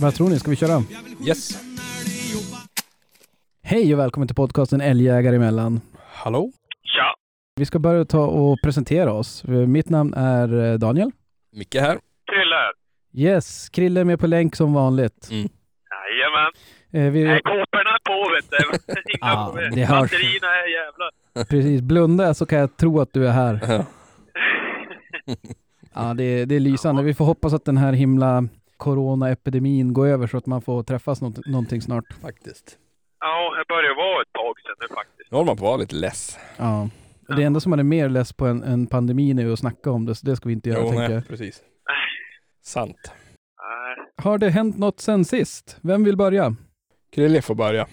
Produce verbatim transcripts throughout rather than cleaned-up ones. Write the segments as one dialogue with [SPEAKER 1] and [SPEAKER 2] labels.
[SPEAKER 1] Vad tror ni? Ska vi köra?
[SPEAKER 2] Yes.
[SPEAKER 1] Hej och välkommen till podcasten Älgjägare emellan.
[SPEAKER 2] Hallå?
[SPEAKER 3] Ja.
[SPEAKER 1] Vi ska börja ta och presentera oss. Mitt namn är Daniel.
[SPEAKER 2] Micke här.
[SPEAKER 3] Krille här.
[SPEAKER 1] Yes, Krille är med på länk som vanligt.
[SPEAKER 2] Mm.
[SPEAKER 3] Jajamän.
[SPEAKER 1] Eh, vi...
[SPEAKER 3] Nej, kåporna på, vet du. Inga
[SPEAKER 1] Ah,
[SPEAKER 3] problem.
[SPEAKER 1] det hörs.
[SPEAKER 3] Batterierna är jävla.
[SPEAKER 1] Precis, blunda så kan jag tro att du är här. Ja, det är, det är lysande. Vi får hoppas att den här himla coronaepidemin går över så att man får träffas något, någonting snart.
[SPEAKER 2] Faktiskt.
[SPEAKER 3] Ja, det börjar vara ett tag sedan nu faktiskt.
[SPEAKER 2] Nu håller man på att vara lite less.
[SPEAKER 1] Ja. Och det enda som man är mer less på en, en pandemi nu är att snacka om det, så det ska vi inte göra,
[SPEAKER 2] Jo,
[SPEAKER 1] tänker
[SPEAKER 2] nej,
[SPEAKER 1] jag.
[SPEAKER 2] precis. Sant.
[SPEAKER 3] Nej.
[SPEAKER 1] Har det hänt något sen sist? Vem vill börja?
[SPEAKER 2] Krille får börja.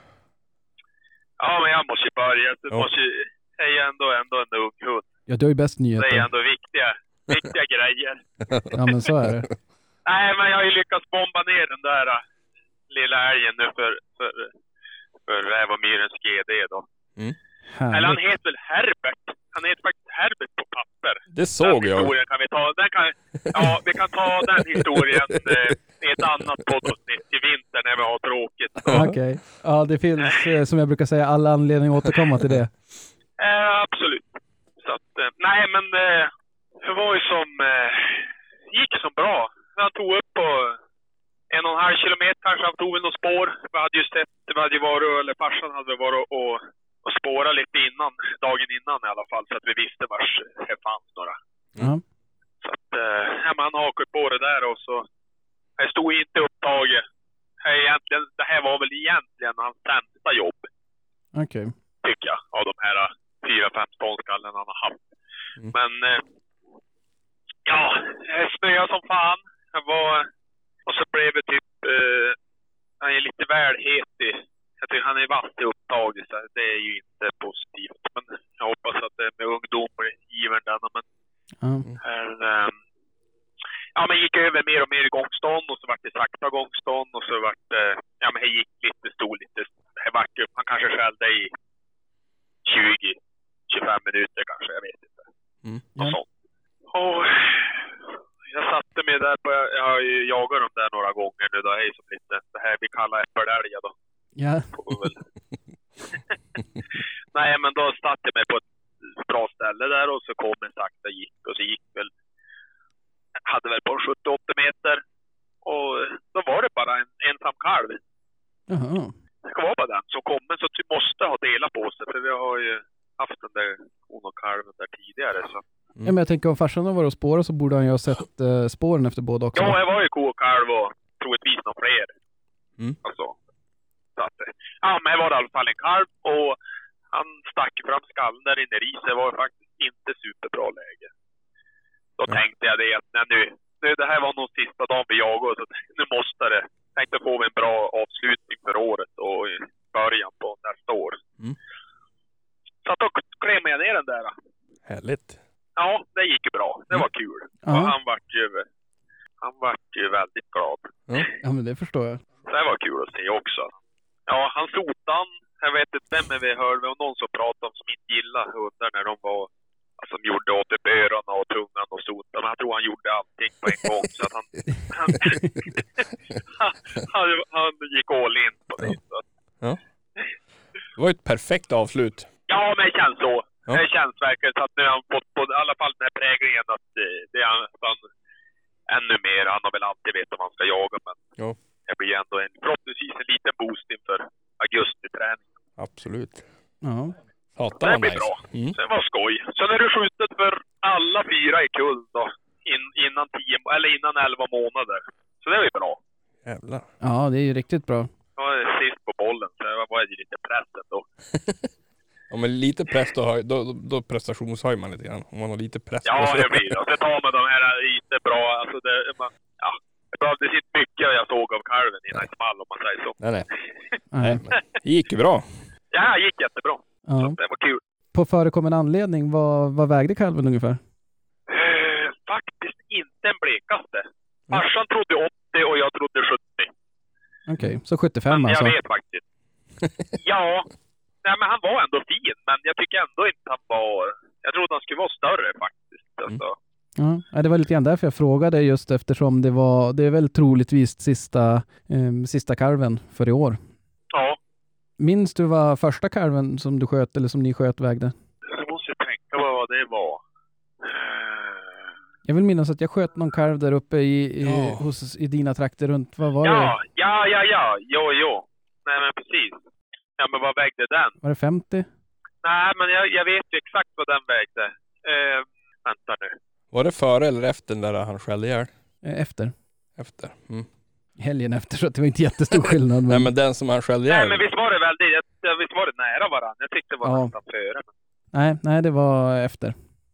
[SPEAKER 3] Ja, men jag måste ju börja. Du
[SPEAKER 2] Ja.
[SPEAKER 3] måste ju... Jag är ändå, ändå en ung hund.
[SPEAKER 1] Ja, du har ju bäst
[SPEAKER 3] Det är
[SPEAKER 1] nyheter.
[SPEAKER 3] ändå viktiga, viktiga grejer.
[SPEAKER 1] Ja, men så är det.
[SPEAKER 3] Nej, men jag har ju lyckats bomba ner den där uh, lilla älgen nu för, för, för rävomyrens G D då.
[SPEAKER 2] Mm.
[SPEAKER 3] Eller han
[SPEAKER 1] Härligt.
[SPEAKER 3] heter väl Herbert? Han heter faktiskt Herbert på papper.
[SPEAKER 2] Det såg
[SPEAKER 3] den
[SPEAKER 2] jag.
[SPEAKER 3] historien kan vi ta. Den kan, ja, vi kan ta den historien eh, i ett annat poddavsnitt i vinter när vi har tråkigt.
[SPEAKER 1] Okej. Ja, det finns, eh, som jag brukar säga, alla anledningar att återkomma till det.
[SPEAKER 3] Eh, absolut. Så att, eh, nej men eh, det var ju som, eh, gick som bra. Han tog upp på en och en halv kilometer kanske, han tog väl något spår. Vi hade ju sett, vi hade ju varit, eller farsan hade varit och, och spåra lite innan, dagen innan i alla fall, så att vi visste vars det fanns några.
[SPEAKER 1] Ja.
[SPEAKER 3] Så att, eh, ja, man hakade på det där och så, jag stod inte upptaget. Jag egentligen, det här var väl egentligen hans sämsta jobb,
[SPEAKER 1] Okej.
[SPEAKER 3] tycker jag, av de här fyra, fem ståndskallen han har haft.
[SPEAKER 2] Mm.
[SPEAKER 3] Men, eh, ja, jag snöade som fan. Jag var, och så blev det typ, eh, han är lite väl het i, jag tycker han är vass i upptaget, så det är ju inte positivt. Men jag hoppas att det är med ungdom i givaren denna, men
[SPEAKER 1] Ja.
[SPEAKER 3] här, eh, ja, men gick över mer och mer i gångstånd och så vart det sakta gångstånd och så vart det, ja men det gick lite stod lite, det vart ju, han kanske skällde i tjugo till tjugofem minuter kanske, jag vet inte.
[SPEAKER 2] Mm.
[SPEAKER 3] Och
[SPEAKER 1] Ja.
[SPEAKER 3] sånt. Och jag satte mig där på, jag har ju jagat dem där några gånger nu då, det är som lite, det här vi kallar äppelälgar då.
[SPEAKER 1] Ja.
[SPEAKER 3] Får vi väl. Nej, men då satte jag mig på ett bra ställe där och så kom en sakta gick och så gick väl, hade väl på sjuttio åttio meter och då var det bara en ensam kalv.
[SPEAKER 1] Jaha.
[SPEAKER 3] Det var bara den som kommer, så du måste ha delat på sig, för vi har ju haft den där hon och kalven där tidigare så.
[SPEAKER 1] Ja, men jag tänker om farsan har varit och spårat så borde han ju ha sett eh, spåren efter båda också.
[SPEAKER 3] Ja, jag var ju ko och kalv och troligtvis någon fler.
[SPEAKER 2] Mm.
[SPEAKER 3] Alltså. Så att, ja, men det var i alla fall en kalv och han stack fram skallen där inne i, så det var faktiskt inte superbra läge. Då
[SPEAKER 2] Ja.
[SPEAKER 3] tänkte jag det att nej, nu, nu, det här var nog sista dagen vi jagade, så nu måste det. Tänkte få en bra avslutning för året och i början på nästa år.
[SPEAKER 2] Mm.
[SPEAKER 3] Så att då klämde jag ner den där.
[SPEAKER 2] Härligt.
[SPEAKER 3] Ja, det gick ju bra. Det var kul.
[SPEAKER 1] Ja.
[SPEAKER 3] Och han vart ju, han vart ju väldigt glad.
[SPEAKER 1] Ja, men det förstår jag.
[SPEAKER 3] Så det var kul att se också. Ja, han sotan, jag vet inte vem vi hörde, om någon som pratade om som inte gillade hundar när de var, alltså de gjorde åt det börarna och tungan och sotan. Men jag tror han gjorde allting på en gång så att han, han, han, han, han gick all in på det. Så att,
[SPEAKER 2] Ja. Det var ett perfekt avslut.
[SPEAKER 3] ja, men det känns så.
[SPEAKER 2] Ja.
[SPEAKER 3] Det känns verkligen så att nu har han fått på i alla fall den här präglingen att det, det är han, han ännu mer. Han har väl alltid vetat om han ska jaga, men
[SPEAKER 2] Ja.
[SPEAKER 3] det blir ändå en, förhoppningsvis en liten boost inför augusti-träning.
[SPEAKER 2] Absolut.
[SPEAKER 1] Ja.
[SPEAKER 2] Hatar
[SPEAKER 3] Det
[SPEAKER 2] han
[SPEAKER 3] blir
[SPEAKER 2] nice.
[SPEAKER 3] bra.
[SPEAKER 2] Mm.
[SPEAKER 3] Så det var skoj. Sen är det skjutet för alla fyra i kull då. In, innan tio, eller innan elva månader. Så det var ju bra.
[SPEAKER 2] Jävlar.
[SPEAKER 1] Ja, det är ju riktigt bra.
[SPEAKER 3] Jag var sist på bollen, så det var ju lite pressen då.
[SPEAKER 2] Ja, men lite press då, höj, då, då, då prestationshöjer man lite grann. Om man har lite press på
[SPEAKER 3] Ja,
[SPEAKER 2] sig.
[SPEAKER 3] det blir det. Så tar man de här lite bra, alltså det, man, ja. Det behövdes inte mycket jag såg av kalven innan det small, om man säger så.
[SPEAKER 2] Nej, nej.
[SPEAKER 1] Nej.
[SPEAKER 2] nej men det gick ju bra.
[SPEAKER 3] Ja, det gick jättebra. Så
[SPEAKER 1] Ja.
[SPEAKER 3] det var kul.
[SPEAKER 1] På förekommande anledning, vad, vad vägde kalven ungefär?
[SPEAKER 3] Eh, faktiskt inte en blekaste. Farsan trodde åttio och jag trodde sjuttio.
[SPEAKER 1] Okej, så sjuttiofem
[SPEAKER 3] Men
[SPEAKER 1] alltså.
[SPEAKER 3] jag vet faktiskt. Ja, nej, men han var ändå fin, men jag tycker ändå inte han var... Jag trodde han skulle vara större faktiskt. Alltså.
[SPEAKER 1] Ja, det var lite grann därför jag frågade, just eftersom det var, det är väl troligtvis sista, eh, sista kalven för i år.
[SPEAKER 3] Ja.
[SPEAKER 1] Minns du vad första kalven som du sköt eller som ni sköt vägde?
[SPEAKER 3] Jag måste tänka vad det var.
[SPEAKER 1] Jag vill minnas att jag sköt någon kalv där uppe i, i,
[SPEAKER 2] Ja.
[SPEAKER 1] hos, i dina trakter runt, vad var
[SPEAKER 3] Ja,
[SPEAKER 1] det?
[SPEAKER 3] ja, ja, ja. Jo, jo. Nej, men precis. Ja, men vad vägde den?
[SPEAKER 1] Var det femtio?
[SPEAKER 3] Nej, men jag, jag vet ju exakt vad den vägde. Eh, vänta nu.
[SPEAKER 2] Var det före eller efter den där han skällde ihjäl?
[SPEAKER 1] Eh, Efter.
[SPEAKER 2] Efter. Mm.
[SPEAKER 1] Helgen efter, så att det var inte jättestor skillnad. Men...
[SPEAKER 2] Nej, men den som han skällde ihjäl.
[SPEAKER 3] Nej, men visst var det väldigt, jag- visst var det nära varandra. Jag tyckte det var
[SPEAKER 1] Ja.
[SPEAKER 3] nästan före.
[SPEAKER 1] nej, nej, det var efter.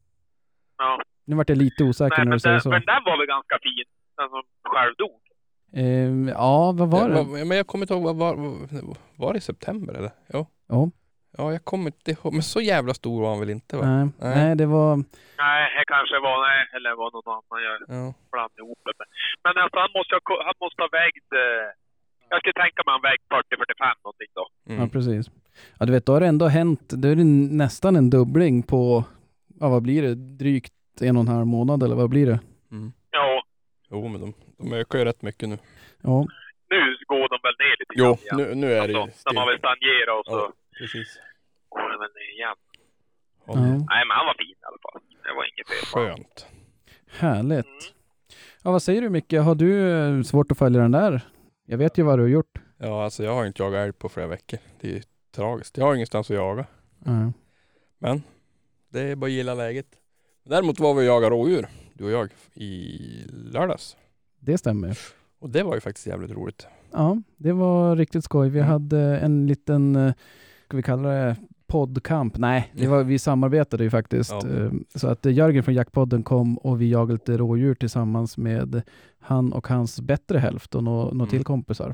[SPEAKER 3] Ja.
[SPEAKER 1] Nu vart jag lite osäker
[SPEAKER 3] Nej,
[SPEAKER 1] när
[SPEAKER 3] men
[SPEAKER 1] du säger
[SPEAKER 3] den,
[SPEAKER 1] så.
[SPEAKER 3] men den var väl ganska fin. Den som själv dog.
[SPEAKER 1] Eh, ja, vad var det?
[SPEAKER 2] Ja, vad- men jag kommer inte ihåg, vad var, var, var det i september eller? Ja.
[SPEAKER 1] Ja,
[SPEAKER 2] Ja, jag kommer inte ihåg. Men så jävla stor var han väl inte, va?
[SPEAKER 1] nej,
[SPEAKER 2] Nej.
[SPEAKER 1] nej, det var...
[SPEAKER 3] Nej, det kanske var, nej, eller var någon annan. Jag
[SPEAKER 2] Ja.
[SPEAKER 3] blandade ihop det. Men alltså, han måste, ha, han måste ha vägt, eh, jag skulle tänka mig han vägt fyrtio till fyrtiofem någonting då.
[SPEAKER 2] Mm.
[SPEAKER 1] Ja, precis. Ja, du vet, då har det ändå hänt, då är det nästan en dubbling på, ja, vad blir det? Drygt en och en halv månad, eller vad blir det?
[SPEAKER 2] Mm.
[SPEAKER 3] Ja,
[SPEAKER 2] Jo, men de, de ökar ju rätt mycket nu.
[SPEAKER 1] Ja,
[SPEAKER 3] nu går de väl ner lite
[SPEAKER 2] Jo,
[SPEAKER 3] grann igen.
[SPEAKER 2] nu, nu är det ju
[SPEAKER 3] Alltså, när man vill stagnera och så
[SPEAKER 2] Ja, precis.
[SPEAKER 3] går det väl ner igen.
[SPEAKER 2] Ja,
[SPEAKER 1] ja.
[SPEAKER 3] Nej, men han var fin i alla fall. Det var inget fel på honom.
[SPEAKER 2] Skönt.
[SPEAKER 1] Härligt.
[SPEAKER 3] Mm.
[SPEAKER 1] Ja, vad säger du, Micke? Har du eh, svårt att följa den där? Jag vet ju vad du har gjort.
[SPEAKER 2] Ja, alltså jag har inte jagat älg på flera veckor. Det är ju tragiskt. Jag har ingenstans att jaga.
[SPEAKER 1] Ja.
[SPEAKER 2] Men det är bara att gilla läget. Däremot var vi och jagade rådjur, du och jag, i lördags.
[SPEAKER 1] Det stämmer.
[SPEAKER 2] Och det var ju faktiskt jävligt roligt.
[SPEAKER 1] Ja, det var riktigt skoj. Vi
[SPEAKER 2] Mm.
[SPEAKER 1] hade en liten, eh, ska vi kalla det poddkamp? Nej, det var, vi samarbetade ju faktiskt.
[SPEAKER 2] Ja.
[SPEAKER 1] Eh, Så att eh, Jörgen från Jaktpodden kom och vi jagade lite rådjur tillsammans med han och hans bättre hälft och några
[SPEAKER 2] Mm.
[SPEAKER 1] till kompisar.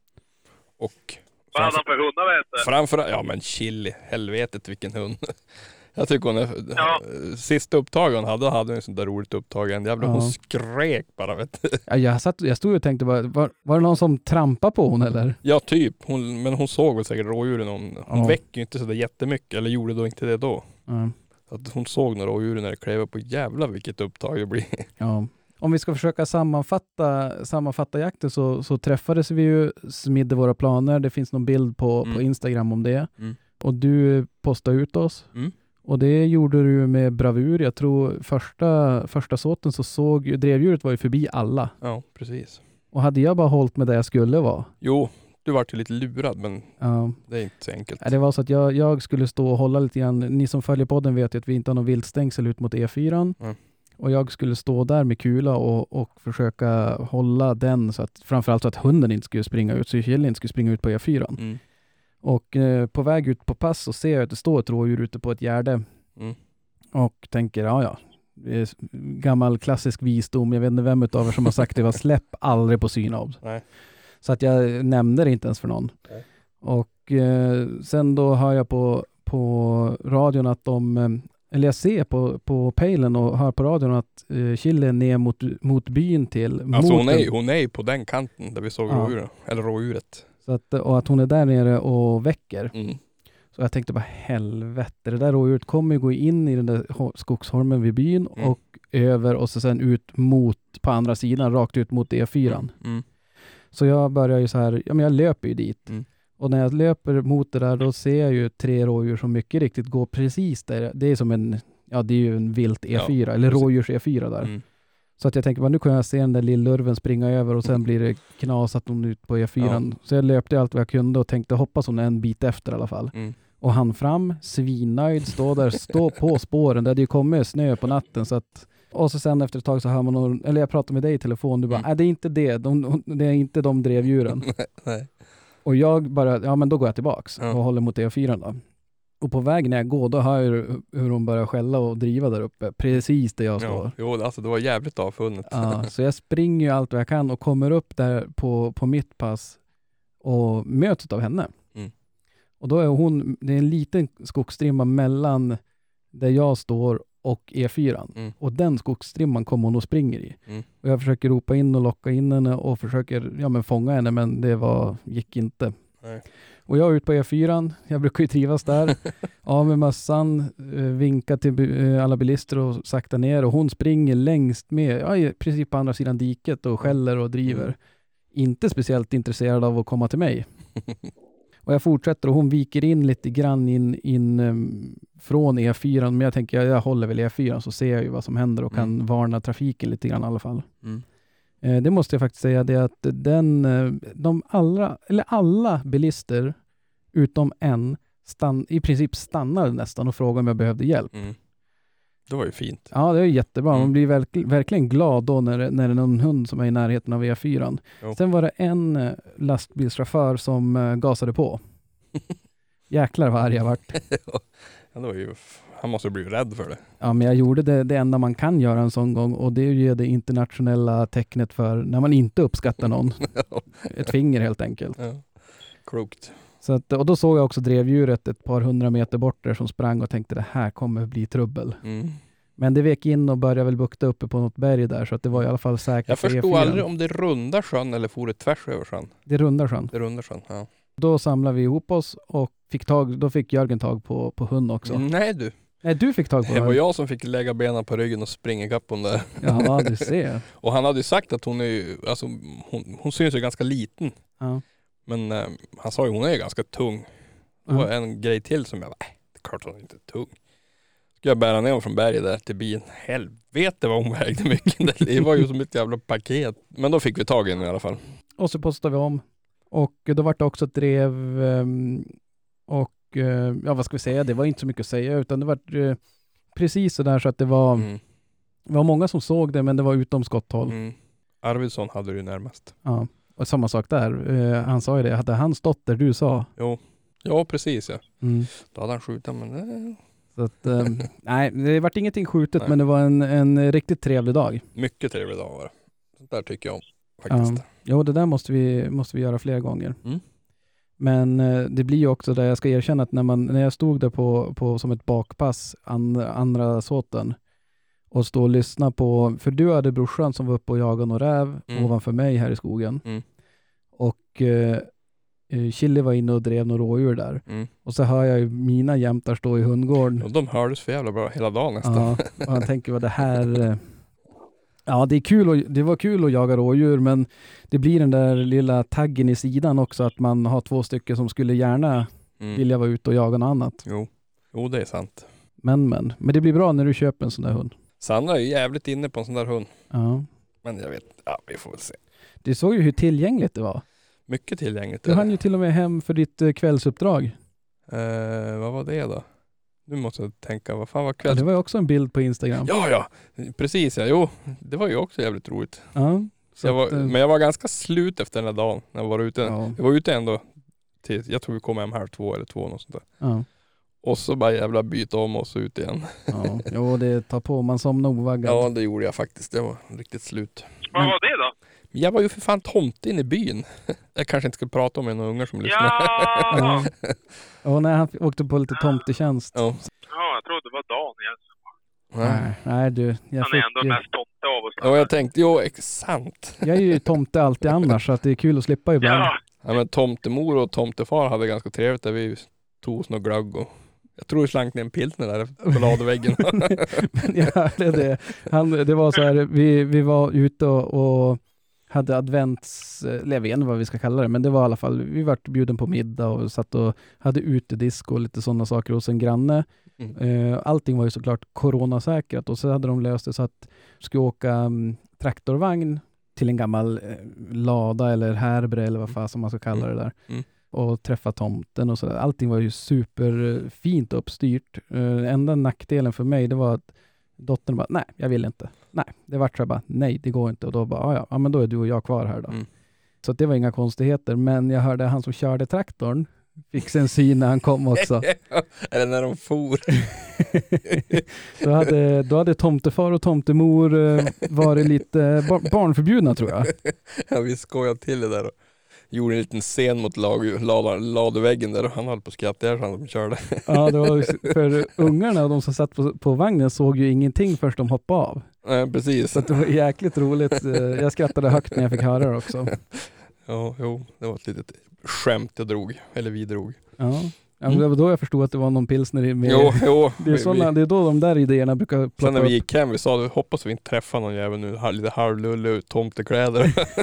[SPEAKER 2] Och
[SPEAKER 3] Vad hade han för hundar, vet du?
[SPEAKER 2] framför ja men chili, helvetet vilken hund. Jag tycker hon är,
[SPEAKER 3] Ja.
[SPEAKER 2] sista upptaget hon hade, hade hon en sån där roligt upptag. En jävla,
[SPEAKER 1] Ja.
[SPEAKER 2] hon skrek bara, vet du.
[SPEAKER 1] Ja, jag, satt, jag stod och tänkte, var, var, var det någon som trampade på hon eller?
[SPEAKER 2] Ja, typ. Hon, men hon såg väl säkert rådjuren. Hon, hon
[SPEAKER 1] Ja.
[SPEAKER 2] väcker ju inte så där jättemycket, eller gjorde då inte det då.
[SPEAKER 1] Ja.
[SPEAKER 2] Så att hon såg några rådjuren när det klev upp, och jävla vilket upptag det blir.
[SPEAKER 1] Ja. Om vi ska försöka sammanfatta, sammanfatta jakten så, så träffades vi ju, smidde våra planer. Det finns någon bild på,
[SPEAKER 2] Mm.
[SPEAKER 1] på Instagram om det.
[SPEAKER 2] Mm.
[SPEAKER 1] Och du postade ut oss.
[SPEAKER 2] Mm.
[SPEAKER 1] Och det gjorde du med bravur. Jag tror första, första såten så såg ju, drevdjuret var ju förbi alla.
[SPEAKER 2] Ja, precis.
[SPEAKER 1] Och hade jag bara hållit med det jag skulle vara.
[SPEAKER 2] Jo, du vart ju lite lurad, men
[SPEAKER 1] Ja.
[SPEAKER 2] det är inte så enkelt.
[SPEAKER 1] Nej, det var så att jag, jag skulle stå och hålla lite grann. Ni som följer podden vet ju att vi inte har någon viltstängsel ut mot E fyra.
[SPEAKER 2] Mm.
[SPEAKER 1] Och jag skulle stå där med kula och, och försöka hålla den så att framförallt så att hunden inte skulle springa ut, så Kjell inte skulle springa ut på E fyra.
[SPEAKER 2] Mm.
[SPEAKER 1] Och eh, på väg ut på pass så ser jag att det står ett rådjur ute på ett gärde.
[SPEAKER 2] Mm.
[SPEAKER 1] Och tänker, ja ja, det är gammal klassisk visdom. Jag vet inte vem utav er som har sagt det, var släpp aldrig på synobs.
[SPEAKER 2] Nej.
[SPEAKER 1] Så att jag nämnde det inte ens för någon.
[SPEAKER 2] Nej.
[SPEAKER 1] Och eh, sen då hör jag på, på radion att de, eh, eller jag ser på, på pejlen och hör på radion att eh, Kille är ner mot, mot byn till.
[SPEAKER 2] Alltså
[SPEAKER 1] mot
[SPEAKER 2] hon är,
[SPEAKER 1] den.
[SPEAKER 2] ju- hon är ju på den kanten där vi såg
[SPEAKER 1] Ja.
[SPEAKER 2] rådjuren. Eller rådjuret.
[SPEAKER 1] Så att, och att hon är där nere och väcker.
[SPEAKER 2] Mm.
[SPEAKER 1] Så jag tänkte bara helvete, det där rådjuret kommer ju gå in i den där ho- skogsholmen vid byn
[SPEAKER 2] Mm.
[SPEAKER 1] och över och så sen ut mot, på andra sidan, rakt ut mot E fyra.
[SPEAKER 2] Mm.
[SPEAKER 1] Så jag börjar ju så här, ja men jag löper ju dit.
[SPEAKER 2] Mm.
[SPEAKER 1] Och när jag löper mot det där, då ser jag ju tre rådjur som mycket riktigt går precis där. Det är som en, ja det är ju en vilt E fyra,
[SPEAKER 2] Ja,
[SPEAKER 1] eller
[SPEAKER 2] precis.
[SPEAKER 1] rådjurs E fyra där.
[SPEAKER 2] Mm.
[SPEAKER 1] Så att jag tänker, bara, nu kan jag se den där lillurven springa över och sen blir det knas att hon är ut på E fyra.
[SPEAKER 2] Ja.
[SPEAKER 1] Så jag löpte allt vad jag kunde och tänkte hoppas hon är en bit efter i alla fall.
[SPEAKER 2] Mm.
[SPEAKER 1] Och han fram, svinnöjd, stå där, stå på spåren. Det hade ju kommit snö på natten så att, och så sen efter ett tag så hör man någon, eller jag pratar med dig i telefon, du bara, nej
[SPEAKER 2] Mm.
[SPEAKER 1] det är inte det, de, det är inte de drevdjuren.
[SPEAKER 2] Nej.
[SPEAKER 1] Och jag bara, ja men då går jag tillbaks
[SPEAKER 2] Ja.
[SPEAKER 1] och håller mot E fyra då. Och på väg när jag går, då hör jag hur- hur hon börjar skälla och driva där uppe. Precis där jag står.
[SPEAKER 2] Ja, jo, alltså det var jävligt avfunnet.
[SPEAKER 1] Ja, så jag springer ju allt vad jag kan och kommer upp där på, på mitt pass och möts av henne.
[SPEAKER 2] Mm.
[SPEAKER 1] Och då är hon, det är en liten skogsstrimma mellan där jag står och E fyra.
[SPEAKER 2] Mm.
[SPEAKER 1] Och den skogsstrimman kommer hon och springer i.
[SPEAKER 2] Mm.
[SPEAKER 1] Och jag försöker ropa in och locka in henne och försöker ja, men fånga henne, men det var, gick inte.
[SPEAKER 2] Nej.
[SPEAKER 1] Och jag är ute på E fyran, jag brukar ju trivas där. Av med mössan, eh, vinka till eh, alla bilister och sakta ner. Och hon springer längst med, ja, i princip på andra sidan diket och skäller och driver.
[SPEAKER 2] Mm.
[SPEAKER 1] Inte speciellt intresserad av att komma till mig. Och jag fortsätter och hon viker in lite grann in, in um, från E fyran. Men jag tänker, jag, jag håller väl E fyran så ser jag ju vad som händer och kan
[SPEAKER 2] Mm.
[SPEAKER 1] varna trafiken lite grann i alla fall.
[SPEAKER 2] Mm.
[SPEAKER 1] Eh, det måste jag faktiskt säga, det att den, eh, de allra, eller alla bilister utom en stann, i princip stannade nästan och frågade om jag behövde hjälp.
[SPEAKER 2] Mm. Det var ju fint.
[SPEAKER 1] Ja, det är jättebra. Man
[SPEAKER 2] Mm.
[SPEAKER 1] blir verk, verkligen glad då när, det- när det är någon hund som är i närheten av E fyran.
[SPEAKER 2] Jo.
[SPEAKER 1] Sen var det en eh, lastbilschaufför som eh, gasade på. Jäklar vad arg jag vart.
[SPEAKER 2] Ja, det var ju, han måste bli rädd för det.
[SPEAKER 1] Ja, men jag gjorde det, det enda man kan göra en sån gång och det är ju det internationella tecknet för när man inte uppskattar någon. Ett finger helt enkelt.
[SPEAKER 2] Ja. Klokt.
[SPEAKER 1] Så att, och då såg jag också drevdjuret ett par hundra meter bort där som sprang och tänkte det här kommer bli trubbel.
[SPEAKER 2] Mm.
[SPEAKER 1] Men det vek in och började väl bukta uppe på något berg där så att det var i alla fall säkert.
[SPEAKER 2] Jag
[SPEAKER 1] för
[SPEAKER 2] förstod
[SPEAKER 1] E fyran.
[SPEAKER 2] aldrig om det rundar sjön eller for det tvärs över sjön.
[SPEAKER 1] Det rundar sjön.
[SPEAKER 2] Det rundar sjön, ja.
[SPEAKER 1] Då samlade vi ihop oss och fick tag, då fick Jörgen tag på, på hund också.
[SPEAKER 2] Nej du,
[SPEAKER 1] Nej, du fick tag på
[SPEAKER 2] det var
[SPEAKER 1] hund.
[SPEAKER 2] jag som fick lägga benen på ryggen och springa ikapp hon där.
[SPEAKER 1] Ja, du ser.
[SPEAKER 2] Och han hade ju sagt att hon är ju, alltså hon, hon syns ju ganska liten.
[SPEAKER 1] Ja.
[SPEAKER 2] Men eh, han sa ju hon är ju ganska tung. Det var en grej till som jag, nej det är klart hon är inte är tung. Ska jag bära ner hon från berget där till bilen. Helvete vad hon vägde mycket. Det var ju som ett jävla paket. Men då fick vi tag i henne i alla fall.
[SPEAKER 1] Och så postade vi om. Och då var det också ett drev um, och uh, ja, vad ska vi säga? Det var inte så mycket att säga utan det var uh, precis så där så att det var,
[SPEAKER 2] Mm.
[SPEAKER 1] det var många som såg det men det var utom skotthåll.
[SPEAKER 2] Mm. Arvidsson hade du närmast.
[SPEAKER 1] Ja. Och samma sak där. Uh, han sa ju det. Hade han stått där du sa?
[SPEAKER 2] Jo. Ja, precis ja.
[SPEAKER 1] Mm.
[SPEAKER 2] Då hade han skjutit men eh,
[SPEAKER 1] Så att, um, nej, det vart ingenting skjutet
[SPEAKER 2] Nej.
[SPEAKER 1] men det var en, en riktigt trevlig dag.
[SPEAKER 2] mycket trevlig dag var det. Sånt där tycker jag om faktiskt.
[SPEAKER 1] Ja. Jo, det där måste vi, måste vi göra flera gånger.
[SPEAKER 2] Mm.
[SPEAKER 1] Men eh, det blir ju också där jag ska erkänna att när, man, när jag stod där på, på som ett bakpass an, andra såten och stå och lyssna på, för du hade brorsan som var uppe och jagade någon räv
[SPEAKER 2] Mm.
[SPEAKER 1] ovanför mig här i skogen.
[SPEAKER 2] Mm.
[SPEAKER 1] Och eh, eh, Chili var inne och drev några rådjur där.
[SPEAKER 2] Mm.
[SPEAKER 1] Och så hör jag ju mina jämtar stå i hundgården.
[SPEAKER 2] Och de hördes för jävla bra hela dagen nästan.
[SPEAKER 1] Ja, och han tänker vad det här... eh, Ja, det är kul och, det var kul att jaga rådjur men det blir den där lilla taggen i sidan också att man har två stycken som skulle gärna
[SPEAKER 2] Mm.
[SPEAKER 1] vilja vara ute och jaga något annat.
[SPEAKER 2] Jo. jo, det är sant.
[SPEAKER 1] Men men, men det blir bra när du köper en sån där hund.
[SPEAKER 2] Sandra är ju jävligt inne på en sån där hund.
[SPEAKER 1] Ja.
[SPEAKER 2] Men jag vet, ja vi får väl se.
[SPEAKER 1] Du såg ju hur tillgängligt det var.
[SPEAKER 2] Mycket tillgängligt.
[SPEAKER 1] Du
[SPEAKER 2] är
[SPEAKER 1] hann
[SPEAKER 2] det.
[SPEAKER 1] ju till och med hem för ditt eh, kvällsuppdrag.
[SPEAKER 2] Eh, vad var det då? Nu måste jag tänka, vad fan var
[SPEAKER 1] Ja,
[SPEAKER 2] kväll?
[SPEAKER 1] det var ju också en bild på Instagram.
[SPEAKER 2] Ja, ja, precis ja. Jo, det var ju också jävligt roligt.
[SPEAKER 1] Ja, så
[SPEAKER 2] Jag var,
[SPEAKER 1] att, eh,
[SPEAKER 2] men jag var ganska slut efter den här dagen. När jag var ute.
[SPEAKER 1] ja,
[SPEAKER 2] Jag var ute ändå till, jag tror vi kom hem halv två eller två och sånt där.
[SPEAKER 1] ja,
[SPEAKER 2] Och så bara jävla byta om oss ut igen.
[SPEAKER 1] ja. Jo, det tar på. Man somnar ovaggad.
[SPEAKER 2] Ja, det gjorde jag faktiskt. Det var riktigt slut.
[SPEAKER 3] Vad
[SPEAKER 1] Men-
[SPEAKER 3] var det då?
[SPEAKER 2] Men jag var ju för fan tomte inne i byn. Jag kanske inte skulle prata med några ungar som lyssnar.
[SPEAKER 3] Ja,
[SPEAKER 1] Ja. Och när han åkte på lite tomtetjänst.
[SPEAKER 2] Ja.
[SPEAKER 3] ja jag trodde det var Daniel.
[SPEAKER 1] Nej, nej du. Jag,
[SPEAKER 3] Han är
[SPEAKER 1] fick,
[SPEAKER 3] ändå
[SPEAKER 1] eh,
[SPEAKER 3] mest tomte av oss.
[SPEAKER 2] Ja, jag tänkte, jo, sant.
[SPEAKER 1] jag är ju tomte alltid annars så att det är kul att slippa ibland.
[SPEAKER 3] Ja,
[SPEAKER 2] Ja, men tomtemor och tomtefar hade ganska trevligt där vi tog oss någon glögg och jag tror vi slank ner en pilsner där på ladeväggen.
[SPEAKER 1] Men jag hörde det. Han, det var så här, vi, vi var ute och, och hade advents, eller jag vet inte vad vi ska kalla det, men det var i alla fall, vi vart bjuden på middag och satt och hade utedisk och lite sådana saker hos en granne.
[SPEAKER 2] Mm.
[SPEAKER 1] Eh, allting var ju såklart coronasäkrat och så hade de löst det så att vi skulle åka um, traktorvagn till en gammal eh, lada eller härbre eller vad fan som man ska kalla det där.
[SPEAKER 2] Mm.
[SPEAKER 1] Och träffa tomten och sådär. Allting var ju superfint uppstyrt. Uh, enda nackdelen för mig det var att dottern bara, nej, jag vill inte. Nej, det var så jag bara, nej, det går inte. Och då bara, ja, ja, men då är du och jag kvar här då.
[SPEAKER 2] Mm.
[SPEAKER 1] Så att det var inga konstigheter. Men jag hörde han som körde traktorn fick sig en syn när han kom också.
[SPEAKER 2] Eller när de for.
[SPEAKER 1] då, hade, då hade tomtefar och tomtemor uh, varit lite bar- barnförbjudna tror jag.
[SPEAKER 2] Ja, vi skojade till det där och gjorde en liten scen mot lag, lad, ladeväggen där och han höll på att skratta där när de körde.
[SPEAKER 1] Ja, det var för ungarna och de som satt på, på vagnen såg ju ingenting först de hoppade av.
[SPEAKER 2] Nej, precis.
[SPEAKER 1] Så att det var jäkligt roligt. Jag skrattade högt när jag fick höra det också.
[SPEAKER 2] Ja, jo, det var ett litet skämt jag drog, eller vi drog.
[SPEAKER 1] Ja. Ja, det var då jag förstod att det var någon pilsner i med.
[SPEAKER 2] Jo, jo.
[SPEAKER 1] Det är, såna, det är då de där idéerna brukar plocka
[SPEAKER 2] Sen när vi
[SPEAKER 1] upp.
[SPEAKER 2] gick hem, vi sa att hoppas vi inte träffar någon jävel nu, har lite halvlulle ut, tomtekläder.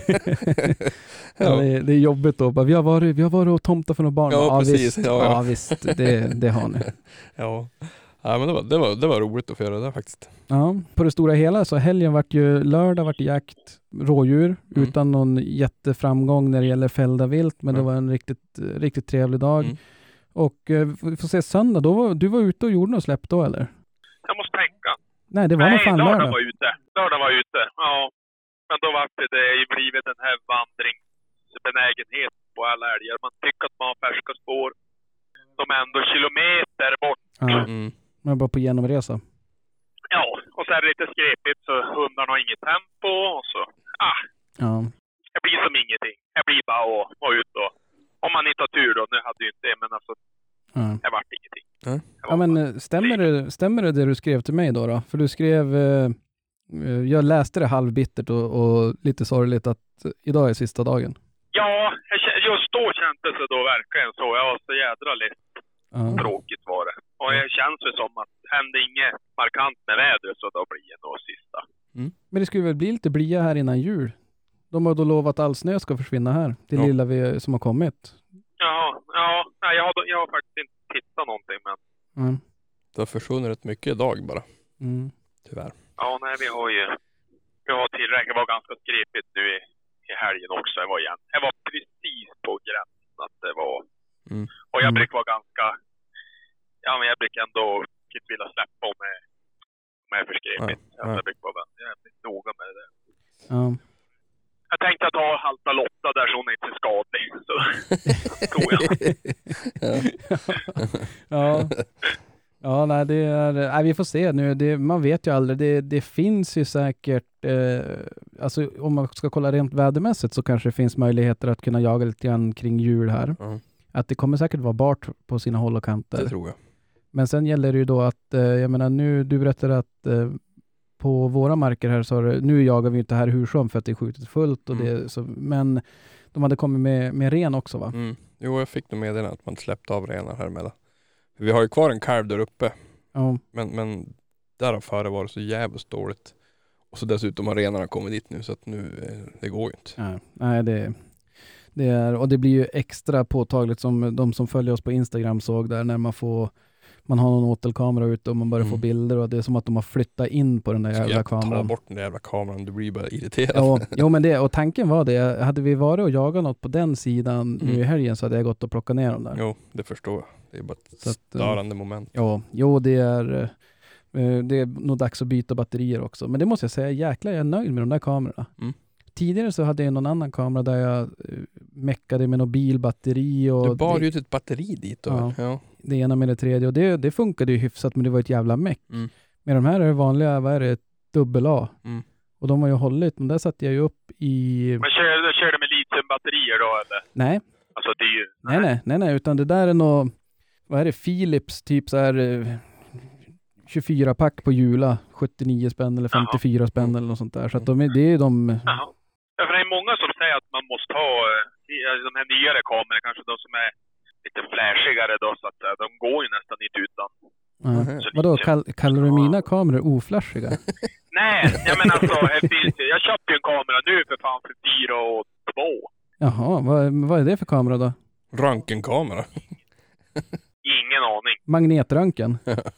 [SPEAKER 1] Ja, det, är, det är jobbigt då. Bara, vi, har varit, vi har varit och tomtat för några barn.
[SPEAKER 2] Ja, precis.
[SPEAKER 1] Visst,
[SPEAKER 2] Ja, ja.
[SPEAKER 1] ja, visst det, det har ni.
[SPEAKER 2] Ja, ja men det var, det, var, det var roligt att få göra det faktiskt.
[SPEAKER 1] Ja, på det stora hela så helgen vart ju lördag vart jakt rådjur
[SPEAKER 2] Mm.
[SPEAKER 1] utan någon jätteframgång när det gäller fällda vilt, men
[SPEAKER 2] Mm.
[SPEAKER 1] det var en riktigt, riktigt trevlig dag.
[SPEAKER 2] Mm.
[SPEAKER 1] Och eh, vi får se söndag, då var, du var ute och gjorde något släpp då eller?
[SPEAKER 3] Jag måste tänka.
[SPEAKER 1] Nej, det var nog
[SPEAKER 3] Nej,
[SPEAKER 1] fan
[SPEAKER 3] lördag
[SPEAKER 1] lördag.
[SPEAKER 3] var ute. Lördag var ute, ja. Men då var det, det ju blivit den här vandringsbenägenhet på alla älgar. Man tycker att man har färska spår. De är ändå kilometer bort.
[SPEAKER 1] Ja,
[SPEAKER 2] Mm.
[SPEAKER 1] man var på genomresa.
[SPEAKER 3] Ja, och så är det lite skrepigt så hundarna har inget tempo och så, ah,
[SPEAKER 1] Ja.
[SPEAKER 3] det blir som ingenting. Det blir bara att vara ute och, om man inte har tur då, nu hade ju inte det, men alltså,
[SPEAKER 1] Ja.
[SPEAKER 3] det vart ingenting.
[SPEAKER 2] Mm.
[SPEAKER 3] Det var
[SPEAKER 1] Ja, men
[SPEAKER 3] bara-
[SPEAKER 1] eh, stämmer det, stämmer det det du skrev till mig då? då? För du skrev, eh, eh, jag läste det halvbittert och, och lite sorgligt att eh, idag är sista dagen.
[SPEAKER 3] Ja, jag kä- just då kändes det då verkligen så. Jag var så jädra lite
[SPEAKER 1] Ja.
[SPEAKER 3] tråkigt var det. Och det känns ju som att hände inget markant med vädret så då blir det nog sista.
[SPEAKER 1] Men det skulle väl bli lite blia här innan jul? De har då lovat att all snö ska försvinna här. Det
[SPEAKER 2] Ja.
[SPEAKER 1] lilla vi, som har kommit.
[SPEAKER 3] Ja, ja, nej, jag har, jag har faktiskt inte tittat någonting, men
[SPEAKER 1] Mm.
[SPEAKER 2] Det har försvunnit rätt mycket idag bara,
[SPEAKER 1] Mm.
[SPEAKER 2] tyvärr.
[SPEAKER 3] ja, nej, vi har ju, vi har tillräckligt, det var ganska skrepigt nu i, i helgen också. Det var igen, det var precis på gränsen att det var,
[SPEAKER 2] Mm.
[SPEAKER 3] och jag
[SPEAKER 1] Mm.
[SPEAKER 3] brukar vara ganska, ja men jag brukar ändå inte vilja släppa om det om det är för skrepigt.
[SPEAKER 2] Nej,
[SPEAKER 3] Alltså,
[SPEAKER 2] nej.
[SPEAKER 3] jag brukar vara jävligt noga med det.
[SPEAKER 1] Ja.
[SPEAKER 3] Jag tänkte att ha halta Lotta där så hon är inte är skadlig. Så tror jag.
[SPEAKER 1] Ja. Ja, nej, det är, nej, vi får se nu. Det, man vet ju aldrig. Det, det finns ju säkert, eh, alltså om man ska kolla rent vädermässigt så kanske det finns möjligheter att kunna jaga lite grann kring jul här.
[SPEAKER 2] Ja,
[SPEAKER 1] Att det kommer säkert vara bart på sina håll och kanter.
[SPEAKER 2] det tror jag.
[SPEAKER 1] Men sen gäller det ju då att, eh, jag menar nu, du berättade att eh, på våra marker här så har det, nu jagar vi inte här hur som för att det är skjutet fullt och
[SPEAKER 2] Mm.
[SPEAKER 1] det, så, men de hade kommit med, med ren också va?
[SPEAKER 2] Mm. Jo, jag fick nog meddelande att man släppte av renar här emellan. Vi har ju kvar en kalv där uppe,
[SPEAKER 1] Ja.
[SPEAKER 2] men, men där har före varit så jävligt dåligt. Och så dessutom har renarna kommit dit nu så att nu, eh, det går ju inte.
[SPEAKER 1] Nej, nej det, det är, och det blir ju extra påtagligt som de som följer oss på Instagram såg där när man får, man har någon åtelkamera ute och man börjar få
[SPEAKER 2] Mm.
[SPEAKER 1] bilder och det är som att de har flyttat in på den där
[SPEAKER 2] Ska
[SPEAKER 1] jävla
[SPEAKER 2] jag ta
[SPEAKER 1] kameran.
[SPEAKER 2] bort den där jävla kameran, du blir bara irriterad.
[SPEAKER 1] Ja, jo, men det, och tanken var det, hade vi varit och jagat något på den sidan nu
[SPEAKER 2] Mm.
[SPEAKER 1] i helgen så hade jag gått och plockat ner dem där.
[SPEAKER 2] Jo, det förstår jag. Det är bara ett
[SPEAKER 1] Så att, eh,
[SPEAKER 2] störande moment.
[SPEAKER 1] Ja, jo det är eh, det är nog dags att byta batterier också. Men det måste jag säga, jäklar jag är nöjd med de där kamerorna.
[SPEAKER 2] Mm.
[SPEAKER 1] Tidigare så hade jag någon annan kamera där jag eh, meckade med någon bilbatteri och
[SPEAKER 2] Du bar
[SPEAKER 1] det,
[SPEAKER 2] ju ut ett batteri dit då.
[SPEAKER 1] Ja.
[SPEAKER 2] Ja.
[SPEAKER 1] det ena med det tredje och det, det funkade ju hyfsat men det var ett jävla meck.
[SPEAKER 2] Mm.
[SPEAKER 1] Med de här är det vanliga, vad är det, dubbel A.
[SPEAKER 2] Mm.
[SPEAKER 1] Och de har ju hållit, men där satte jag ju upp i...
[SPEAKER 3] Men kör, kör det med litiumbatterier då eller?
[SPEAKER 1] Nej,
[SPEAKER 3] Alltså det är ju...
[SPEAKER 1] nej, nej, nej, nej, utan det där är nog, vad är det, Philips typ så här eh, tjugofyra pack på Jula, sjuttionio spänn eller femtiofyra spänn eller något sånt där. Så att de är, det är de,
[SPEAKER 3] Jaha. Ja, för det är många som säger att man måste ha eh, de här nyare kamerorna, kanske de som är lite flashigare då, så att säga. De går ju nästan inte utan.
[SPEAKER 1] ja.
[SPEAKER 2] Mhm.
[SPEAKER 3] Så
[SPEAKER 1] Vadå,
[SPEAKER 3] lite-
[SPEAKER 1] kall, kallar du mina kameror oflashiga?
[SPEAKER 3] Nej, jag menar alltså, här finns ju- jag köpte ju en kamera nu för fan för fyra och två.
[SPEAKER 1] Jaha, vad, vad är det för kamera då?
[SPEAKER 2] Röntgenkamera.
[SPEAKER 3] Ingen aning.
[SPEAKER 1] Magnetröntgen?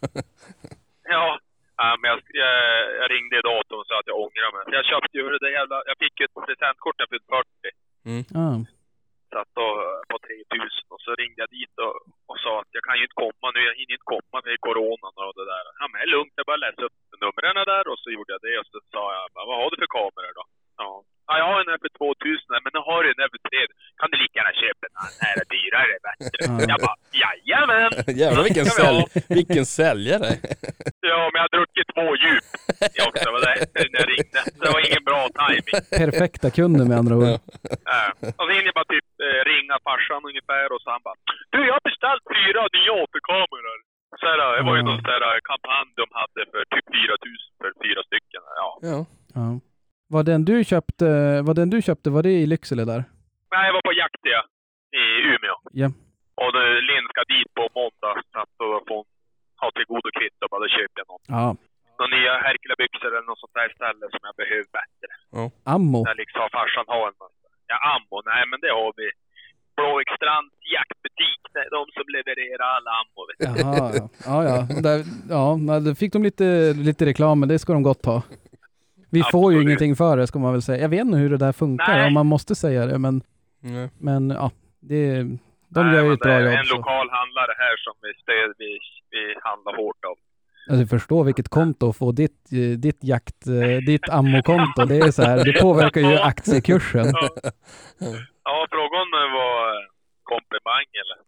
[SPEAKER 3] Ja, ja, men jag, jag, jag ringde datorn och sa att jag ångrar mig. Jag köpte ju det där jävla, jag fick ju ett presentkort för fyrtio.
[SPEAKER 1] Ja.
[SPEAKER 3] Satt då på tre tusen och så ringde jag dit och, och sa att jag kan ju inte komma nu, jag hinner inte komma för coronan och det där. Ja men det är lugnt, jag bara läsa upp numren där och så gjorde jag det och så sa jag bara, vad har du för kameror då? Ja, ja jag har en här för tvåtusen men nu har du en här för tre. Kan du lika gärna köpa den här, är dyrare bättre?
[SPEAKER 1] Ja.
[SPEAKER 3] Jag bara, jajamän!
[SPEAKER 2] Jävlar vilken,
[SPEAKER 3] Ska vi ha?
[SPEAKER 2] sälj, vilken säljare.
[SPEAKER 3] Ja men jag har druckit två djup. Jag också var det när jag ringde. Det var ingen bra timing.
[SPEAKER 1] Perfekta kunder med andra ord.
[SPEAKER 2] Ja.
[SPEAKER 3] Äh. Och så hinner jag bara typ eh, ringa farsan ungefär och så han bara, du jag har beställt fyra nya återkameror. Så här, det var ju
[SPEAKER 1] Ja.
[SPEAKER 3] någon sån här kampanj de hade för typ fyra tusen för fyra stycken. Ja.
[SPEAKER 2] Ja.
[SPEAKER 1] Ja. Var den du köpte, var den du köpte, var det i Lycksele där?
[SPEAKER 3] Nej, jag var på Jaktia i Umeå.
[SPEAKER 1] Ja.
[SPEAKER 3] Och då Linn ska dit på måndag så att då får hon ha till god och kvitt och bara köpa något.
[SPEAKER 1] Ja.
[SPEAKER 3] Några nya Herkula-byxor eller något sånt där ställe som jag behöver bättre.
[SPEAKER 2] Ja.
[SPEAKER 1] Ammo.
[SPEAKER 3] Där liksom farsan har en massa. Ja, ammo. Nej, men det har vi. Blåvikstrand jaktbutik. Det är de som levererar all ammo. Vet du.
[SPEAKER 1] Jaha, ja. Ja, ja. Där, ja, då fick de lite, lite reklam, men det ska de gott ha. Vi
[SPEAKER 3] Absolut.
[SPEAKER 1] får ju ingenting för det, ska man väl säga. Jag vet inte hur det där funkar,
[SPEAKER 3] Nej.
[SPEAKER 1] om man måste säga det, men,
[SPEAKER 2] Nej.
[SPEAKER 1] men ja, det, de
[SPEAKER 3] Nej,
[SPEAKER 1] gör ju
[SPEAKER 3] men
[SPEAKER 1] ett bra
[SPEAKER 3] det är
[SPEAKER 1] jobb.
[SPEAKER 3] en
[SPEAKER 1] Så.
[SPEAKER 3] lokal handlare här som vi, stöd, vi, vi handlar hårt av.
[SPEAKER 1] Alltså, du förstår vilket konto få ditt, eh, ditt jakt, eh, ditt ammokonto, det är så här, det påverkar ju aktiekursen.
[SPEAKER 3] Ja, ja frågan var komplimang eller?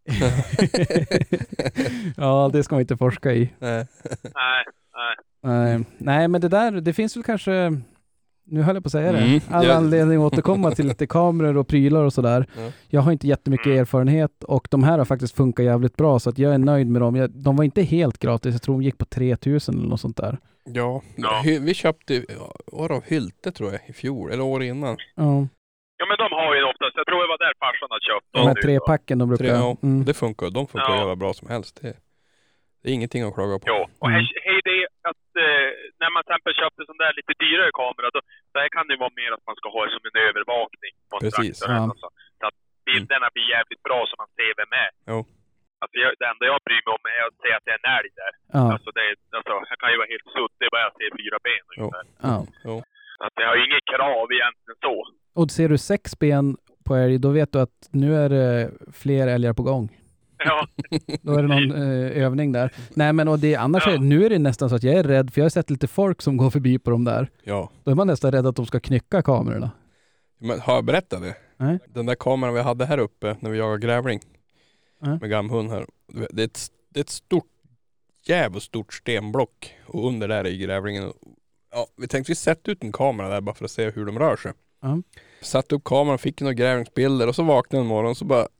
[SPEAKER 1] Ja, det ska man inte forska i.
[SPEAKER 2] Nej.
[SPEAKER 3] Nej, nej.
[SPEAKER 1] Nej, nej, men det där, det finns väl kanske, nu höll jag på att säga det,
[SPEAKER 2] Mm,
[SPEAKER 1] alla
[SPEAKER 2] ja.
[SPEAKER 1] anledning att återkomma till lite kameror och prylar och sådär.
[SPEAKER 2] Ja.
[SPEAKER 1] Jag har inte jättemycket erfarenhet och de här har faktiskt funkat jävligt bra, så att jag är nöjd med dem. Jag, de var inte helt gratis, jag tror de gick på tre tusen eller något sånt där.
[SPEAKER 2] Ja,
[SPEAKER 3] Ja.
[SPEAKER 2] Hy- vi köpte år av Hylte tror jag i fjol, eller år innan.
[SPEAKER 1] Ja,
[SPEAKER 3] Ja, men de har ju oftast, jag tror det var där farsan har köpt
[SPEAKER 1] de här
[SPEAKER 3] nu
[SPEAKER 1] tre
[SPEAKER 3] då.
[SPEAKER 1] packen de brukar...
[SPEAKER 2] Tre, ja,
[SPEAKER 1] Mm.
[SPEAKER 2] det funkar, de funkar
[SPEAKER 3] Ja.
[SPEAKER 2] jävla bra som helst. Det, det är ingenting att klaga på.
[SPEAKER 3] Ja, och
[SPEAKER 1] Mm.
[SPEAKER 3] här, hej det är att eh, när man till exempel köpte sån där lite dyrare kamera, då, där kan det vara mer att man ska ha det som en övervakning på en
[SPEAKER 2] Precis,
[SPEAKER 3] traktor eller
[SPEAKER 1] ja.
[SPEAKER 3] något sånt. Så att bilderna blir jävligt bra som man ser vem är.
[SPEAKER 2] Jo.
[SPEAKER 3] Alltså, jag, det enda jag bryr mig om är att se att det är en älg där.
[SPEAKER 1] Ja,
[SPEAKER 3] Alltså, det är, alltså, jag kan ju vara helt suddig bara jag ser fyra ben ungefär.
[SPEAKER 1] ja.
[SPEAKER 2] Jo.
[SPEAKER 3] Så att jag har inget krav egentligen så.
[SPEAKER 1] Och ser du sex ben på älg, då vet du att nu är det fler älgar på gång.
[SPEAKER 3] Ja,
[SPEAKER 1] Då är det någon eh, övning där. Nej, men och det, annars
[SPEAKER 3] Ja.
[SPEAKER 1] är, nu är det nästan så att jag är rädd, för jag har sett lite folk som går förbi på de där.
[SPEAKER 2] Ja.
[SPEAKER 1] Då är man nästan rädd att de ska knycka kamerorna.
[SPEAKER 2] Men har jag berättat det?
[SPEAKER 1] Nej.
[SPEAKER 2] Den där kameran vi hade här uppe när vi jagade grävling
[SPEAKER 1] Nej.
[SPEAKER 2] med gamhund här. Det är ett, det är ett stort, jävligt stort stenblock och under där är grävlingen. Ja, vi tänkte vi sätta ut en kamera där bara för att se hur de rör sig.
[SPEAKER 1] Ja.
[SPEAKER 2] Satte upp kameran, fick några grävlingsbilder och så vaknade en morgon och så bara,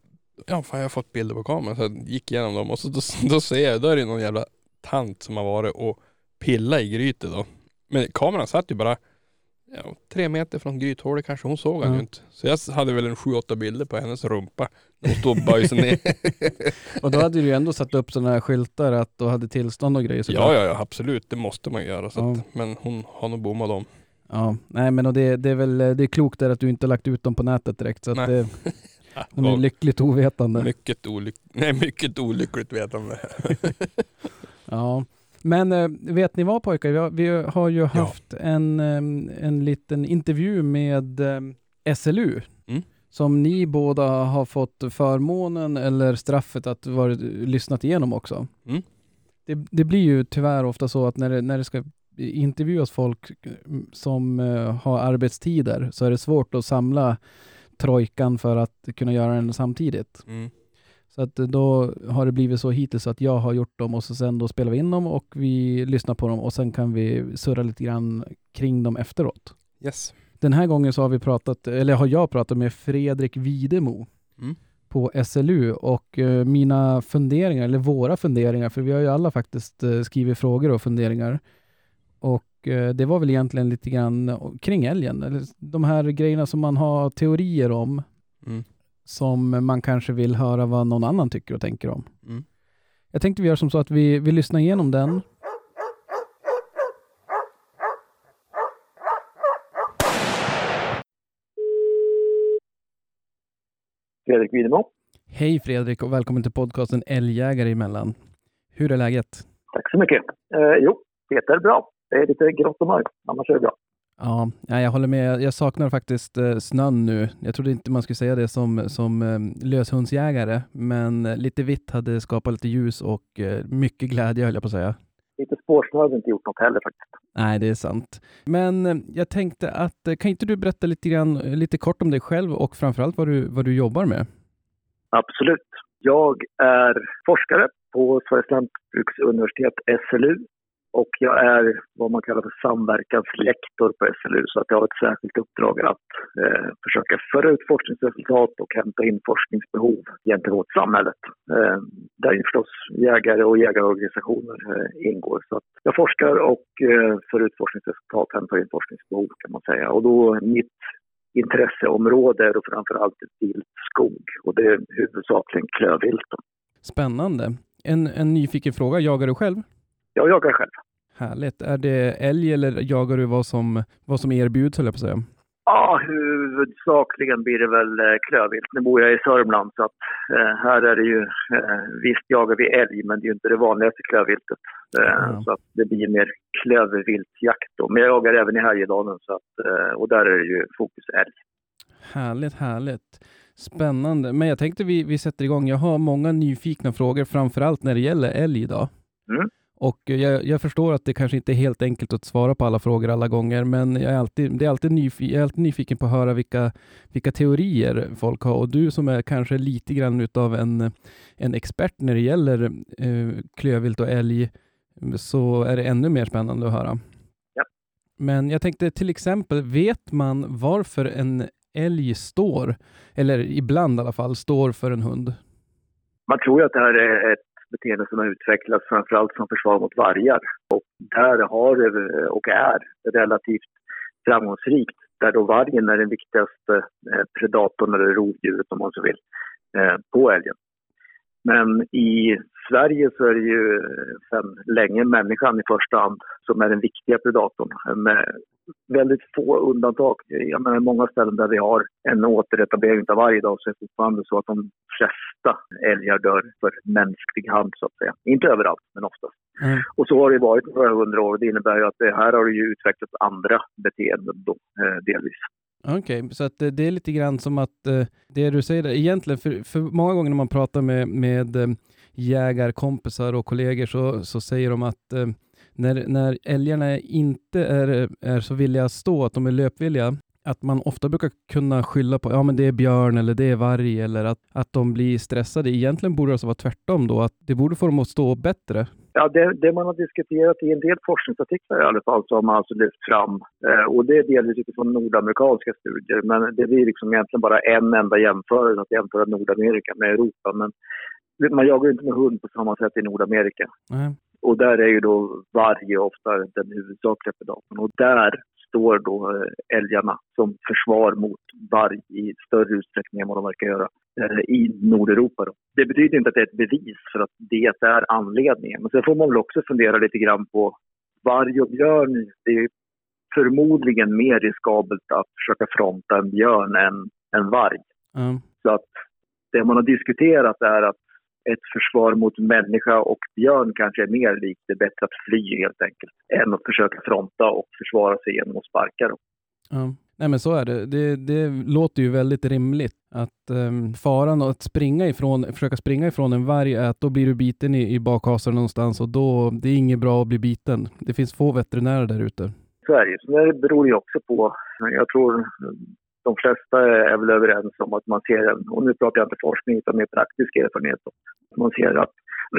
[SPEAKER 2] ja fan jag har fått bilder på kameran. Så jag gick igenom dem och så då, då ser jag, då är det någon jävla tant som har varit och pillat i grytet då. Men kameran satt ju bara ja, tre meter från grythålet kanske, hon såg han
[SPEAKER 1] Ja.
[SPEAKER 2] ju inte. Så jag hade väl en sju, åtta bilder på hennes rumpa. Hon stod och böjde ner.
[SPEAKER 1] Och då hade du ju ändå satt upp sådana här skyltar att du hade tillstånd och grejer. Så
[SPEAKER 2] ja, ja, ja, absolut. Det måste man göra. Så
[SPEAKER 1] Ja.
[SPEAKER 2] att, men hon har nog bommat dem.
[SPEAKER 1] Ja, nej men och det, det är väl det är klokt där att du inte har lagt ut dem på nätet direkt. Så att
[SPEAKER 2] Nej.
[SPEAKER 1] det,
[SPEAKER 2] Ja,
[SPEAKER 1] de är lyckligt ovetande.
[SPEAKER 2] mycket, olyck Nej, mycket olyckligt vetande.
[SPEAKER 1] Ja. Men eh, vet ni vad pojkar? Vi har, vi har ju haft en, em, en liten intervju med em, S L U.
[SPEAKER 2] Mm.
[SPEAKER 1] Som ni båda har fått förmånen eller straffet att vara lyssnat igenom också.
[SPEAKER 2] Mm.
[SPEAKER 1] Det, det blir ju tyvärr ofta så att när det, när det ska intervjuas folk som eh, har arbetstider så är det svårt att samla trojkan för att kunna göra den samtidigt.
[SPEAKER 2] Mm.
[SPEAKER 1] Så att då har det blivit så hittills att jag har gjort dem och så sen då spelar vi in dem och vi lyssnar på dem och sen kan vi surra lite grann kring dem efteråt.
[SPEAKER 2] Yes.
[SPEAKER 1] Den här gången så har vi pratat, eller har jag pratat med Fredrik Widemo
[SPEAKER 2] Mm.
[SPEAKER 1] på S L U och eh, mina funderingar, eller våra funderingar, för vi har ju alla faktiskt eh, skrivit frågor och funderingar. Och eh, det var väl egentligen lite grann kring älgen, eller de här grejerna som man har teorier om
[SPEAKER 2] Mm.
[SPEAKER 1] som man kanske vill höra vad någon annan tycker och tänker om.
[SPEAKER 2] Mm.
[SPEAKER 1] Jag tänkte vi gör som så att vi, vi lyssnar igenom den.
[SPEAKER 4] Fredrik Widemo.
[SPEAKER 1] Hej Fredrik och välkommen till podcasten Älgjägare emellan. Hur är läget?
[SPEAKER 4] Tack så mycket. Eh, jo, det är bra. Det är lite grått och mörkt, annars är det bra.
[SPEAKER 1] Ja, ja, jag håller med. Jag saknar faktiskt eh, snön nu. Jag trodde inte man skulle säga det som, som eh, löshundsjägare, men eh, lite vitt hade skapat lite ljus och eh, mycket glädje höll jag på att säga.
[SPEAKER 4] Lite spårsnö har inte gjort något heller faktiskt.
[SPEAKER 1] Nej, det är sant. Men eh, jag tänkte att, eh, kan inte du berätta lite grann, eh, lite kort om dig själv och framförallt vad du, vad du jobbar med?
[SPEAKER 4] Absolut. Jag är forskare på Sveriges lantbruksuniversitet S L U och jag är vad man kallar för samverkanslektor på S L U, så att jag har ett särskilt uppdrag att eh, försöka föra ut forskningsresultat och hämta in forskningsbehov gentemot samhället. Eh, där ju förstås jägare och jägarorganisationer eh, ingår. Så att jag forskar och eh, för ut forskningsresultat, hämtar in forskningsbehov kan man säga. Och då mitt intresseområde är framförallt viltskog och det är huvudsakligen klövvilt.
[SPEAKER 1] Spännande. En, en nyfiken fråga, jagar du själv?
[SPEAKER 4] Jag jagar själv.
[SPEAKER 1] Härligt. Är det älg eller jagar du vad som, vad som erbjuds, höll jag på att säga?
[SPEAKER 4] Ja, huvudsakligen blir det väl eh, klövvilt. Nu bor jag i Sörmland så att eh, här är det ju, eh, visst jagar vi älg men det är ju inte det vanligaste klövviltet. Eh,
[SPEAKER 1] Mm.
[SPEAKER 4] Så att det blir mer klövviltjakt då. Men jag jagar även i Härjedalen så att, eh, och där är det ju fokus älg.
[SPEAKER 1] Härligt, härligt. Spännande. Men jag tänkte vi, vi sätter igång. Jag har många nyfikna frågor, framförallt när det gäller älg idag.
[SPEAKER 4] Mm.
[SPEAKER 1] Och jag, jag förstår att det kanske inte är helt enkelt att svara på alla frågor alla gånger, men jag är alltid, det är alltid nyf- jag är alltid nyfiken på att höra vilka, vilka teorier folk har. Och du som är kanske lite grann utav en, en expert när det gäller eh, klövvilt och älg, så är det ännu mer spännande att höra.
[SPEAKER 4] Ja.
[SPEAKER 1] Men jag tänkte till exempel, vet man varför en älg står, eller ibland i alla fall, står för en hund?
[SPEAKER 4] Man tror ju att det här är ett beteende som har utvecklats framförallt som försvar mot vargar. Och där har det och är relativt framgångsrikt. Där då vargen är den viktigaste eh, predatorn eller rovdjuret om man så vill eh, på älgen. Men i Sverige så är det ju sedan länge människan i första hand som är den viktiga predatorn. Med väldigt få undantag. Jag menar många ställen där vi har en återetablering av varg idag så är det fortfarande så att de flesta älgar dör för mänsklig hand så att säga. Inte överallt men oftast. Mm. Och så har det varit några hundra år. Det innebär ju att det här har det ju utvecklats andra beteenden då, eh, delvis.
[SPEAKER 1] Okej, okay, så att det är lite grann som att eh, det du säger där, egentligen för, för många gånger när man pratar med, med eh, jägarkompisar och kollegor så, så säger de att eh, när, när älgarna inte är, är så villiga att stå, att de är löpvilliga, att man ofta brukar kunna skylla på, ja men det är björn eller det är varg eller att, att de blir stressade. Egentligen borde det alltså vara tvärtom då, att det borde få dem att stå bättre.
[SPEAKER 4] Ja, det, det man har diskuterat i en del forskningsartiklar i alla fall så har man alltså lyft fram, eh, och det är delvis utifrån nordamerikanska studier, men det blir liksom egentligen bara en enda jämförelse att jämföra Nordamerika med Europa, men man jagar ju inte med hund på samma sätt i Nordamerika.
[SPEAKER 1] Mm.
[SPEAKER 4] Och där är ju då varg ofta den huvudsakliga predatorn och där står då älgarna som försvar mot varg i större utsträckning än vad de verkar göra eh, i Nordeuropa. Då. Det betyder inte att det är ett bevis för att det är anledningen. Men sen får man väl också fundera lite grann på varg och björn. Det är förmodligen mer riskabelt att försöka fronta en björn än en varg. Mm. Så att det man har diskuterat är att ett försvar mot människa och björn kanske är mer likt, det är bättre att fly helt enkelt än att försöka fronta och försvara sig genom att sparka dem.
[SPEAKER 1] Ja. Nej men så är det. Det, det låter ju väldigt rimligt att um, faran att springa ifrån, försöka springa ifrån en varg är att då blir du biten i, i bakhasen någonstans och då det är inget bra att bli biten. Det finns få veterinärer där ute.
[SPEAKER 4] Så är det. Så det beror ju också på, jag tror de flesta är väl överens om att man ser, och nu pratar jag inte forskning utan mer praktisk erfarenhet, man ser att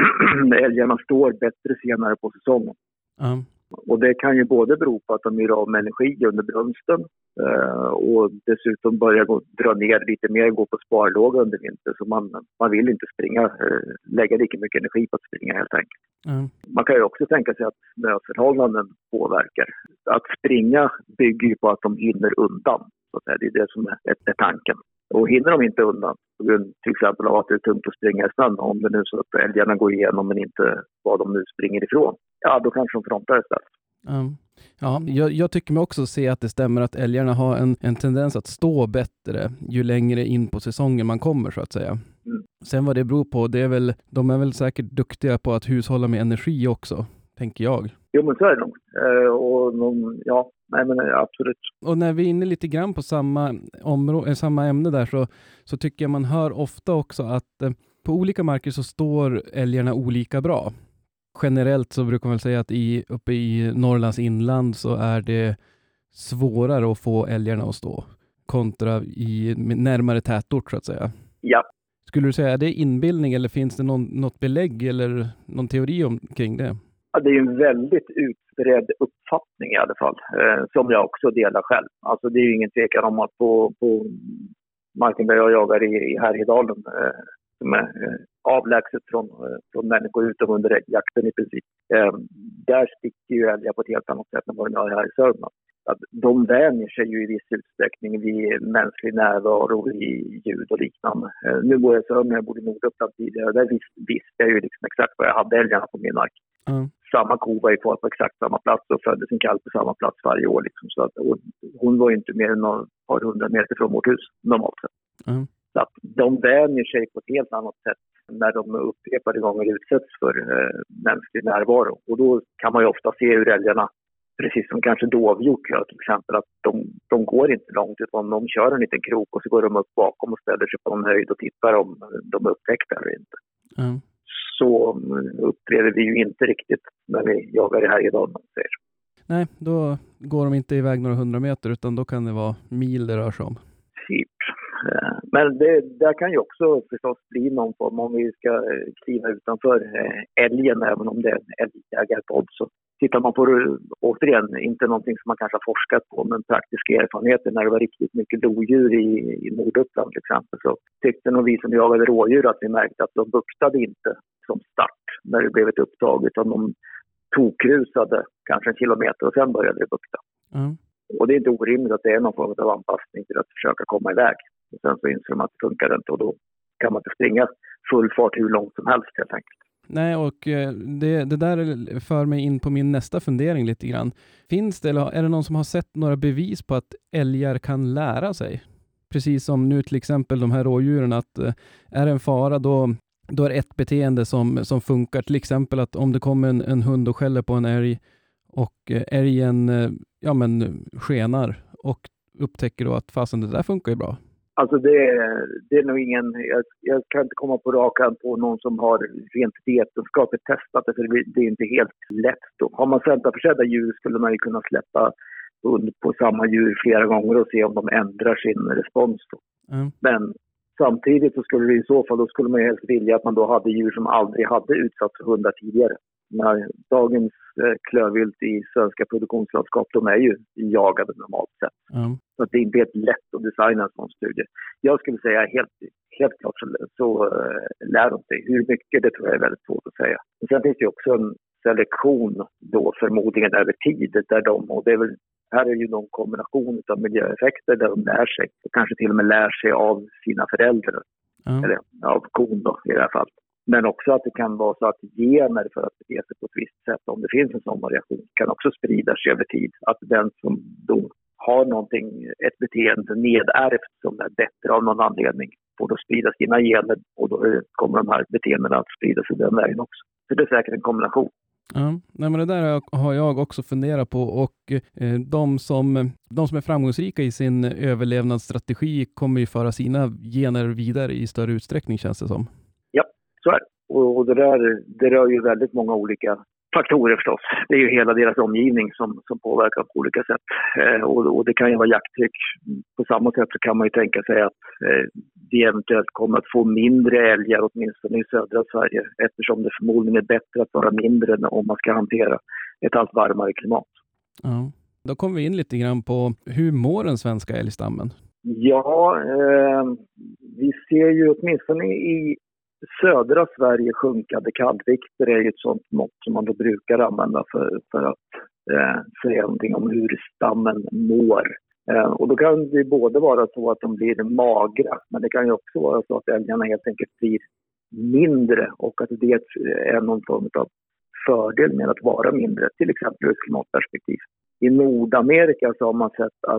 [SPEAKER 4] älgarna står bättre senare på säsongen. Mm. Och det kan ju både bero på att de gör av med energi under brunsten eh, och dessutom börjar gå, dra ner lite mer, gå på sparlåga under vintern. Så man, man vill inte springa, eh, lägga lika mycket energi på att springa helt enkelt. Mm. Man kan ju också tänka sig att snöförhållanden påverkar. Att springa bygger ju på att de hinner undan. Så det är det som är, är tanken. Och hinner de inte undan, på grund till exempel av att det är tungt att springa i snön, om det nu så att älgarna går igenom men inte vad de nu springer ifrån, ja då kanske de frontar istället.
[SPEAKER 1] Mm. Ja, jag, jag tycker mig också se att det stämmer att älgarna har en, en tendens att stå bättre ju längre in på säsongen man kommer så att säga. Mm. Sen vad det beror på, det är väl, de är väl säkert duktiga på att hushålla med energi också, tänker jag.
[SPEAKER 4] Jo men så är det nog. Eh, och de, ja, nej men absolut.
[SPEAKER 1] Och när vi är inne lite grann på samma, områ- samma ämne där så, så tycker jag man hör ofta också att eh, på olika marker så står älgarna olika bra. Generellt så brukar man väl säga att i, uppe i Norrlands inland så är det svårare att få älgarna att stå kontra i närmare tätort så att säga.
[SPEAKER 4] Ja.
[SPEAKER 1] Skulle du säga, är det inbildning eller finns det någon, något belägg eller någon teori omkring det?
[SPEAKER 4] Ja, det är en väldigt utbredd uppfattning i alla fall, eh, som jag också delar själv. Alltså det är ju ingen tvekan om att på, på marken där jag jagar i, i Härjedalen, eh, som är eh, avlägset från, eh, från människor utom under jakten i princip. Eh, där sticker ju älgar på ett helt annat sätt än vad de gör här i Sörmland. att de vänjer sig ju i viss utsträckning vid mänsklig närvaro, i ljud och liknande. Eh, nu bor jag i Sörmland, jag bodde i Norduppland tidigare. Där visste, visste jag ju liksom exakt vad jag hade älgarna på min mark. Mm. Samma ko var ju kvar på exakt samma plats och födde sin kalv på samma plats varje år. Liksom. Så att, hon var ju inte mer än ett par hundra meter från vårt hus normalt sett. Mm. Så att de vänjer sig på ett helt annat sätt när de upprepade gånger utsätts för eh, mänsklig närvaro. Och då kan man ju ofta se hur älgarna, precis som kanske dovhjort gör till exempel, att de, de går inte långt utan de kör en liten krok och så går de upp bakom och ställer sig på en höjd och tittar om de är upptäckta eller inte. Mm. Så uppträder vi ju inte riktigt när vi jagar det här idag.
[SPEAKER 1] Nej, då går de inte iväg några hundra meter utan då kan det vara mil det rör sig om.
[SPEAKER 4] Typ. Men det där kan ju också förstås bli någon form om vi ska kliva utanför älgen, även om det är en älgjägarpodd. Så tittar man på det, återigen, inte någonting som man kanske har forskat på, men praktiska erfarenheter. När det var riktigt mycket lodjur i, i Norduppland till exempel, så tyckte nog vi som jagade rådjur att vi märkte att de buktade inte som start när det blev ett upptag, utan de tokrusade kanske en kilometer och sen började det bukta. Mm. Och det är inte orimligt att det är någon form av anpassning till att försöka komma iväg. Och sen så inser de att det funkar inte och då kan man inte springa full fart hur långt som helst helt enkelt.
[SPEAKER 1] Nej, och det, det där för mig in på min nästa fundering lite grann. Finns det, eller är det någon som har sett några bevis på att älgar kan lära sig? Precis som nu till exempel de här rådjuren, att är det en fara då, då är det ett beteende som, som funkar. Till exempel att om det kommer en, en hund och skäller på en älg och älgen ja, men, skenar och upptäcker då att fasen det där funkar ju bra.
[SPEAKER 4] Alltså det, det är nog ingen, jag, jag kan inte komma på rakan på någon som har rent vetenskapligt testat det, för det, det är inte helt lätt då. Har man centraförsedda djur skulle man ju kunna släppa hund på samma djur flera gånger och se om de ändrar sin respons då. Mm. Men samtidigt så skulle det i så fall, då skulle man ju helst vilja att man då hade djur som aldrig hade utsatts för hundar tidigare. När dagens eh, klövvilt i svenska produktionslandskap, de är ju jagade normalt sett. Mm. Så att det är inte helt lätt att designa en sån studie. Jag skulle säga helt, helt klart så, så äh, lär de sig. Hur mycket, det tror jag är väldigt svårt att säga. Men sen finns det ju också en selektion då förmodligen över tid. Där de, och det är väl, här är ju någon kombination av miljöeffekter där de lär sig. Och kanske till och med lär sig av sina föräldrar. Mm. Eller av kon då i det här fallet. Men också att det kan vara så att gener för att bete sig på ett visst sätt, om det finns en sån variation, kan också sprida sig över tid. Att den som då har någonting, ett beteende nedärvt som är bättre av någon anledning, får då sprida sina gener och då kommer de här beteendena att sprida sig den vägen också. Så det är säkert en kombination.
[SPEAKER 1] Ja, nej, men det där har jag också funderat på, och eh, de, som, de som är framgångsrika i sin överlevnadsstrategi kommer ju föra sina gener vidare i större utsträckning, känns det som.
[SPEAKER 4] Ja, så är det. Och, och det där det rör ju väldigt många olika faktorer förstås. Det är ju hela deras omgivning som, som påverkar på olika sätt. Eh, och, och det kan ju vara jakttryck. På samma sätt så kan man ju tänka sig att eh, vi eventuellt kommer att få mindre älgar åtminstone i södra Sverige, eftersom det förmodligen är bättre att vara mindre än om man ska hantera ett allt varmare klimat.
[SPEAKER 1] Ja. Då kommer vi in lite grann på hur mår den svenska älgstammen?
[SPEAKER 4] Ja, eh, vi ser ju åtminstone i södra Sverige sjunkande kalvvikter är ju ett sånt mått som man då brukar använda för, för att eh, säga någonting om hur stammen mår. Eh, och då kan det både vara så att de blir magra, men det kan ju också vara så att älgarna helt enkelt blir mindre och att det är någon form av fördel med att vara mindre, till exempel ur ett klimatperspektiv. I Nordamerika så har man sett att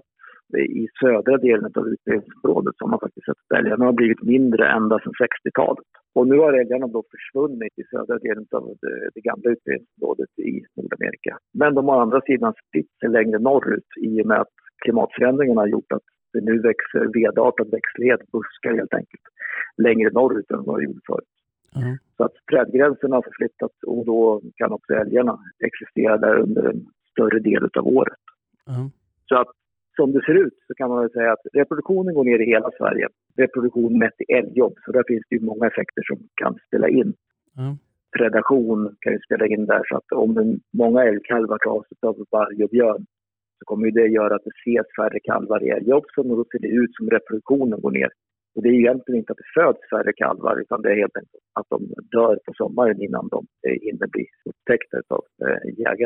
[SPEAKER 4] i södra delen av utbredningsområdet så har man faktiskt sett att älgarna har blivit mindre ända sedan sextiotalet. Och nu har älgarna då försvunnit i södra delen av det, det gamla utbredningsområdet i Nordamerika. Men de har å andra sidan spritt sig längre norrut i och med att klimatförändringarna har gjort att det nu växer vedartad växtlighet, buskar helt enkelt, längre norrut än vad det gjorde förut. Mm. Så att trädgränserna har förflyttats och då kan också älgarna existera där under en större del av året. Mm. Så att som det ser ut så kan man väl säga att reproduktionen går ner i hela Sverige. Reproduktion mätt i älgjobb, så där finns det ju många effekter som kan spela in. Mm. Predation kan ju spela in där, så att om en, många älgkalvar tas av varg och björn så kommer ju det göra att det ses färre kalvar i älgjobb, och då ser det ut som reproduktionen går ner. Och det är ju egentligen inte att det föds färre kalvar, utan det är helt enkelt att de dör på sommaren innan de hinner bli upptäckta av äh, jägarna.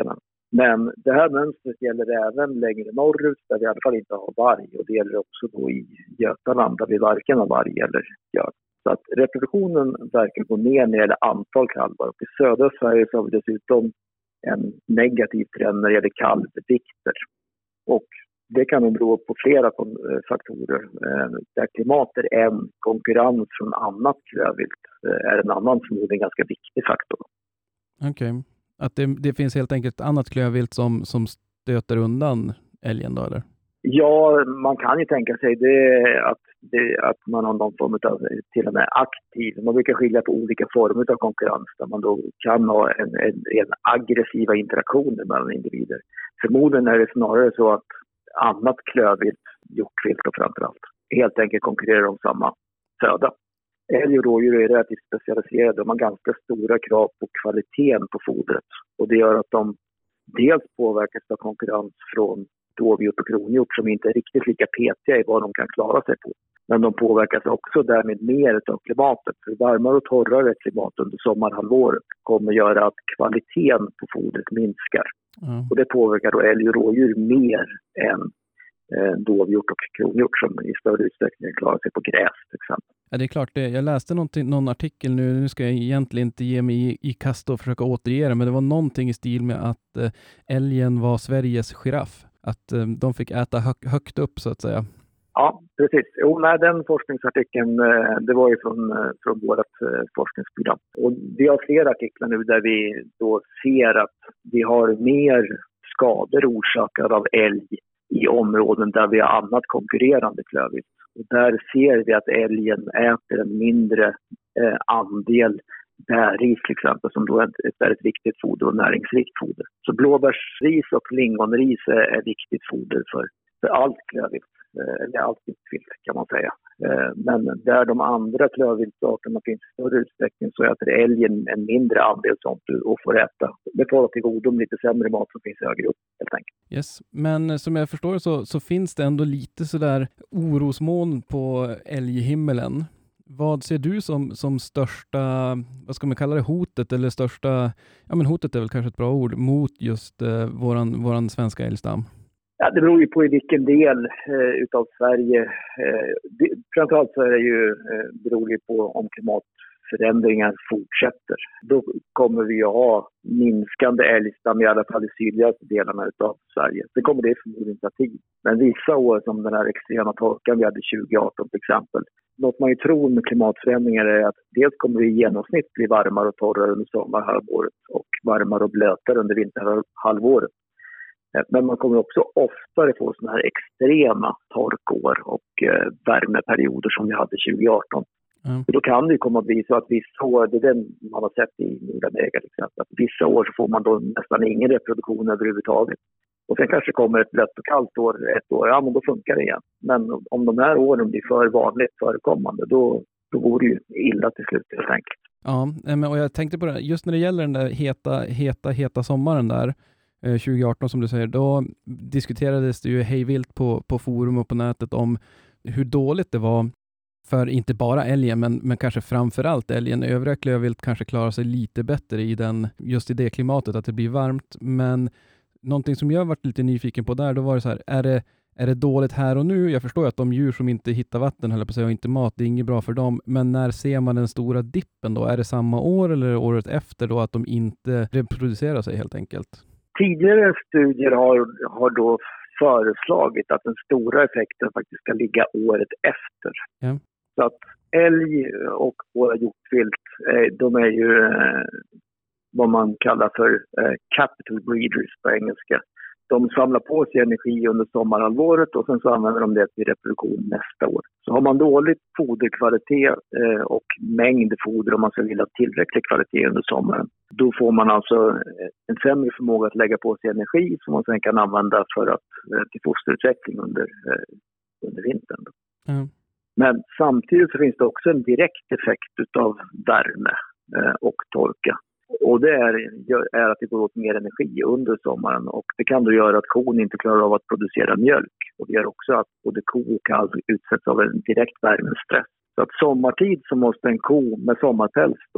[SPEAKER 4] Men det här mönstret gäller även längre norrut där vi i alla fall inte har varg. Och det gäller också då i Götaland där vi varken har varg eller björn. Så att reproduktionen verkar gå ner när det gäller antal kalvar. Och i södra Sverige så har vi dessutom en negativ trend när det gäller kalvvikter. Och det kan nog bero på flera faktorer. Där klimat är en, konkurrens från annat klövvilt är en annan förmodligen ganska viktig faktor.
[SPEAKER 1] Okej. Okay. Att det, det finns helt enkelt annat klövvilt som, som stöter undan älgen då, eller?
[SPEAKER 4] Ja, man kan ju tänka sig det att, det, att man har någon form av till och med aktiv. Man brukar skilja på olika former av konkurrens där man då kan ha en, en, en aggressiva interaktioner mellan individer. Förmodligen är det snarare så att annat klövvilt, hjortvilt och framförallt, helt enkelt konkurrerar om samma föda. Älg och rådjur är relativt specialiserade. De har ganska stora krav på kvaliteten på fodret. Och det gör att de dels påverkas av konkurrens från dovhjort och kronhjort som inte är riktigt lika petiga i vad de kan klara sig på. Men de påverkas också därmed mer av klimatet. För varmare och torrare klimat under sommarhalvåret kommer göra att kvaliteten på fodret minskar. Mm. Och det påverkar då älg och rådjur mer än eh, dovhjort och kronhjort som i större utsträckning klarar sig på gräs till exempel.
[SPEAKER 1] Ja, det är klart. Det. Jag läste någon artikel nu, nu ska jag egentligen inte ge mig i, i kast och försöka återge det, men det var någonting i stil med att eh, älgen var Sveriges giraff. Att eh, de fick äta hö- högt upp så att säga.
[SPEAKER 4] Ja, precis. Jo, nej, den forskningsartikeln, eh, det var ju från, eh, från vårt eh, forskningsprogram. Och vi har flera artiklar nu där vi då ser att vi har mer skador orsakade av älg i områden där vi har annat konkurrerande klövvilt. Och där ser vi att älgen äter en mindre eh, andel bärris till exempel, som då är ett, ett väldigt viktigt foder och näringsrikt foder. Så blåbärsris och lingonris är, är viktigt foder för, för allt klövvilt, eh, eller allt vilt kan man säga. Eh, men där de andra klövviltarterna finns i större utsträckning så äter älgen en mindre andel sånt och får äta. Det får till godo om lite sämre mat som finns högre upp helt enkelt.
[SPEAKER 1] Yes. Men som jag förstår så, så finns det ändå lite sådär orosmoln på älghimmelen. Vad ser du som, som största, vad ska man kalla det, hotet eller största, ja men hotet är väl kanske ett bra ord, mot just eh, våran, våran svenska älgstam?
[SPEAKER 4] Ja, det beror ju på i vilken del eh, utav Sverige. Eh, det, framförallt så är det ju eh, beror ju på om klimatförändringar fortsätter. Då kommer vi att ha minskande älgstam i alla fall i sydligaste delarna utav Sverige. Det kommer det förmodligen ta tid. Men vissa år som den här extrema torkan vi hade tjugo arton till exempel. Något man ju tror med klimatförändringar är att dels kommer det i genomsnitt bli varmare och torrare under sommarhalvåret och varmare och blötare under vinterhalvåret. Men man kommer också oftare få sådana här extrema torkår och eh, värmeperioder som vi hade tjugo arton. Mm. Då kan det komma att bli så att vissa år, det är den man har sett i Nordamerika till exempel, att vissa år så får man då nästan ingen reproduktion överhuvudtaget. Och sen kanske kommer ett blött och kallt år, ett år, ja men då funkar det igen. Men om de här åren blir för vanligt förekommande, då, då går det ju illa till slut helt enkelt.
[SPEAKER 1] Ja, men, och jag tänkte på det, just när det gäller den där heta, heta, heta sommaren där, tjugo arton som du säger, då diskuterades det ju hejvilt på, på forum och på nätet om hur dåligt det var för inte bara älgen men, men kanske framförallt älgen. Övriga klövvilt kanske klarar sig lite bättre i den, just i det klimatet att det blir varmt. Men någonting som jag varit lite nyfiken på där, då var det så här, är det, är det dåligt här och nu? Jag förstår att de djur som inte hittar vatten höll på att säga, och inte mat, det är inget bra för dem. Men när ser man den stora dippen då? Är det samma år eller året efter då att de inte reproducerar sig helt enkelt?
[SPEAKER 4] Tidigare studier har, har då föreslagit att den stora effekten faktiskt ska ligga året efter. Ja. Så att älg och våra hjortvilt, de är ju eh, vad man kallar för eh, capital breeders på engelska. De samlar på sig energi under sommarhalvåret och sen så använder de det till reproduktion nästa år. Så har man dålig foderkvalitet eh, och mängd foder om man ska vilja tillräcklig kvalitet under sommaren, då får man alltså en sämre förmåga att lägga på sig energi som man sen kan använda för att, eh, till fosterutveckling under, eh, under vintern. Mm. Men samtidigt så finns det också en direkt effekt av värme eh, och torka. Och det är, är att det går åt mer energi under sommaren och det kan då göra att kon inte klarar av att producera mjölk. Och det gör också att både ko och kalv utsätts av en direkt värmestress. Så att sommartid så måste en ko med sommarpäls då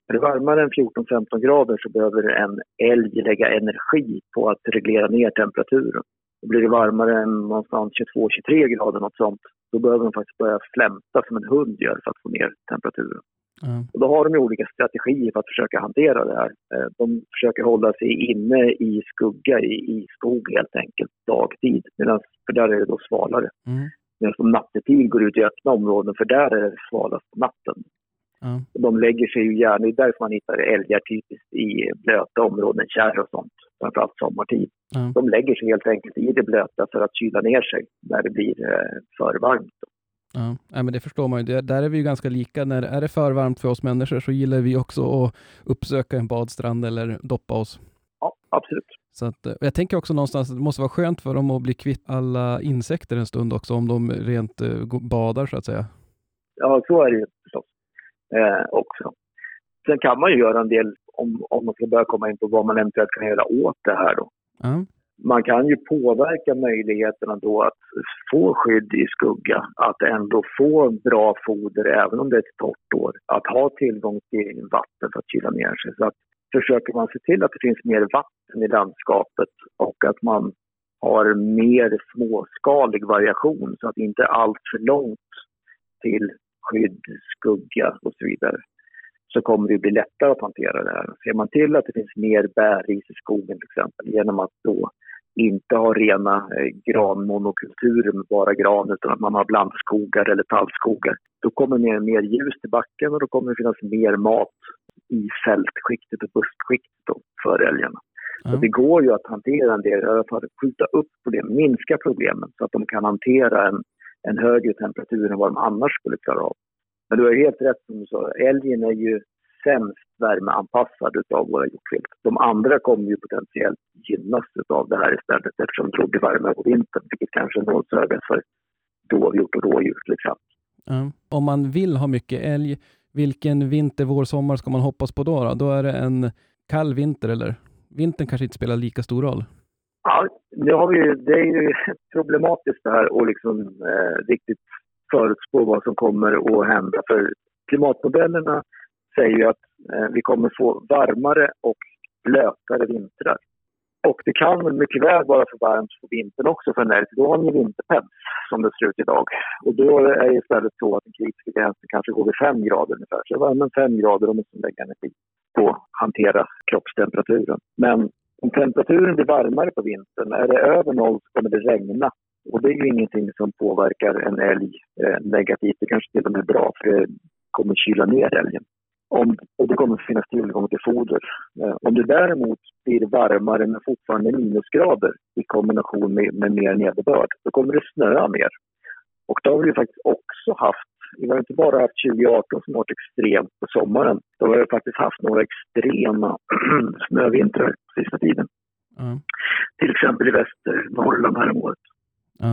[SPEAKER 4] Är det varmare än fjorton femton grader så behöver en älg lägga energi på att reglera ner temperaturen. Och blir det varmare än någonstans tjugotvå tjugotre grader något sånt, då behöver de faktiskt börja flämta som en hund gör för att få ner temperaturen. Mm. Och då har de ju olika strategier för att försöka hantera det här. De försöker hålla sig inne i skugga, i, i skog helt enkelt, dagtid. Medan, för där är det då svalare. Mm. Medan de nattetid går ut i öppna områden, för där är det svalast på natten. Mm. De lägger sig ju gärna, det är därför man hittar älgar typiskt i blöta områden, kärr och sånt, framförallt sommartid. Mm. De lägger sig helt enkelt i det blöta för att kyla ner sig när det blir eh, för varmt.
[SPEAKER 1] Ja. Ja, men det förstår man ju. Det, där är vi ju ganska lika. När är det för varmt för oss människor så gillar vi också att uppsöka en badstrand eller doppa oss.
[SPEAKER 4] Ja, absolut.
[SPEAKER 1] Så att, jag tänker också någonstans att det måste vara skönt för dem att bli kvitt alla insekter en stund också, om de rent uh, badar så att säga.
[SPEAKER 4] Ja, så är det ju förstås. Eh, också. Sen kan man ju göra en del om, om man ska börja komma in på vad man eventuellt kan göra åt det här då. Mm. Man kan ju påverka möjligheterna då att få skydd i skugga, att ändå få bra foder även om det är ett torrt år, att ha tillgång till vatten för att kyla ner sig. Så att försöker man se till att det finns mer vatten i landskapet och att man har mer småskalig variation så att det inte är allt för långt till skydd, skugga och så vidare, så kommer det bli lättare att hantera det här. Ser man till att det finns mer bärris i skogen till exempel, genom att då inte ha rena eh, granmonokulturer med bara gran, utan att man har blandskogar eller tallskogar, då kommer det mer ljus till backen och då kommer det finnas mer mat i fältskiktet och buskskiktet då, för älgarna. Mm. Så det går ju att hantera en del, i alla fall skjuta upp problem, minska problemen så att de kan hantera en en högre temperatur än vad de annars skulle klara av. Men du har helt rätt som du sa, älgen är ju sämst värmeanpassad av våra hjortvilt. De andra kommer ju potentiellt gynnas av det här istället, eftersom det blir värme på vintern, vilket kanske är nålsögat för dovhjort och rådjur till exempel.
[SPEAKER 1] Mm. Om man vill ha mycket älg, vilken vinter, vår, sommar ska man hoppas på då? Då, då är det en kall vinter, eller? Vintern kanske inte spelar lika stor roll.
[SPEAKER 4] Ja, nu har vi ju, det är ju problematiskt det här och liksom eh, riktigt förutspå vad som kommer att hända. För klimatmodellerna säger ju att eh, vi kommer få varmare och blötare vintrar. Och det kan mycket väl vara för varmt på vintern också för en älg. Då har ni vinterpäls som det ser ut idag. Och då är det istället så att den kritiska gränsen kanske går vid fem grader ungefär. Så varmen fem grader och måste lägga energi på att hantera kroppstemperaturen. Men om temperaturen blir varmare på vintern, är det över noll så kommer det regna. Och det är ju ingenting som påverkar en älg eh, negativt. Det kanske till och med är bra för det kommer kyla ner älgen. Om, och det kommer finnas tillgång till foder. Eh, om det däremot blir varmare men fortfarande minusgrader i kombination med, med mer nederbörd, då kommer det snöa mer. Och då har vi faktiskt också haft, vi har inte bara haft tjugo arton som har varit extremt på sommaren. Då har vi faktiskt haft några extrema snövintrar på sista tiden. Mm. Till exempel i Västernorrland här året. Mm.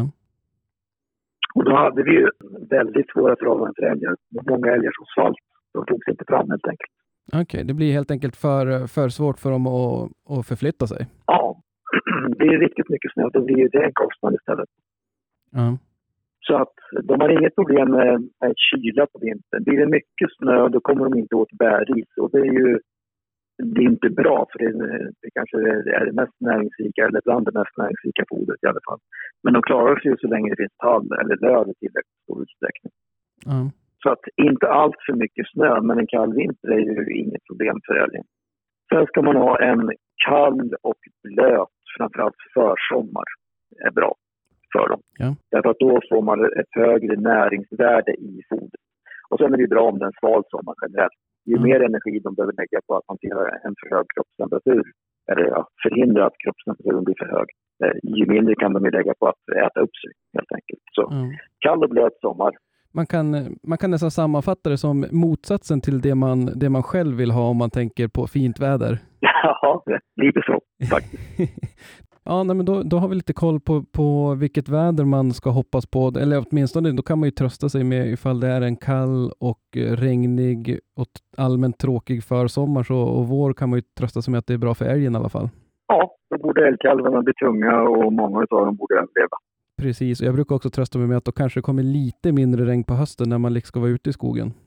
[SPEAKER 4] Och då hade vi ju väldigt svåra förhållanden för älgar. Många älgar som svalt. De tog sig inte fram helt enkelt.
[SPEAKER 1] Okej, okay, det blir helt enkelt för, för svårt för dem att, att förflytta sig.
[SPEAKER 4] Ja, det är riktigt mycket snö. Då blir det en kostnad istället. Mm. Så att de har inget problem med, med kyla på vintern. Blir det mycket snö, då kommer de inte åt bäris. Och det är ju det är inte bra, för det, det kanske är det mest näringsrika, eller bland det mest näringsrika fodret i alla fall. Men de klarar sig ju så länge det finns tall eller löv i tillräckligt stor utsträckning. Mm. Så att inte allt för mycket snö, men en kall vinter är ju inget problem för älgen. Sen ska man ha en kall och blöt, framförallt försommar, är bra för dem. Ja. Därför att då får man ett högre näringsvärde i foder. Och sen är det bra om den sval sommar generellt. Ju mm. mer energi de behöver lägga på att hantera en för hög kroppstemperatur, eller ja, förhindra att kroppstemperaturen blir för hög, ju mindre kan de lägga på att äta upp sig helt enkelt. Så mm. kall och blöt sommar.
[SPEAKER 1] Man kan, man kan nästan sammanfatta det som motsatsen till det man, det man själv vill ha om man tänker på fint väder.
[SPEAKER 4] Ja, lite så faktiskt.
[SPEAKER 1] Ja, nej, men då, då har vi lite koll på, på vilket väder man ska hoppas på. Eller åtminstone, då kan man ju trösta sig med ifall det är en kall och regnig och allmänt tråkig försommar. Så, och vår kan man ju trösta sig med att det är bra för älgen i alla fall.
[SPEAKER 4] Ja, då borde älgkalvarna bli tunga och många av dem borde överleva.
[SPEAKER 1] Precis, och jag brukar också trösta mig med att då kanske det kommer lite mindre regn på hösten när man liksom ska vara ute i skogen.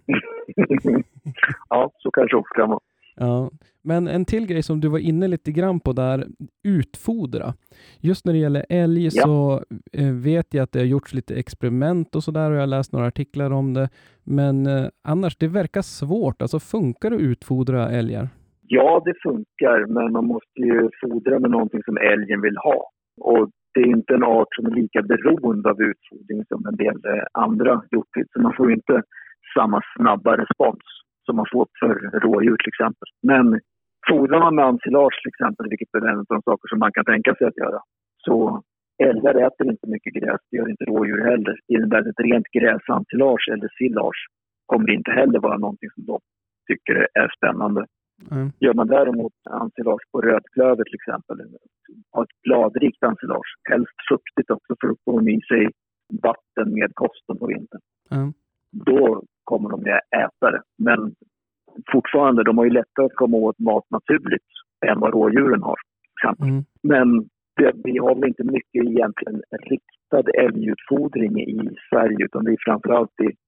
[SPEAKER 4] Ja, så kanske också kan vara.
[SPEAKER 1] Ja, men en till grej som du var inne lite grann på där, utfodra. Just när det gäller älg ja. så eh, vet jag att det har gjorts lite experiment och sådär och jag har läst några artiklar om det. Men eh, annars, det verkar svårt. Alltså funkar det att utfodra älgar?
[SPEAKER 4] Ja, det funkar, men man måste ju fodra med någonting som älgen vill ha. Och det är inte en art som är lika beroende av utfodring som en del eh, andra hjortvilt. Så man får inte samma snabba respons som man får för rådjur till exempel. Men fodrar man med ensilage till exempel, vilket är en av de saker som man kan tänka sig att göra, så älgar äter inte mycket gräs, det gör inte rådjur heller. Det innebär att ett rent gräsensilage eller silage kommer inte heller vara någonting som de tycker är spännande. Mm. Gör man däremot ensilage på rödklöver till exempel, har ett bladrikt ensilage, helst fuktigt också för att få i sig vatten med kosten på vintern. Mm. Då kommer de att äta det. Men fortfarande, de har ju lättare att komma åt mat naturligt än vad rådjuren har. Mm. Men det, vi har väl inte mycket egentligen riktad älgutfodring i Sverige, utan det är framförallt i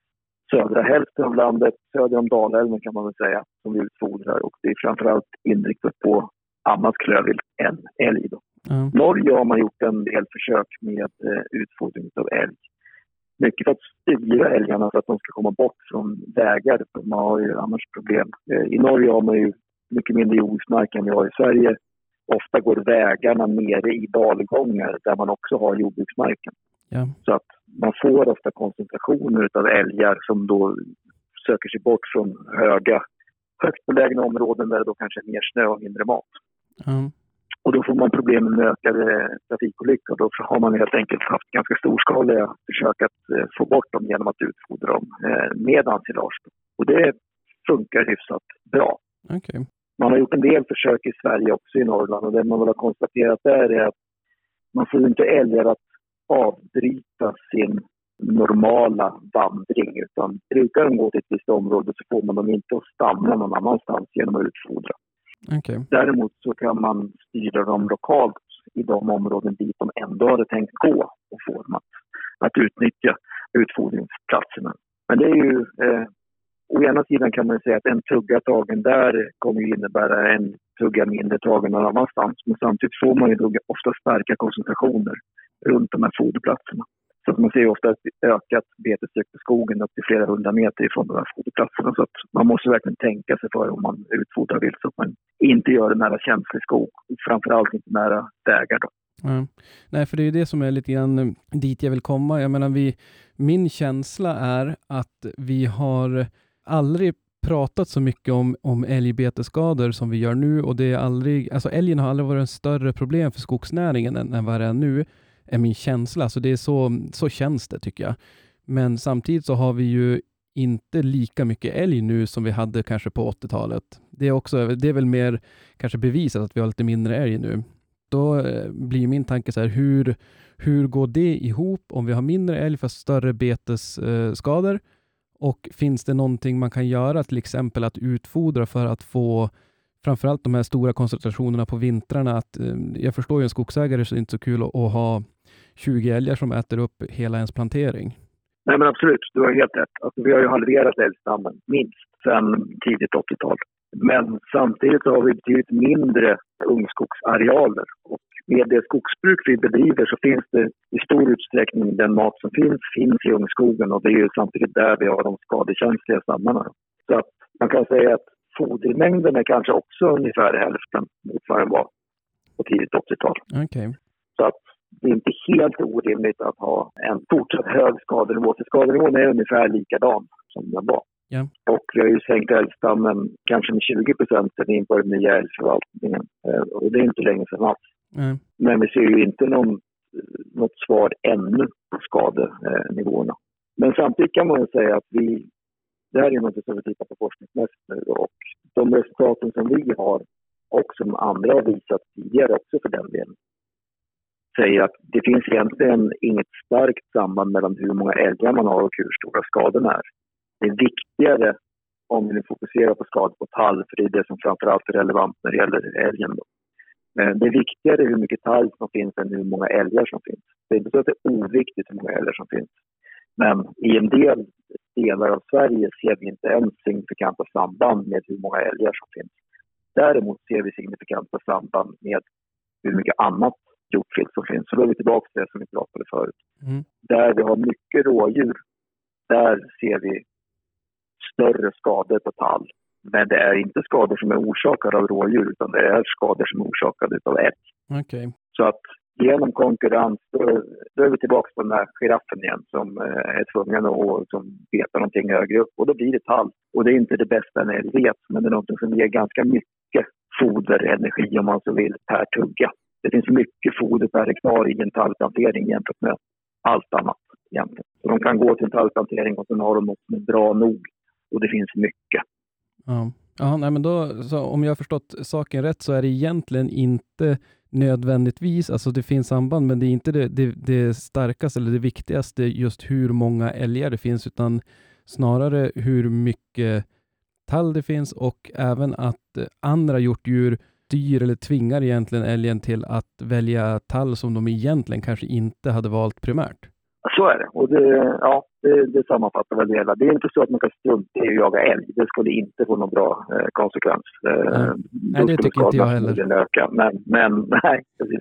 [SPEAKER 4] södra hälften av landet, söder om Dalälven kan man väl säga, som vi utfodrar. Och det är framförallt inriktat på annat klövvilt än älg då. Mm. Norge har man gjort en del försök med eh, utfodring av älg. Mycket för att styra älgarna för att de ska komma bort från vägar. Man har ju annars problem. I Norge har man ju mycket mindre jordbruksmark än vi har i Sverige. Ofta går vägarna nere i dalgångar där man också har jordbruksmarken. Ja. Så att man får ofta koncentrationer av älgar som då söker sig bort från höga, högt belägna områden där det då kanske är mer snö och mindre mat. Mm. Och då får man problem med ökade trafikolyckor. Då har man helt enkelt haft ganska storskaliga försök att få bort dem genom att utfodra dem med ensilage. Och det funkar hyfsat bra. Okay. Man har gjort en del försök i Sverige också i Norrland. Och det man väl har konstaterat där är att man får inte älgar att avbryta sin normala vandring. Utan brukar de gå till ett visst område så får man dem inte att stanna någon annanstans genom att utfodra. Okay. Däremot så kan man styra dem lokalt i de områden dit de ändå hade tänkt gå och få dem att, att utnyttja utfodringsplatserna. Men det är ju, eh, å ena sidan kan man säga att en tugga tagen där kommer ju innebära en tugga mindre tagen någon annanstans. Men samtidigt får man ju ofta starka koncentrationer runt de här foderplatserna. Så att man ser ofta ett ökat betestryck på skogen upp till flera hundra meter ifrån de här foderplatserna. Så att man måste verkligen tänka sig för om man utfodrar vilt så att man inte gör det nära känslig skog. Framförallt inte nära vägar då.
[SPEAKER 1] Ja. Nej, för det är ju det som är lite grann dit jag vill komma. Jag menar, vi, min känsla är att vi har aldrig pratat så mycket om, om älgbetesskador som vi gör nu. Och det är aldrig, alltså älgen har aldrig varit en större problem för skogsnäringen än, än vad det är nu. Är min känsla. Så det är så, så känns det tycker jag. Men samtidigt så har vi ju inte lika mycket älg nu som vi hade kanske på åttiotalet. Det är också, det är väl mer kanske bevisat att vi har lite mindre älg nu. Då eh, blir min tanke så här, hur, hur går det ihop om vi har mindre älg för större betesskador? Eh, och finns det någonting man kan göra, till exempel att utfodra för att få framförallt de här stora koncentrationerna på vintrarna? Att, eh, jag förstår ju en skogsägare så är det inte så kul att, att ha tjugo älgar som äter upp hela ens plantering.
[SPEAKER 4] Nej men absolut, du har helt rätt. Alltså, vi har ju halverat älgstammen minst sedan tidigt åttiotal. Men samtidigt så har vi betydligt mindre ungskogsarealer. Och med det skogsbruk vi bedriver så finns det i stor utsträckning den mat som finns, finns i ungskogen. Och det är ju samtidigt där vi har de skadekänsliga stammarna. Så att man kan säga att fodermängden är kanske också ungefär hälften mot vad den var på tidigt åttiotal.
[SPEAKER 1] Okay.
[SPEAKER 4] Så att det är inte helt orimligt att ha en fortsatt hög skadenivå. För skadenivån är ungefär likadan som den var.
[SPEAKER 1] Yeah.
[SPEAKER 4] Och vi har ju sänkt älgstammen kanske med tjugo procent sen vi införde den nya älgförvaltningen. Och det är inte länge sedan alls. Mm. Men vi ser ju inte någon, något svar ännu på skadenivåerna. Men samtidigt kan man ju säga att vi, det här är något som vi tittar på forskningsmässigt nu. Och de resultaten som vi har och som andra har visat tidigare också för den delen, säger att det finns egentligen inget starkt samband mellan hur många älgar man har och hur stora skadorna är. Det är viktigare om vi fokuserar på skador på tall, för det är det som framförallt är relevant när det gäller älgen. Då. Det är viktigare hur mycket tall som finns än hur många älgar som finns. Det är inte så att det är oviktigt hur många älgar som finns. Men i en del delar av Sverige ser vi inte ens signifikanta samband med hur många älgar som finns. Däremot ser vi signifikanta samband med hur mycket annat hjortvilt som finns. Så då är vi tillbaka till det som vi pratade förut.
[SPEAKER 1] Mm.
[SPEAKER 4] Där vi har mycket rådjur, där ser vi större skador på tall. Men det är inte skador som är orsakade av rådjur, utan det är skador som är orsakade av älg.
[SPEAKER 1] Okay.
[SPEAKER 4] Så att genom konkurrens, då, då är vi tillbaka på den här giraffen igen som är tvungen att som betar någonting högre upp. Och då blir det tall. Och det är inte det bästa en älg vet, men det är något som ger ganska mycket foderenergi om man så vill per tugga. Det finns mycket foder per hektar i en tallplantering jämfört med allt annat egentligen. Så de kan gå till en tallplantering och sen har de något som är bra nog. Och det finns mycket.
[SPEAKER 1] Ja, ja nej, men då, så om jag har förstått saken rätt så är det egentligen inte nödvändigtvis, alltså det finns samband, men det är inte det, det, det starkaste eller det viktigaste just hur många älgar det finns, utan snarare hur mycket tall det finns och även att andra hjortdjur styr eller tvingar egentligen älgen till att välja tall som de egentligen kanske inte hade valt primärt.
[SPEAKER 4] Så är det. Och det, ja, det, det sammanfattar väl det hela. Det är inte så att man kan strunta i att jaga älg. Det skulle inte få någon bra eh, konsekvens. Eh,
[SPEAKER 1] mm. Nej, det tycker inte jag heller.
[SPEAKER 4] Öka. Men, men, nej, precis.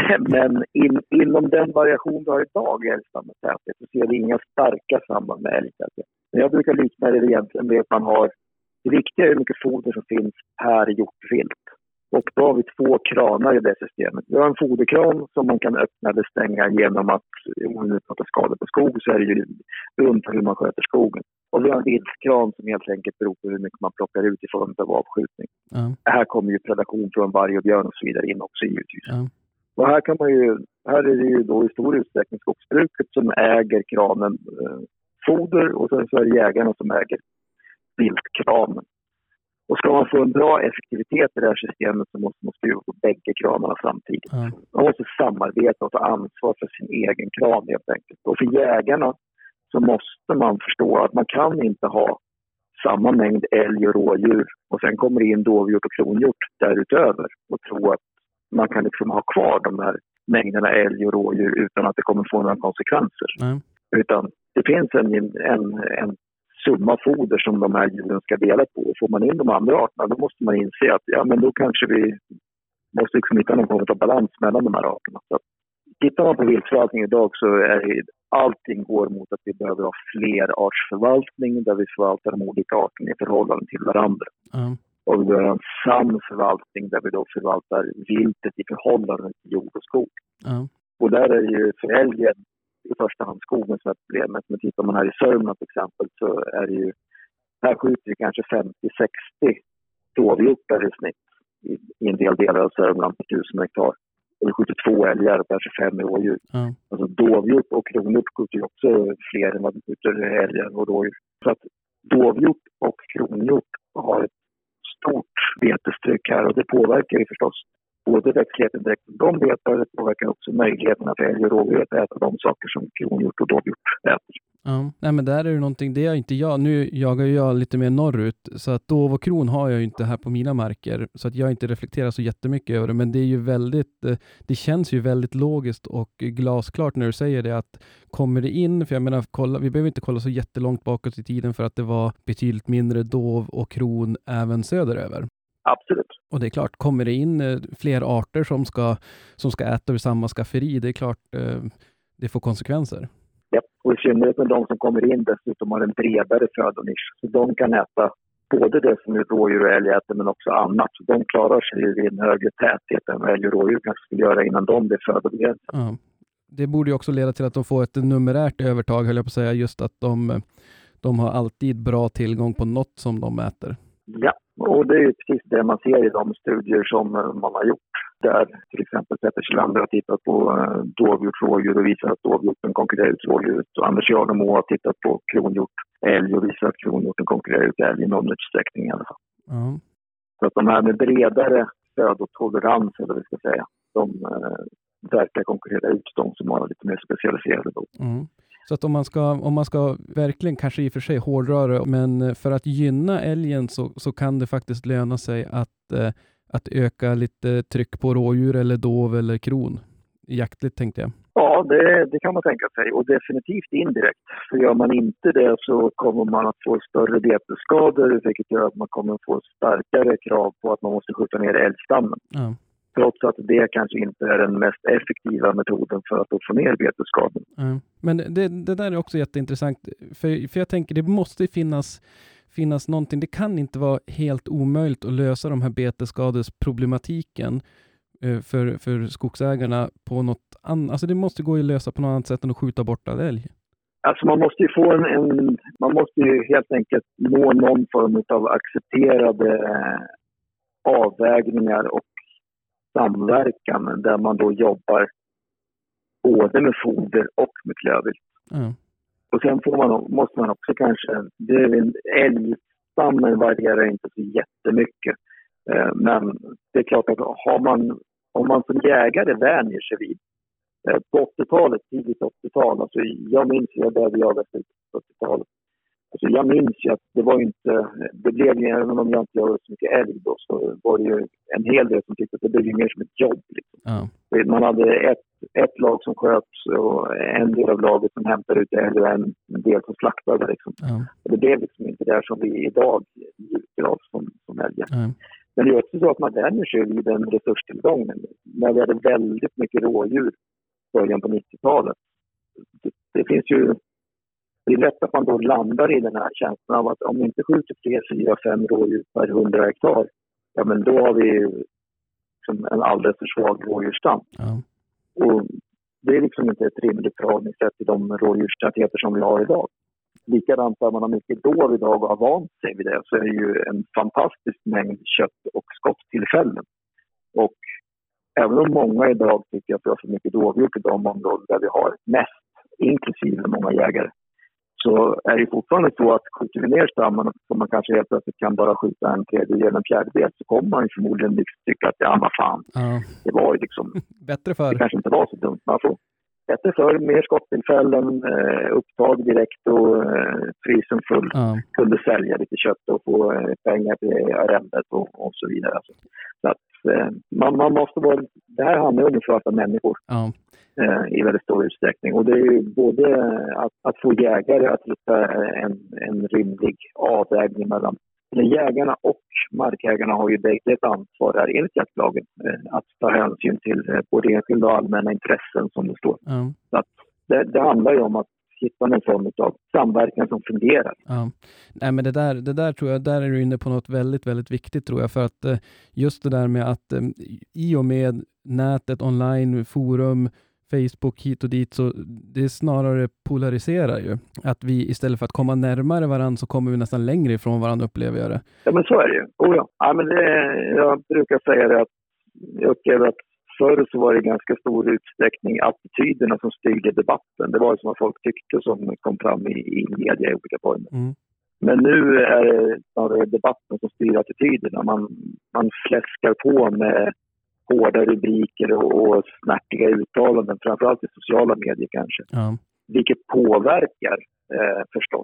[SPEAKER 4] men in, inom den variation vi har idag i älgstammen täthet så ser vi inga starka samband med älgtäthet. Men jag brukar likna det egentligen med att man har det viktiga är hur mycket foder som finns per hjortvilt. Och då har vi två kranar i det systemet. Vi har en foderkran som man kan öppna eller stänga genom att, om vi pratar skador på skog, så är det ju ungefär hur man sköter skogen. Och vi har en viltkran som helt enkelt beror på hur mycket man plockar ut i form av avskjutning. Mm. Här kommer ju predation från varg och björn och så vidare in också givetvis. Mm. Och här kan man ju, här är det ju då i stor utsträckning skogsbruket som äger kranen eh, foder och sen så är det jägarna som äger viltkranen. Och ska man få en bra effektivitet i det här systemet så måste man skruva på bägge kranarna samtidigt. Mm. Man måste samarbeta och ta ansvar för sin egen kran helt enkelt. Och för jägarna så måste man förstå att man kan inte ha samma mängd älg och rådjur och sen kommer det in dovhjort och kronhjort därutöver och tro att man kan liksom ha kvar de här mängderna älg och rådjur utan att det kommer få några konsekvenser. Mm. Utan det finns en, en, en summa foder som de här djuren ska dela på. Och får man in de andra arterna då måste man inse att ja, men då kanske vi måste liksom hitta någon form av balans mellan de här arterna. Så tittar man på viltförvaltning idag så är det, allting går mot att vi behöver ha fler artsförvaltning där vi förvaltar de olika arterna i förhållande till varandra. Mm. Och vi behöver ha en sann förvaltning där vi då förvaltar viltet i förhållande till jord och skog. Mm. Och där är det ju för älgen i första hand skogen som är problemet. Men tittar man här i Sörmland till exempel så är det ju, här skjuter vi kanske femtio sextio dovhjortar i snitt i, i en del delar av Sörmland på tusen hektar. Och vi skjuter två älgar och kanske fem rådjur. Mm. Alltså dovhjort och kronhjort skjuter ju också fler än vad vi skjuter älgar och rådjur. Så att dovhjort och kronhjort har ett stort betestryck här och det påverkar ju förstås både växtligheten direkt som de betar, det påverkar också möjligheterna för älg och rådjur att äta de saker som kronhjort och dovhjort äter.
[SPEAKER 1] Ja, nej men där är det någonting, det är inte jag, nu jagar jag lite mer norrut så att dov och kron har jag ju inte här på mina marker så att jag inte reflekterar så jättemycket över det, men det är ju väldigt, det känns ju väldigt logiskt och glasklart när du säger det att kommer det in, för jag menar kolla, vi behöver inte kolla så jättelångt bakåt i tiden för att det var betydligt mindre dov och kron även söderöver.
[SPEAKER 4] Absolut.
[SPEAKER 1] Och det är klart, kommer det in eh, fler arter som ska, som ska äta ur samma skafferi, det är klart eh, det får konsekvenser.
[SPEAKER 4] Ja, och i synnerhet med de som kommer in dessutom har en bredare födonisch. Så de kan äta både det som rådjur och älg äter men också annat. Så de klarar sig i en högre täthet än vad älg och rådjur kanske skulle göra innan de blir födobegränsade.
[SPEAKER 1] Ja. Det borde ju också leda till att de får ett numerärt övertag, höll jag på att säga, just att de, de har alltid bra tillgång på något som de äter.
[SPEAKER 4] Ja, och det är ju precis det man ser i de studier som man har gjort. Där till exempel Petter Kjellander har tittat på uh, dovhjort, rådjur och visar att dovhjorten konkurrerar ut rådjuret. Och Anders Jarnemo har tittat på kronhjort, älg och visar att kronhjorten konkurrerar ut älg i någon utsträckning i alla fall. Mm. Så att de här med bredare födotolerans, eller vad vi ska säga, de uh, verkar konkurrera ut de som har lite mer specialiserade då. Mm.
[SPEAKER 1] Så att om man ska, om man ska verkligen kanske i och för sig hårdröra, men för att gynna älgen så, så kan det faktiskt löna sig att, eh, att öka lite tryck på rådjur eller dov eller kron. Jaktligt tänkte jag.
[SPEAKER 4] Ja, Ja, det, det kan man tänka sig. Och definitivt indirekt. För gör man inte det så kommer man att få större betesskador, vilket gör att man kommer att få starkare krav på att man måste skjuta ner älgstammen.
[SPEAKER 1] Ja.
[SPEAKER 4] Trots att det kanske inte är den mest effektiva metoden för att få ner betesskador.
[SPEAKER 1] Ja. Men det, det där är också jätteintressant. För, för jag tänker, det måste finnas, finnas någonting. Det kan inte vara helt omöjligt att lösa de här betesskadesproblematiken för, för skogsägarna på något annat. Alltså det måste gå att lösa på något annat sätt än att skjuta bort all älg.
[SPEAKER 4] Alltså man måste ju få en, en man måste ju helt enkelt nå någon form av accepterade avvägningar och samverkan där man då jobbar både med foder och med klövvilt.
[SPEAKER 1] Mm.
[SPEAKER 4] Och sen får man, måste man också kanske, det är en älgstammen varierar inte så jättemycket. Men det är klart att har man, om man som jägare vänjer sig vid på åttiotalet, tidigt åttiotal, alltså jag minns ju, jag började jaga slutet på åttiotalet. Alltså jag minns ju att det var inte, det blev ju, även om jag inte jagade så mycket älg då, så var det ju en hel del som tyckte att det blev ju mer som ett jobb. Liksom. Mm. Man hade ett, ett lag som sköts och en del av laget som hämtade ut älg och en del som slaktade. Liksom. Mm. Och det blev liksom inte det som vi idag gjuter av som, som älgar. Mm. Men det är också så att man vänjer sig vid den resurstillgången. När vi hade väldigt mycket rådjur början på nittiotalet. Det, det finns ju, det är lätt att man då landar i den här känslan av att om vi inte skjuter tre, fyra, fem rådjur per hundra hektar, ja men då har vi liksom en alldeles för svag rådjursstam. Ja. Och det är liksom inte ett rimligt förhållningssätt till de rådjurstätheter som vi har idag. Likadant där man har mycket dov idag och har vant sig vid det, så är det ju en fantastisk mängd kött och skottillfällen. Och även om många idag tycker att vi har för mycket dovhjort i de områden där vi har mest, inklusive många jägare, så är det fortfarande så att skjuter vi ner stammen så man kanske helt plötsligt kan bara skjuta en tredjedel eller en fjärdedel, så kommer man förmodligen liksom tycka att ja, men fan, ja. Det var ju liksom,
[SPEAKER 1] bättre för.
[SPEAKER 4] Det kanske inte var så dumt. Man får bättre för, mer skottillfällen, eh, upptag direkt och eh, frysen full. Ja. Kunde sälja lite kött och få eh, pengar till arrendet och, och så vidare. Alltså. Så att eh, man, man måste vara, det här handlar om att sköta människor. Ja. I väldigt stor utsträckning. Och det är ju både att, att få jägare att hitta en, en rimlig avvägning mellan eller jägarna och markägarna har ju bägge ett ansvar här enligt jaktlagen att ta hänsyn till både enskilda och allmänna intressen som det står. Mm. Så att det, det handlar ju om att hitta någon form av samverkan som fungerar.
[SPEAKER 1] Ja. Nej, men det där, det där tror jag, där är du inne på något väldigt, väldigt viktigt tror jag, för att just det där med att i och med nätet, online, forum, Facebook hit och dit, så det snarare polariserar ju. Att vi istället för att komma närmare varandra så kommer vi nästan längre ifrån varandra, upplever jag det.
[SPEAKER 4] Ja, men så är det ju. Oh, ja. Ja, men det, jag brukar säga det att jag upplever att förr så var det i ganska stor utsträckning attityderna som styrde debatten. Det var som vad folk tyckte som kom fram i, i media i olika former. Mm. Men nu är det snarare debatten som styr attityderna. Man, man fläskar på med hårda rubriker och, och snärtiga uttalanden, framförallt i sociala medier kanske. Ja. Vilket påverkar eh, förstås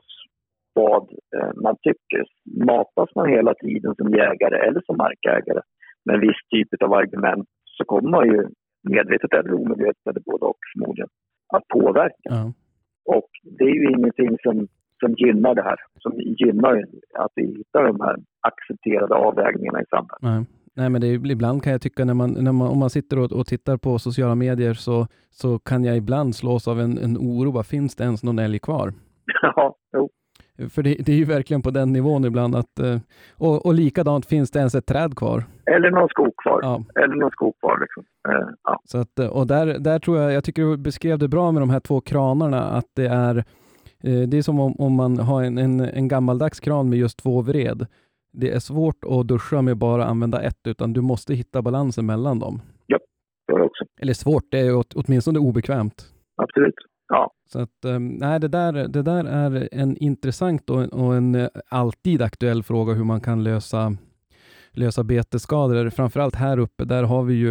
[SPEAKER 4] vad eh, man tycker. Matas man hela tiden som jägare eller som markägare med en viss typ av argument, så kommer man ju medvetet eller omedvetet eller både och förmodligen att påverka. Ja. Och det är ju ingenting som, som gynnar det här. Som gynnar att vi hittar de här accepterade avvägningarna i samhället.
[SPEAKER 1] Nej. Nej, men det är, ibland kan jag tycka när man, när man, om man sitter och, och tittar på sociala medier så, så kan jag ibland slås av en, en oro. Vad finns det ens någon älg kvar?
[SPEAKER 4] Ja, jo.
[SPEAKER 1] För det, det är ju verkligen på den nivån ibland att, och, och likadant finns det ens ett träd kvar.
[SPEAKER 4] Eller någon skog kvar. Ja. Eller någon skog kvar liksom. Uh, ja.
[SPEAKER 1] Så att, och där, där tror jag, jag tycker du beskrev det bra med de här två kranarna, att det är, det är som om, om man har en, en, en gammaldags kran med just två vred. Det är svårt att duscha med bara använda ett, utan du måste hitta balansen mellan dem.
[SPEAKER 4] Ja, det är också.
[SPEAKER 1] Eller svårt, det är åtminstone obekvämt.
[SPEAKER 4] Absolut, ja.
[SPEAKER 1] Så att, nej, det där, det där är en intressant och, och en alltid aktuell fråga hur man kan lösa, lösa betesskador. Framförallt här uppe, där har vi ju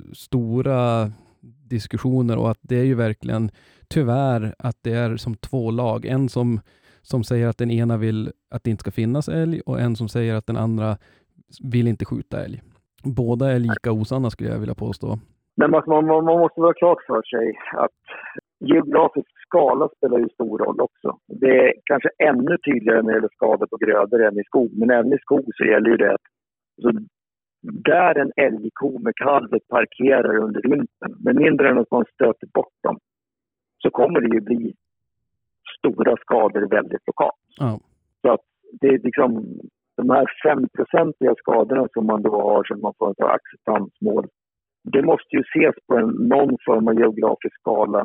[SPEAKER 1] stora diskussioner och att det är ju verkligen tyvärr att det är som två lag. En som som säger att den ena vill att det inte ska finnas älg och en som säger att den andra vill inte skjuta älg. Båda är lika osanna, skulle jag vilja påstå.
[SPEAKER 4] Men man, man, man måste vara klart för sig att geografisk skala spelar ju stor roll också. Det är kanske ännu tydligare när det gäller skador på grödor än i skog. Men även i skog så gäller ju det att så där en älgko med kalvet parkerar under vintern, men mindre än att man stöter bort dem, så kommer det ju bli stora skador väldigt lokalt.
[SPEAKER 1] Ja.
[SPEAKER 4] Så att det är liksom de här femprocentiga skadorna som man då har som man får ta acceptansmål. Det måste ju ses på en, någon form av geografisk skala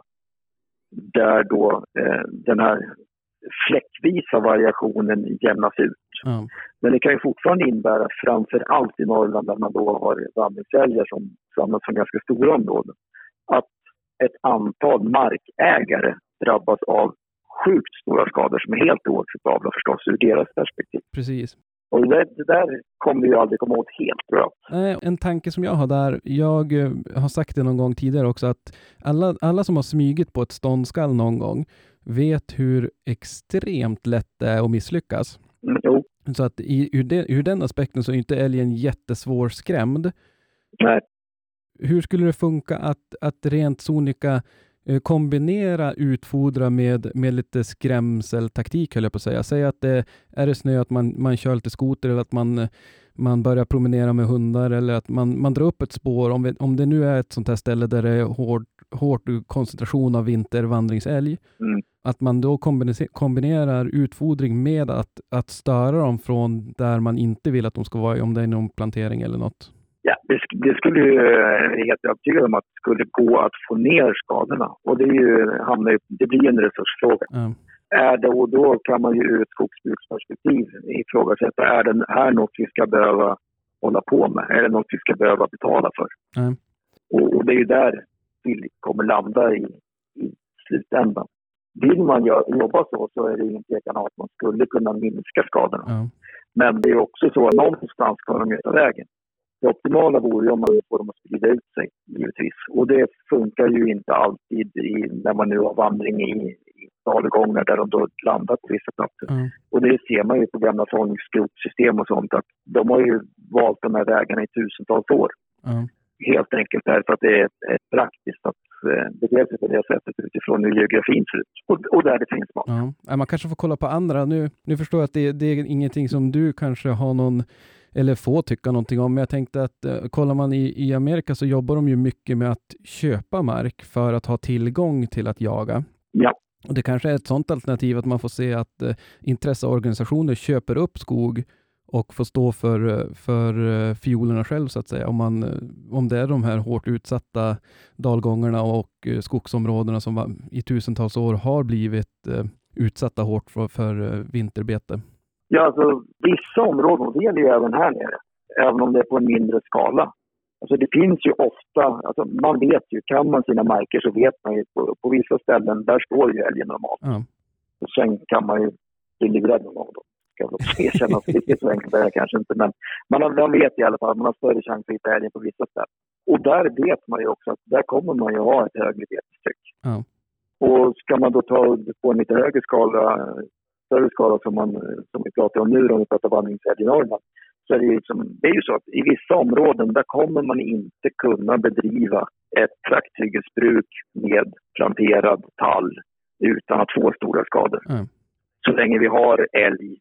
[SPEAKER 4] där då eh, den här fläckvisa variationen jämnas ut.
[SPEAKER 1] Ja.
[SPEAKER 4] Men det kan ju fortfarande innebära, framför allt i Norrland där man då har vandringsälgar som samlas från ganska stora områden, att ett antal markägare drabbas av sjukt stora skador som är helt oacceptabla förstås ur deras perspektiv.
[SPEAKER 1] Precis.
[SPEAKER 4] Och det, det där kommer vi ju aldrig komma åt helt bra.
[SPEAKER 1] Nej, en tanke som jag har där, jag eh, har sagt det någon gång tidigare också, att alla, alla som har smygit på ett ståndskall någon gång vet hur extremt lätt det är att misslyckas.
[SPEAKER 4] Mm, jo.
[SPEAKER 1] Så att i, ur, de, ur den aspekten så är inte älgen jättesvår skrämd.
[SPEAKER 4] Nej.
[SPEAKER 1] Hur skulle det funka att, att rent sonika eh, kombinera utfodra med, med lite skrämseltaktik, höll jag på att säga. Säg att det är det snö att man, man kör lite skoter eller att man, man börjar promenera med hundar eller att man, man drar upp ett spår. Om, vi, om det nu är ett sånt här ställe där det är hård, hård koncentration av vintervandringsälg.
[SPEAKER 4] Mm.
[SPEAKER 1] Att man då kombiner, kombinerar utfodring med att, att störa dem från där man inte vill att de ska vara, om det är någon plantering eller något.
[SPEAKER 4] Ja, det, det skulle ju, jag är helt övertygad om att det skulle gå att få ner skadorna. Och det, är ju, hamnar ju, det blir en resursfråga.
[SPEAKER 1] Mm.
[SPEAKER 4] Är det, och då kan man ju ur ett skogsbruksperspektiv ifrågasätta, är det här något vi ska behöva hålla på med? Är det något vi ska behöva betala för?
[SPEAKER 1] Mm.
[SPEAKER 4] Och, och det är ju där vi kommer landa i, i slutändan. Vill man gör, jobba så så är det ingen tvekan att man skulle kunna minska skadorna.
[SPEAKER 1] Mm.
[SPEAKER 4] Men det är också så att någonstans ska de ta vägen. Det optimala vore ju om man får dem att sprida ut sig, givetvis. Och det funkar ju inte alltid i, när man nu har vandring i, i dalgångar där de då landar på vissa platser. Mm. Och det ser man ju på gamla sångskrotsystem och sånt, att de har ju valt de här vägarna i tusentals år.
[SPEAKER 1] Mm.
[SPEAKER 4] Helt enkelt därför att det är, är praktiskt att eh, bete sig på det sättet utifrån hur geografin ser ut. Och, och där det finns mat.
[SPEAKER 1] Ja. Man kanske får kolla på andra. Nu, nu förstår jag att det, det är ingenting som du kanske har någon eller få tycka någonting om. Men jag tänkte att eh, kollar man i, i Amerika så jobbar de ju mycket med att köpa mark för att ha tillgång till att jaga.
[SPEAKER 4] Ja.
[SPEAKER 1] Och det kanske är ett sådant alternativ att man får se att eh, intresseorganisationer köper upp skog och får stå för, för fiolerna själv så att säga. Om, man, om det är de här hårt utsatta dalgångarna och skogsområdena som i tusentals år har blivit eh, utsatta hårt för, för vinterbete.
[SPEAKER 4] Ja, alltså vissa områden, det gäller ju även här nere, även om det är på en mindre skala. Alltså det finns ju ofta, alltså man vet ju, kan man sina marker så vet man ju på, på vissa ställen, där står ju älgen normalt.
[SPEAKER 1] Ja.
[SPEAKER 4] Och sen kan man ju bli livrädd någon gång då. Ska jag väl erkänna att det är så enkelt är kanske inte, men man, har, man vet i alla fall att man har större chans att hitta älgen på vissa ställen. Och där vet man ju också att där kommer man ju ha ett högre betestryck.
[SPEAKER 1] Ja.
[SPEAKER 4] Och ska man då ta på en lite högre skala, större skala som, man, som vi pratar om nu, om vi pratar vandringsälg i Norrland, så är det, ju liksom, det är ju så att i vissa områden där kommer man inte kunna bedriva ett trakthyggesbruk med planterad tall utan att få stora skador.
[SPEAKER 1] Mm.
[SPEAKER 4] Så länge vi har älg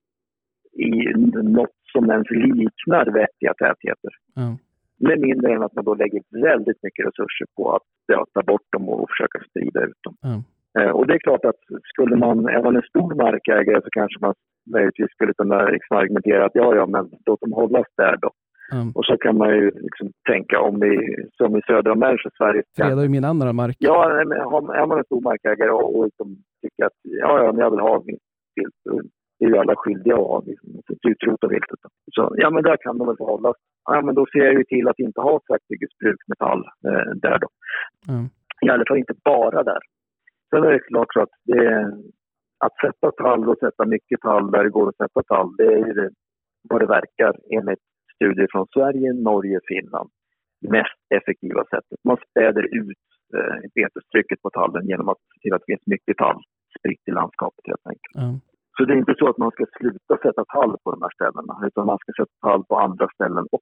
[SPEAKER 4] i något som ens liknar vettiga tätheter.
[SPEAKER 1] Mm.
[SPEAKER 4] Med mindre än att man då lägger väldigt mycket resurser på att stöta bort dem och försöka sprida ut dem.
[SPEAKER 1] Mm.
[SPEAKER 4] Eh, och det är klart att skulle man, är man en stor markägare så kanske man möjligtvis skulle kunna liksom argumentera att ja, ja, men låt dem hållas där då.
[SPEAKER 1] Mm.
[SPEAKER 4] Och så kan man ju liksom tänka om vi, som i södra Människa Sverige.
[SPEAKER 1] Freda ju min andra mark.
[SPEAKER 4] Ja, är man en stor markägare och, och liksom tycker att ja, ja, men jag vill ha vilt. Det är ju alla skyldiga att ha, liksom, utrota viltet. Så ja, men där kan de väl hållas. Ja, men då ser jag ju till att inte ha trakthyggesbruk metall eh, där då.
[SPEAKER 1] Mm.
[SPEAKER 4] I alla fall inte bara där. Sen är det klart så att det, att sätta tall och sätta mycket tall där det går att sätta tall, det är ju det, vad det verkar enligt studier från Sverige, Norge, Finland. Mest effektiva sättet. Man späder ut eh, betestrycket på tallen genom att se till att det finns mycket tall spritt i landskapet helt enkelt.
[SPEAKER 1] Mm.
[SPEAKER 4] Så det är inte så att man ska sluta sätta tall på de här ställena, utan man ska sätta tall på andra ställen också.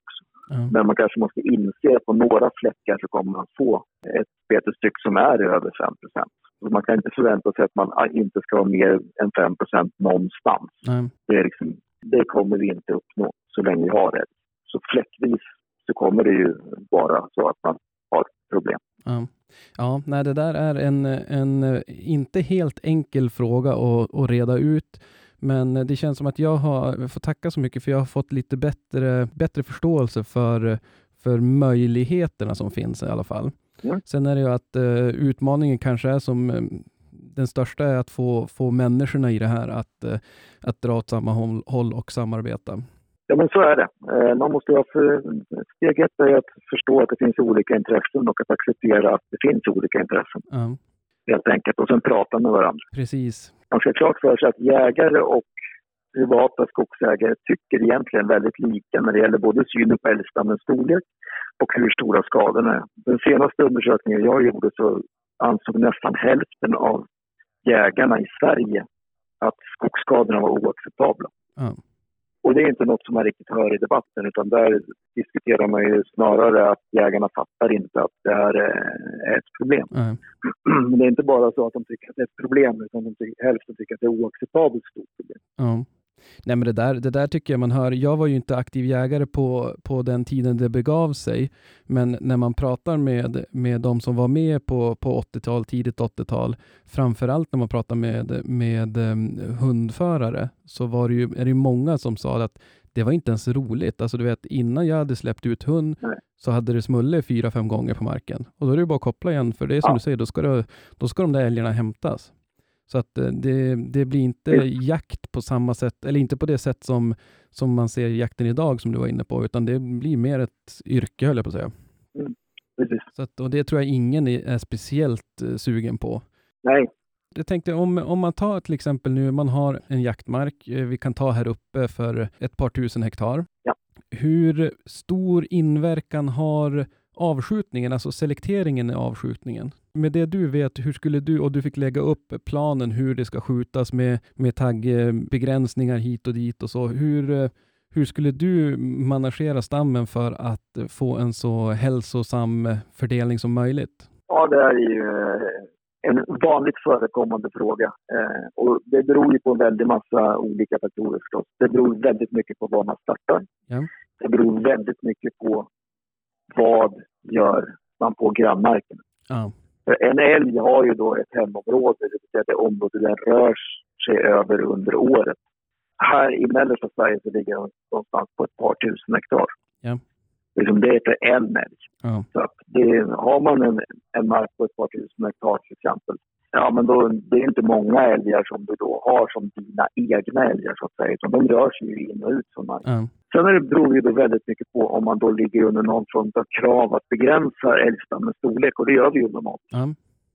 [SPEAKER 1] Mm.
[SPEAKER 4] Men man kanske måste inse att på några fläckar så kommer man få ett betestryck som är över fem procent. Så man kan inte förvänta sig att man inte ska ha mer än fem procent någonstans.
[SPEAKER 1] Mm.
[SPEAKER 4] Det, är liksom, det kommer vi inte uppnå så länge vi har det. Så fläckvis så kommer det ju vara så att man har problem.
[SPEAKER 1] Ja, ja nej, det där är en, en inte helt enkel fråga att, att reda ut. Men det känns som att jag har fått tacka så mycket för jag har fått lite bättre, bättre förståelse för, för möjligheterna som finns i alla fall.
[SPEAKER 4] Mm.
[SPEAKER 1] Sen är det ju att uh, utmaningen kanske är som uh, den största är att få, få människorna i det här att, uh, att dra åt samma håll, håll och samarbeta.
[SPEAKER 4] Ja, men så är det. Eh, man måste ha för, steg ett är att förstå att det finns olika intressen och att acceptera att det finns olika intressen.
[SPEAKER 1] Ja.
[SPEAKER 4] Helt enkelt. Och sen prata med varandra.
[SPEAKER 1] Precis.
[SPEAKER 4] Man ska klart för sig att jägare och privata skogsägare tycker egentligen väldigt lika när det gäller både synen på älgstammens storlek och hur stora skadorna är. Den senaste undersökningen jag gjorde så ansåg nästan hälften av jägarna i Sverige att skogsskadorna var oacceptabla.
[SPEAKER 1] Ja.
[SPEAKER 4] Och det är inte något som man riktigt hör i debatten, utan där diskuterar man ju snarare att jägarna fattar inte att det här är ett problem.
[SPEAKER 1] Ja.
[SPEAKER 4] Men det är inte bara så att de tycker att det är ett problem, utan de tycker, hälften tycker att det är oacceptabelt stort problem.
[SPEAKER 1] Ja. Nej, men det där, det där tycker jag man hör. Jag var ju inte aktiv jägare på, på den tiden det begav sig. Men när man pratar med, med de som var med på, på åttiotal, tidigt åttiotal, framförallt när man pratar med, med um, hundförare, så var det ju, är det ju många som sa att det var inte ens roligt. Alltså du vet, innan jag hade släppt ut hund
[SPEAKER 4] Nej.
[SPEAKER 1] så hade det smulle fyra, fem gånger på marken. Och då är det ju bara att koppla igen, för det är som
[SPEAKER 4] Ja.
[SPEAKER 1] du säger, då ska, det, då ska de där älgarna hämtas. Så att det, det blir inte
[SPEAKER 4] Mm.
[SPEAKER 1] jakt på samma sätt, eller inte på det sätt som, som man ser jakten idag som du var inne på, utan det blir mer ett yrke, höll jag på att säga.
[SPEAKER 4] Mm. Precis.
[SPEAKER 1] Så att, och det tror jag ingen är, är speciellt uh, sugen på.
[SPEAKER 4] Nej.
[SPEAKER 1] Jag tänkte om, om man tar till exempel nu, man har en jaktmark, eh, vi kan ta här uppe för ett par tusen hektar.
[SPEAKER 4] Ja.
[SPEAKER 1] Hur stor inverkan har avskjutningen, alltså selekteringen i avskjutningen? Med det du vet, hur skulle du, och du fick lägga upp planen hur det ska skjutas med, med taggbegränsningar hit och dit och så. Hur, hur skulle du managera stammen för att få en så hälsosam fördelning som möjligt?
[SPEAKER 4] Ja, det är ju en vanligt förekommande fråga. Och det beror ju på en väldig massa olika faktorer förstås. Det beror väldigt mycket på var man startar.
[SPEAKER 1] Ja.
[SPEAKER 4] Det beror väldigt mycket på vad gör man på grannmarken.
[SPEAKER 1] Ja.
[SPEAKER 4] En älg har ju då ett hemområde, det vill säga det område där rör sig över under året. Här i mellersta Sverige så ligger det någonstans på ett par tusen hektar.
[SPEAKER 1] Ja.
[SPEAKER 4] Liksom det är för en älg.
[SPEAKER 1] Ja.
[SPEAKER 4] Så att det, har man en, en mark på ett par tusen hektar till exempel, ja men då det är inte många älgar som du då har som dina egna älgar så att säga, utan de rör sig ju in och ut från marken.
[SPEAKER 1] Ja.
[SPEAKER 4] Sen är det beror ju då väldigt mycket på om man då ligger under någon form av krav att begränsa älgstammens storlek, och det gör vi ju normalt.
[SPEAKER 1] Ja.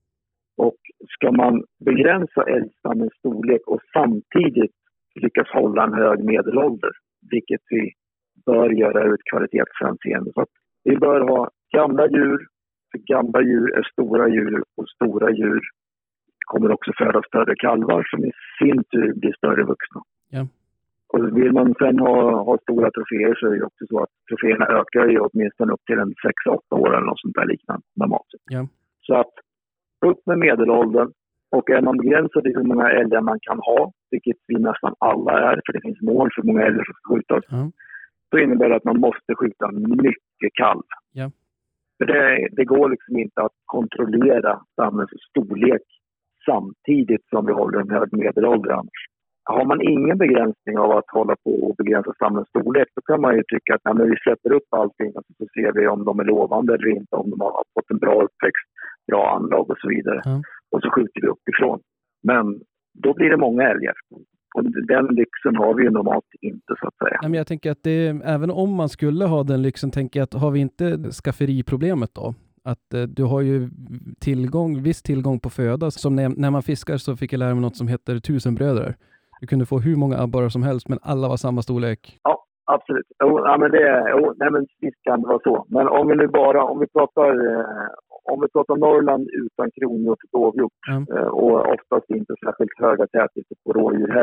[SPEAKER 4] Och ska man begränsa älgstammens storlek och samtidigt lyckas hålla en hög medelålder, vilket vi bör göra ur ett kvalitetshänseende. Så att vi bör ha gamla djur, för gamla djur är stora djur och stora djur kommer också föda större kalvar som i sin tur blir större vuxna.
[SPEAKER 1] Ja.
[SPEAKER 4] Och vill man sen ha, ha stora troféer så är det också så att troféerna ökar ju åtminstone upp till en sex åtta år eller något sånt där liknande normalt.
[SPEAKER 1] Ja.
[SPEAKER 4] Så att upp med medelåldern, och är man begränsad i hur många älgar man kan ha, vilket vi nästan alla är för det finns mål för många älgar som ska skjutas,
[SPEAKER 1] Ja.
[SPEAKER 4] så innebär det att man måste skjuta mycket kalv.
[SPEAKER 1] Ja.
[SPEAKER 4] För det, det går liksom inte att kontrollera stammens storlek samtidigt som vi håller en hög medelålder annars. Har man ingen begränsning av att hålla på och begränsa stammens storlek, då kan man ju tycka att när vi släpper upp allting och så ser vi om de är lovande eller inte, om de har fått en bra uppväxt, bra anlag och så vidare.
[SPEAKER 1] Ja.
[SPEAKER 4] Och så skjuter vi uppifrån. Men då blir det många älgar. Och den lyxen har vi ju normalt inte så att säga.
[SPEAKER 1] Nej, men jag tänker att det, även om man skulle ha den lyxen, tänker jag att har vi inte skafferiproblemet då? Att eh, du har ju tillgång, viss tillgång på föda. Som när, när man fiskar så fick jag lära mig något som heter tusenbröder. Du kunde få hur många abborrar som helst, men alla var samma storlek.
[SPEAKER 4] Ja, absolut. Jo, ja, men det, jo, nej, men visst kan det vara så. Men om vi nu bara, om vi pratar, eh, om vi pratar Norrland utan kronhjort och dovhjort,
[SPEAKER 1] Mm.
[SPEAKER 4] eh, och oftast inte särskilt höga tätheter på rådjur heller,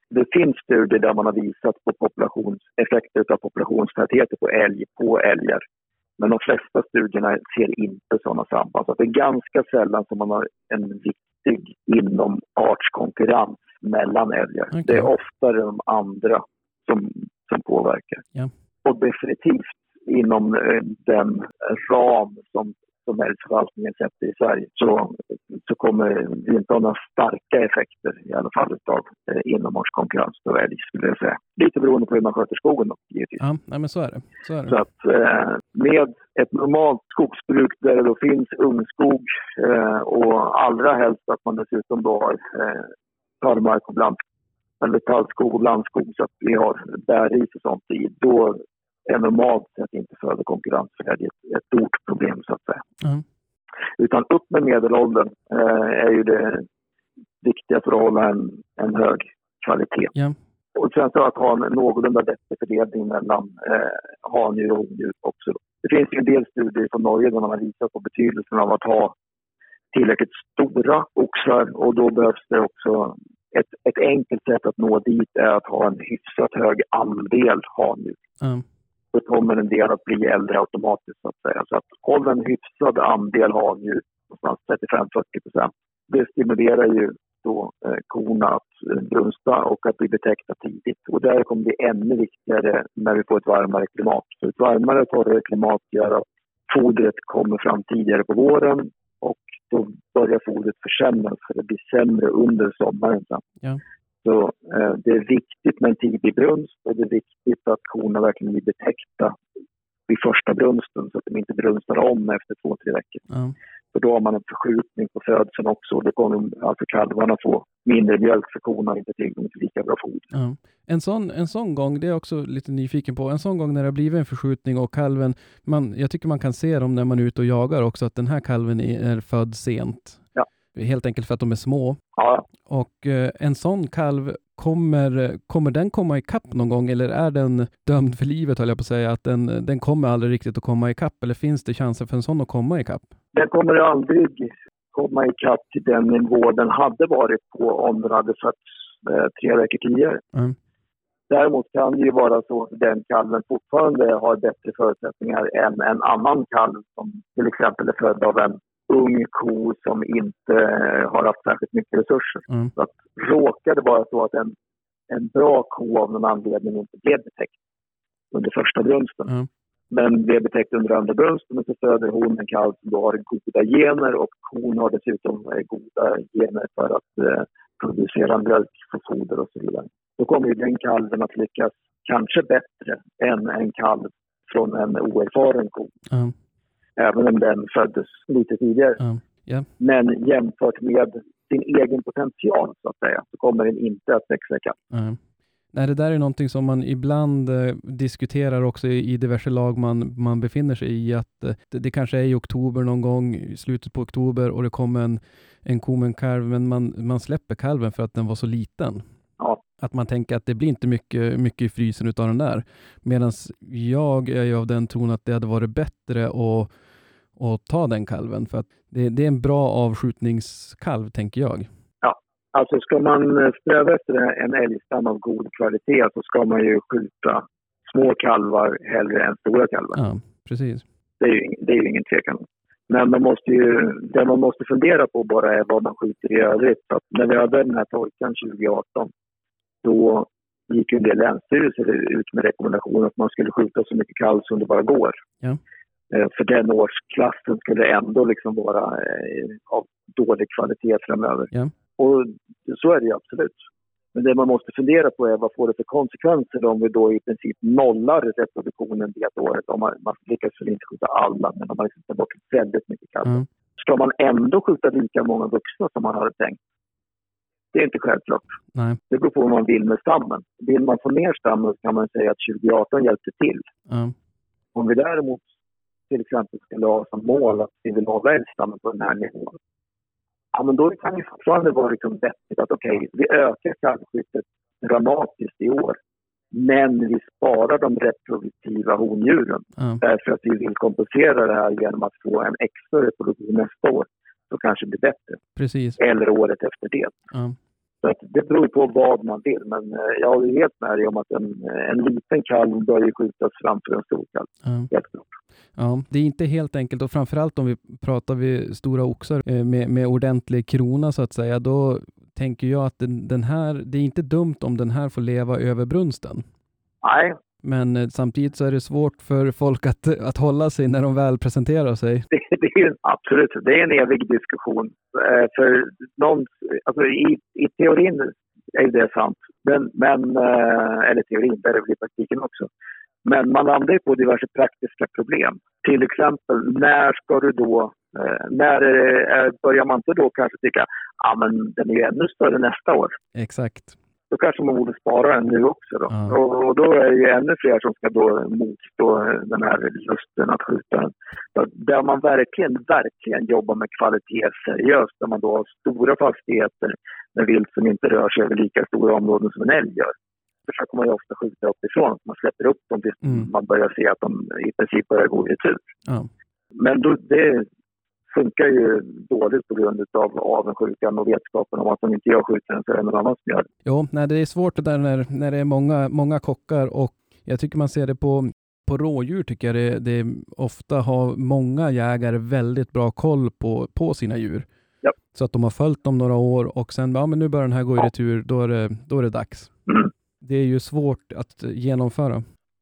[SPEAKER 4] Det finns studier där man har visat på populationseffekter av populationstätheter på älg på älgar. Men de flesta studierna ser inte sådana samband. Så det är ganska sällan som man har en viktig inomartskonkurrens mellan älgar.
[SPEAKER 1] Okay.
[SPEAKER 4] Det är oftare de andra som, som påverkar.
[SPEAKER 1] Ja.
[SPEAKER 4] Och definitivt inom eh, den ram som, som älgförvaltningen sätter i Sverige så, så kommer vi inte ha några starka effekter i alla fall av eh, inomårskonkurrens på älg, skulle jag säga. Lite beroende på hur man sköter skogen då, givetvis.
[SPEAKER 1] Ja, nej, men så är det. Så, är det.
[SPEAKER 4] Så att eh, med ett normalt skogsbruk där det då finns ungskog eh, och allra helst att man dessutom då har eh, torrmark och bland, eller tallskog och blandskog så att vi har bärris och sånt i, då är normalt sett inte föder konkurrens för det är ett, ett stort problem så att säga.
[SPEAKER 1] Mm.
[SPEAKER 4] Utan upp med medelåldern eh, är ju det viktiga för att hålla en, en hög kvalitet.
[SPEAKER 1] Ja.
[SPEAKER 4] Och sen så att ha en någorlunda bättre fördelning mellan eh, handjur och hondjur också. Det finns ju en del studier från Norge där man har visat på betydelsen av att ha tillräckligt stora oxar och då behövs det också ett, ett enkelt sätt att nå dit är att ha en hyfsat hög andel handjur.
[SPEAKER 1] Mm.
[SPEAKER 4] Då kommer en del att bli äldre automatiskt så att säga. Så att hålla en hyfsad andel handjur, någonstans trettiofem till fyrtio procent. Det stimulerar ju då eh, korna att eh, brunsta och att bli betäckta tidigt. Och där kommer det bli ännu viktigare när vi får ett varmare klimat. Så ett varmare och torrare klimat gör att fodret kommer fram tidigare på våren och då börjar fodret försämras för det blir sämre under sommaren.
[SPEAKER 1] Ja.
[SPEAKER 4] Så eh, det är viktigt med en tidig brunst och det är viktigt att korna verkligen blir betäckta vid första brunsten så att de inte brunstar om efter två, tre veckor.
[SPEAKER 1] Ja.
[SPEAKER 4] För då har man en förskjutning på födseln också och då kommer alltså kalvarna få mindre mjölk för korna och inte tillgång till lika bra foder.
[SPEAKER 1] Ja. En sån, en sån gång, det är jag också lite nyfiken på, en sån gång när det har blivit en förskjutning och kalven, man, jag tycker man kan se dem när man är ute och jagar också att den här kalven är, är född sent.
[SPEAKER 4] Ja.
[SPEAKER 1] Helt enkelt för att de är små.
[SPEAKER 4] Ja.
[SPEAKER 1] Och eh, en sån kalv, kommer, kommer den komma i kapp någon gång eller är den dömd för livet höll jag på att säga att den, den kommer aldrig riktigt att komma i kapp eller finns det chanser för en sån att komma i kapp?
[SPEAKER 4] Den kommer aldrig komma i kapp till den nivå den hade varit på om den hade fötts eh, tre veckor tidigare.
[SPEAKER 1] Mm.
[SPEAKER 4] Däremot kan det ju vara så att den kalven fortfarande har bättre förutsättningar än en annan kalv som till exempel är född av en ung ko som inte har haft särskilt mycket resurser.
[SPEAKER 1] Mm.
[SPEAKER 4] Så att råkar det vara så att en, en bra ko av någon anledning inte blev betäckt under första brunsten.
[SPEAKER 1] Mm.
[SPEAKER 4] Men blev betäckt under andra brunsten och så föder hon en kalv som då har goda gener och kon har dessutom goda gener för att eh, producera mjölk för foder och så vidare. Då kommer ju den kalven att lyckas kanske bättre än en kalv från en oerfaren ko.
[SPEAKER 1] Mm.
[SPEAKER 4] Även om den föddes lite tidigare.
[SPEAKER 1] Mm. Yeah.
[SPEAKER 4] Men jämfört med sin egen potential så att säga så kommer den inte att växa ikapp.
[SPEAKER 1] Mm. Nej, det där är någonting som man ibland eh, diskuterar också i, i diverse lag man, man befinner sig i. Att eh, det, det kanske är i oktober någon gång, i slutet på oktober och det kommer en, en ko med en kalv men man, man släpper kalven för att den var så liten.
[SPEAKER 4] Ja.
[SPEAKER 1] Att man tänker att det blir inte mycket, mycket i frysen utav den där. Medan jag är ju av den tron att det hade varit bättre att, att ta den kalven. För att det, det är en bra avskjutningskalv tänker jag.
[SPEAKER 4] Ja, alltså ska man sträva efter en älgstam av god kvalitet så ska man ju skjuta små kalvar hellre än stora kalvar.
[SPEAKER 1] Ja, precis.
[SPEAKER 4] Det är ju, det är ju ingen tvekan. Men man måste ju, det man måste fundera på bara är vad man skjuter i övrigt. Så att när vi hade den här torkan tjugo arton då gick ju en del länsstyrelser ut med rekommendationer att man skulle skjuta så mycket kalv som det bara går.
[SPEAKER 1] Ja.
[SPEAKER 4] För den årsklassen skulle ändå liksom vara av dålig kvalitet framöver.
[SPEAKER 1] Ja.
[SPEAKER 4] Och så är det ju absolut. Men det man måste fundera på är vad får det för konsekvenser om vi då i princip nollar reproduktionen det året. Om man, man lyckas väl inte skjuta alla, men om man liksom tar bort väldigt mycket kalv.
[SPEAKER 1] Mm.
[SPEAKER 4] Ska man ändå skjuta lika många vuxna som man hade tänkt? Det är inte självklart.
[SPEAKER 1] Nej.
[SPEAKER 4] Det beror på vad man vill med stammen. Vill man få ner stammen kan man säga att tjugo arton hjälpte till.
[SPEAKER 1] Mm.
[SPEAKER 4] Om vi däremot till exempel skulle ha som mål att vi vill hålla älgstammen på den här nivån. Ja, men då kan det fortfarande vara liksom vettigt att okej, okay, vi ökar kalvskyttet dramatiskt i år. Men vi sparar de reproduktiva hondjuren. Mm. Därför att vi vill kompensera det här genom att få en extra reproduktion nästa år. Så kanske det blir bättre.
[SPEAKER 1] Precis.
[SPEAKER 4] Eller året efter det.
[SPEAKER 1] Mm.
[SPEAKER 4] Så att det beror på vad man vill, men eh, jag håller helt med dig om att en, en liten kalv bör ju skjutas framför en stor kalv.
[SPEAKER 1] Ja.
[SPEAKER 4] Helt klart.
[SPEAKER 1] Ja, det är inte helt enkelt, och framförallt om vi pratar vid stora oxar eh, med, med ordentlig krona så att säga, då tänker jag att den, den här, det är inte dumt om den här får leva över brunsten.
[SPEAKER 4] Nej.
[SPEAKER 1] Men eh, samtidigt så är det svårt för folk att, att hålla sig när de väl presenterar sig.
[SPEAKER 4] Det, det är absolut, det är en evig diskussion. Eh, för någon, alltså i, i teorin är det sant, men, men eh, eller teorin, där är det i praktiken också. Men man landar ju på diverse praktiska problem. Till exempel, när ska du då, eh, när eh, börjar man inte då kanske tycka, ja ah, men den är ju ännu större nästa år.
[SPEAKER 1] Exakt.
[SPEAKER 4] Då kanske man borde spara den nu också då.
[SPEAKER 1] Ja.
[SPEAKER 4] Och, och då är det ju ännu fler som ska då motstå den här lusten att skjuta den. Så där man verkligen, verkligen jobbar med kvalitet seriöst, där man då har stora fastigheter med vilt som inte rör sig över lika stora områden som en älg gör. Försöker man ju ofta skjuta uppifrån. Man släpper upp dem tills mm. man börjar se att de i princip börjar gå i retur.
[SPEAKER 1] Ja.
[SPEAKER 4] Men då, det funkar ju dåligt på grund av avundsjukan och vetskapen om att de inte jag skjuter den så är det någon annan som gör det.
[SPEAKER 1] Jo, nej, det är svårt det där när, när det är många, många kockar, och jag tycker man ser det på, på rådjur tycker jag det, det ofta har många jägare väldigt bra koll på, på sina djur.
[SPEAKER 4] Ja.
[SPEAKER 1] Så att de har följt dem några år och sen, ja men nu börjar den här gå i retur, då är det, då är det dags.
[SPEAKER 4] Mm.
[SPEAKER 1] Det är ju svårt att genomföra.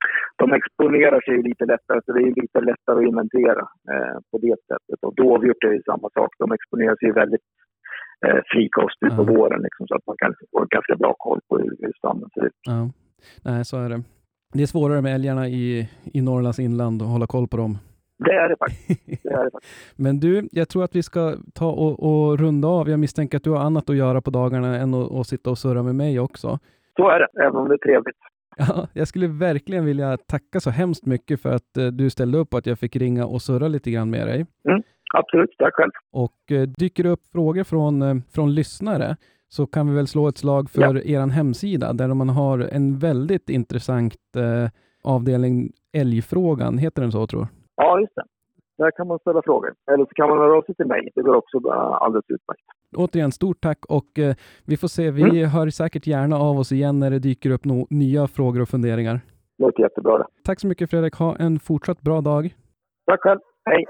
[SPEAKER 4] De exponerar sig lite lättare, så det är lite lättare att inventera eh, på det sättet. Och dovhjort är ju samma sak. De exponerar sig väldigt eh, frikostigt på våren liksom, så att man kan få ganska bra koll på hur, hur stammen ser ut.
[SPEAKER 1] Ja. Nej, så är det. Det är svårare med älgarna i, i Norrlands inland att hålla koll på dem.
[SPEAKER 4] Det är det faktiskt. Det är det faktiskt.
[SPEAKER 1] Men du, jag tror att vi ska ta och, och runda av. Jag misstänker att du har annat att göra på dagarna än att, att sitta och surra med mig också.
[SPEAKER 4] Så är det, även om det är trevligt.
[SPEAKER 1] Ja, jag skulle verkligen vilja tacka så hemskt mycket för att uh, du ställde upp och att jag fick ringa och surra lite grann med dig.
[SPEAKER 4] Mm, absolut, tack själv.
[SPEAKER 1] Och uh, dyker det upp frågor från, uh, från lyssnare så kan vi väl slå ett slag för ja. er hemsida där man har en väldigt intressant uh, avdelning älgfrågan. Heter den så, tror jag?
[SPEAKER 4] Ja, just det. Där kan man ställa frågor. Eller så kan man höra av sig till mig. Det går också alldeles utmärkt.
[SPEAKER 1] Återigen, stort tack och eh, vi får se. Vi mm. hör säkert gärna av oss igen när det dyker upp no- nya frågor och funderingar.
[SPEAKER 4] Det låter jättebra det.
[SPEAKER 1] Tack så mycket Fredrik. Ha en fortsatt bra dag.
[SPEAKER 4] Tack själv. Hej.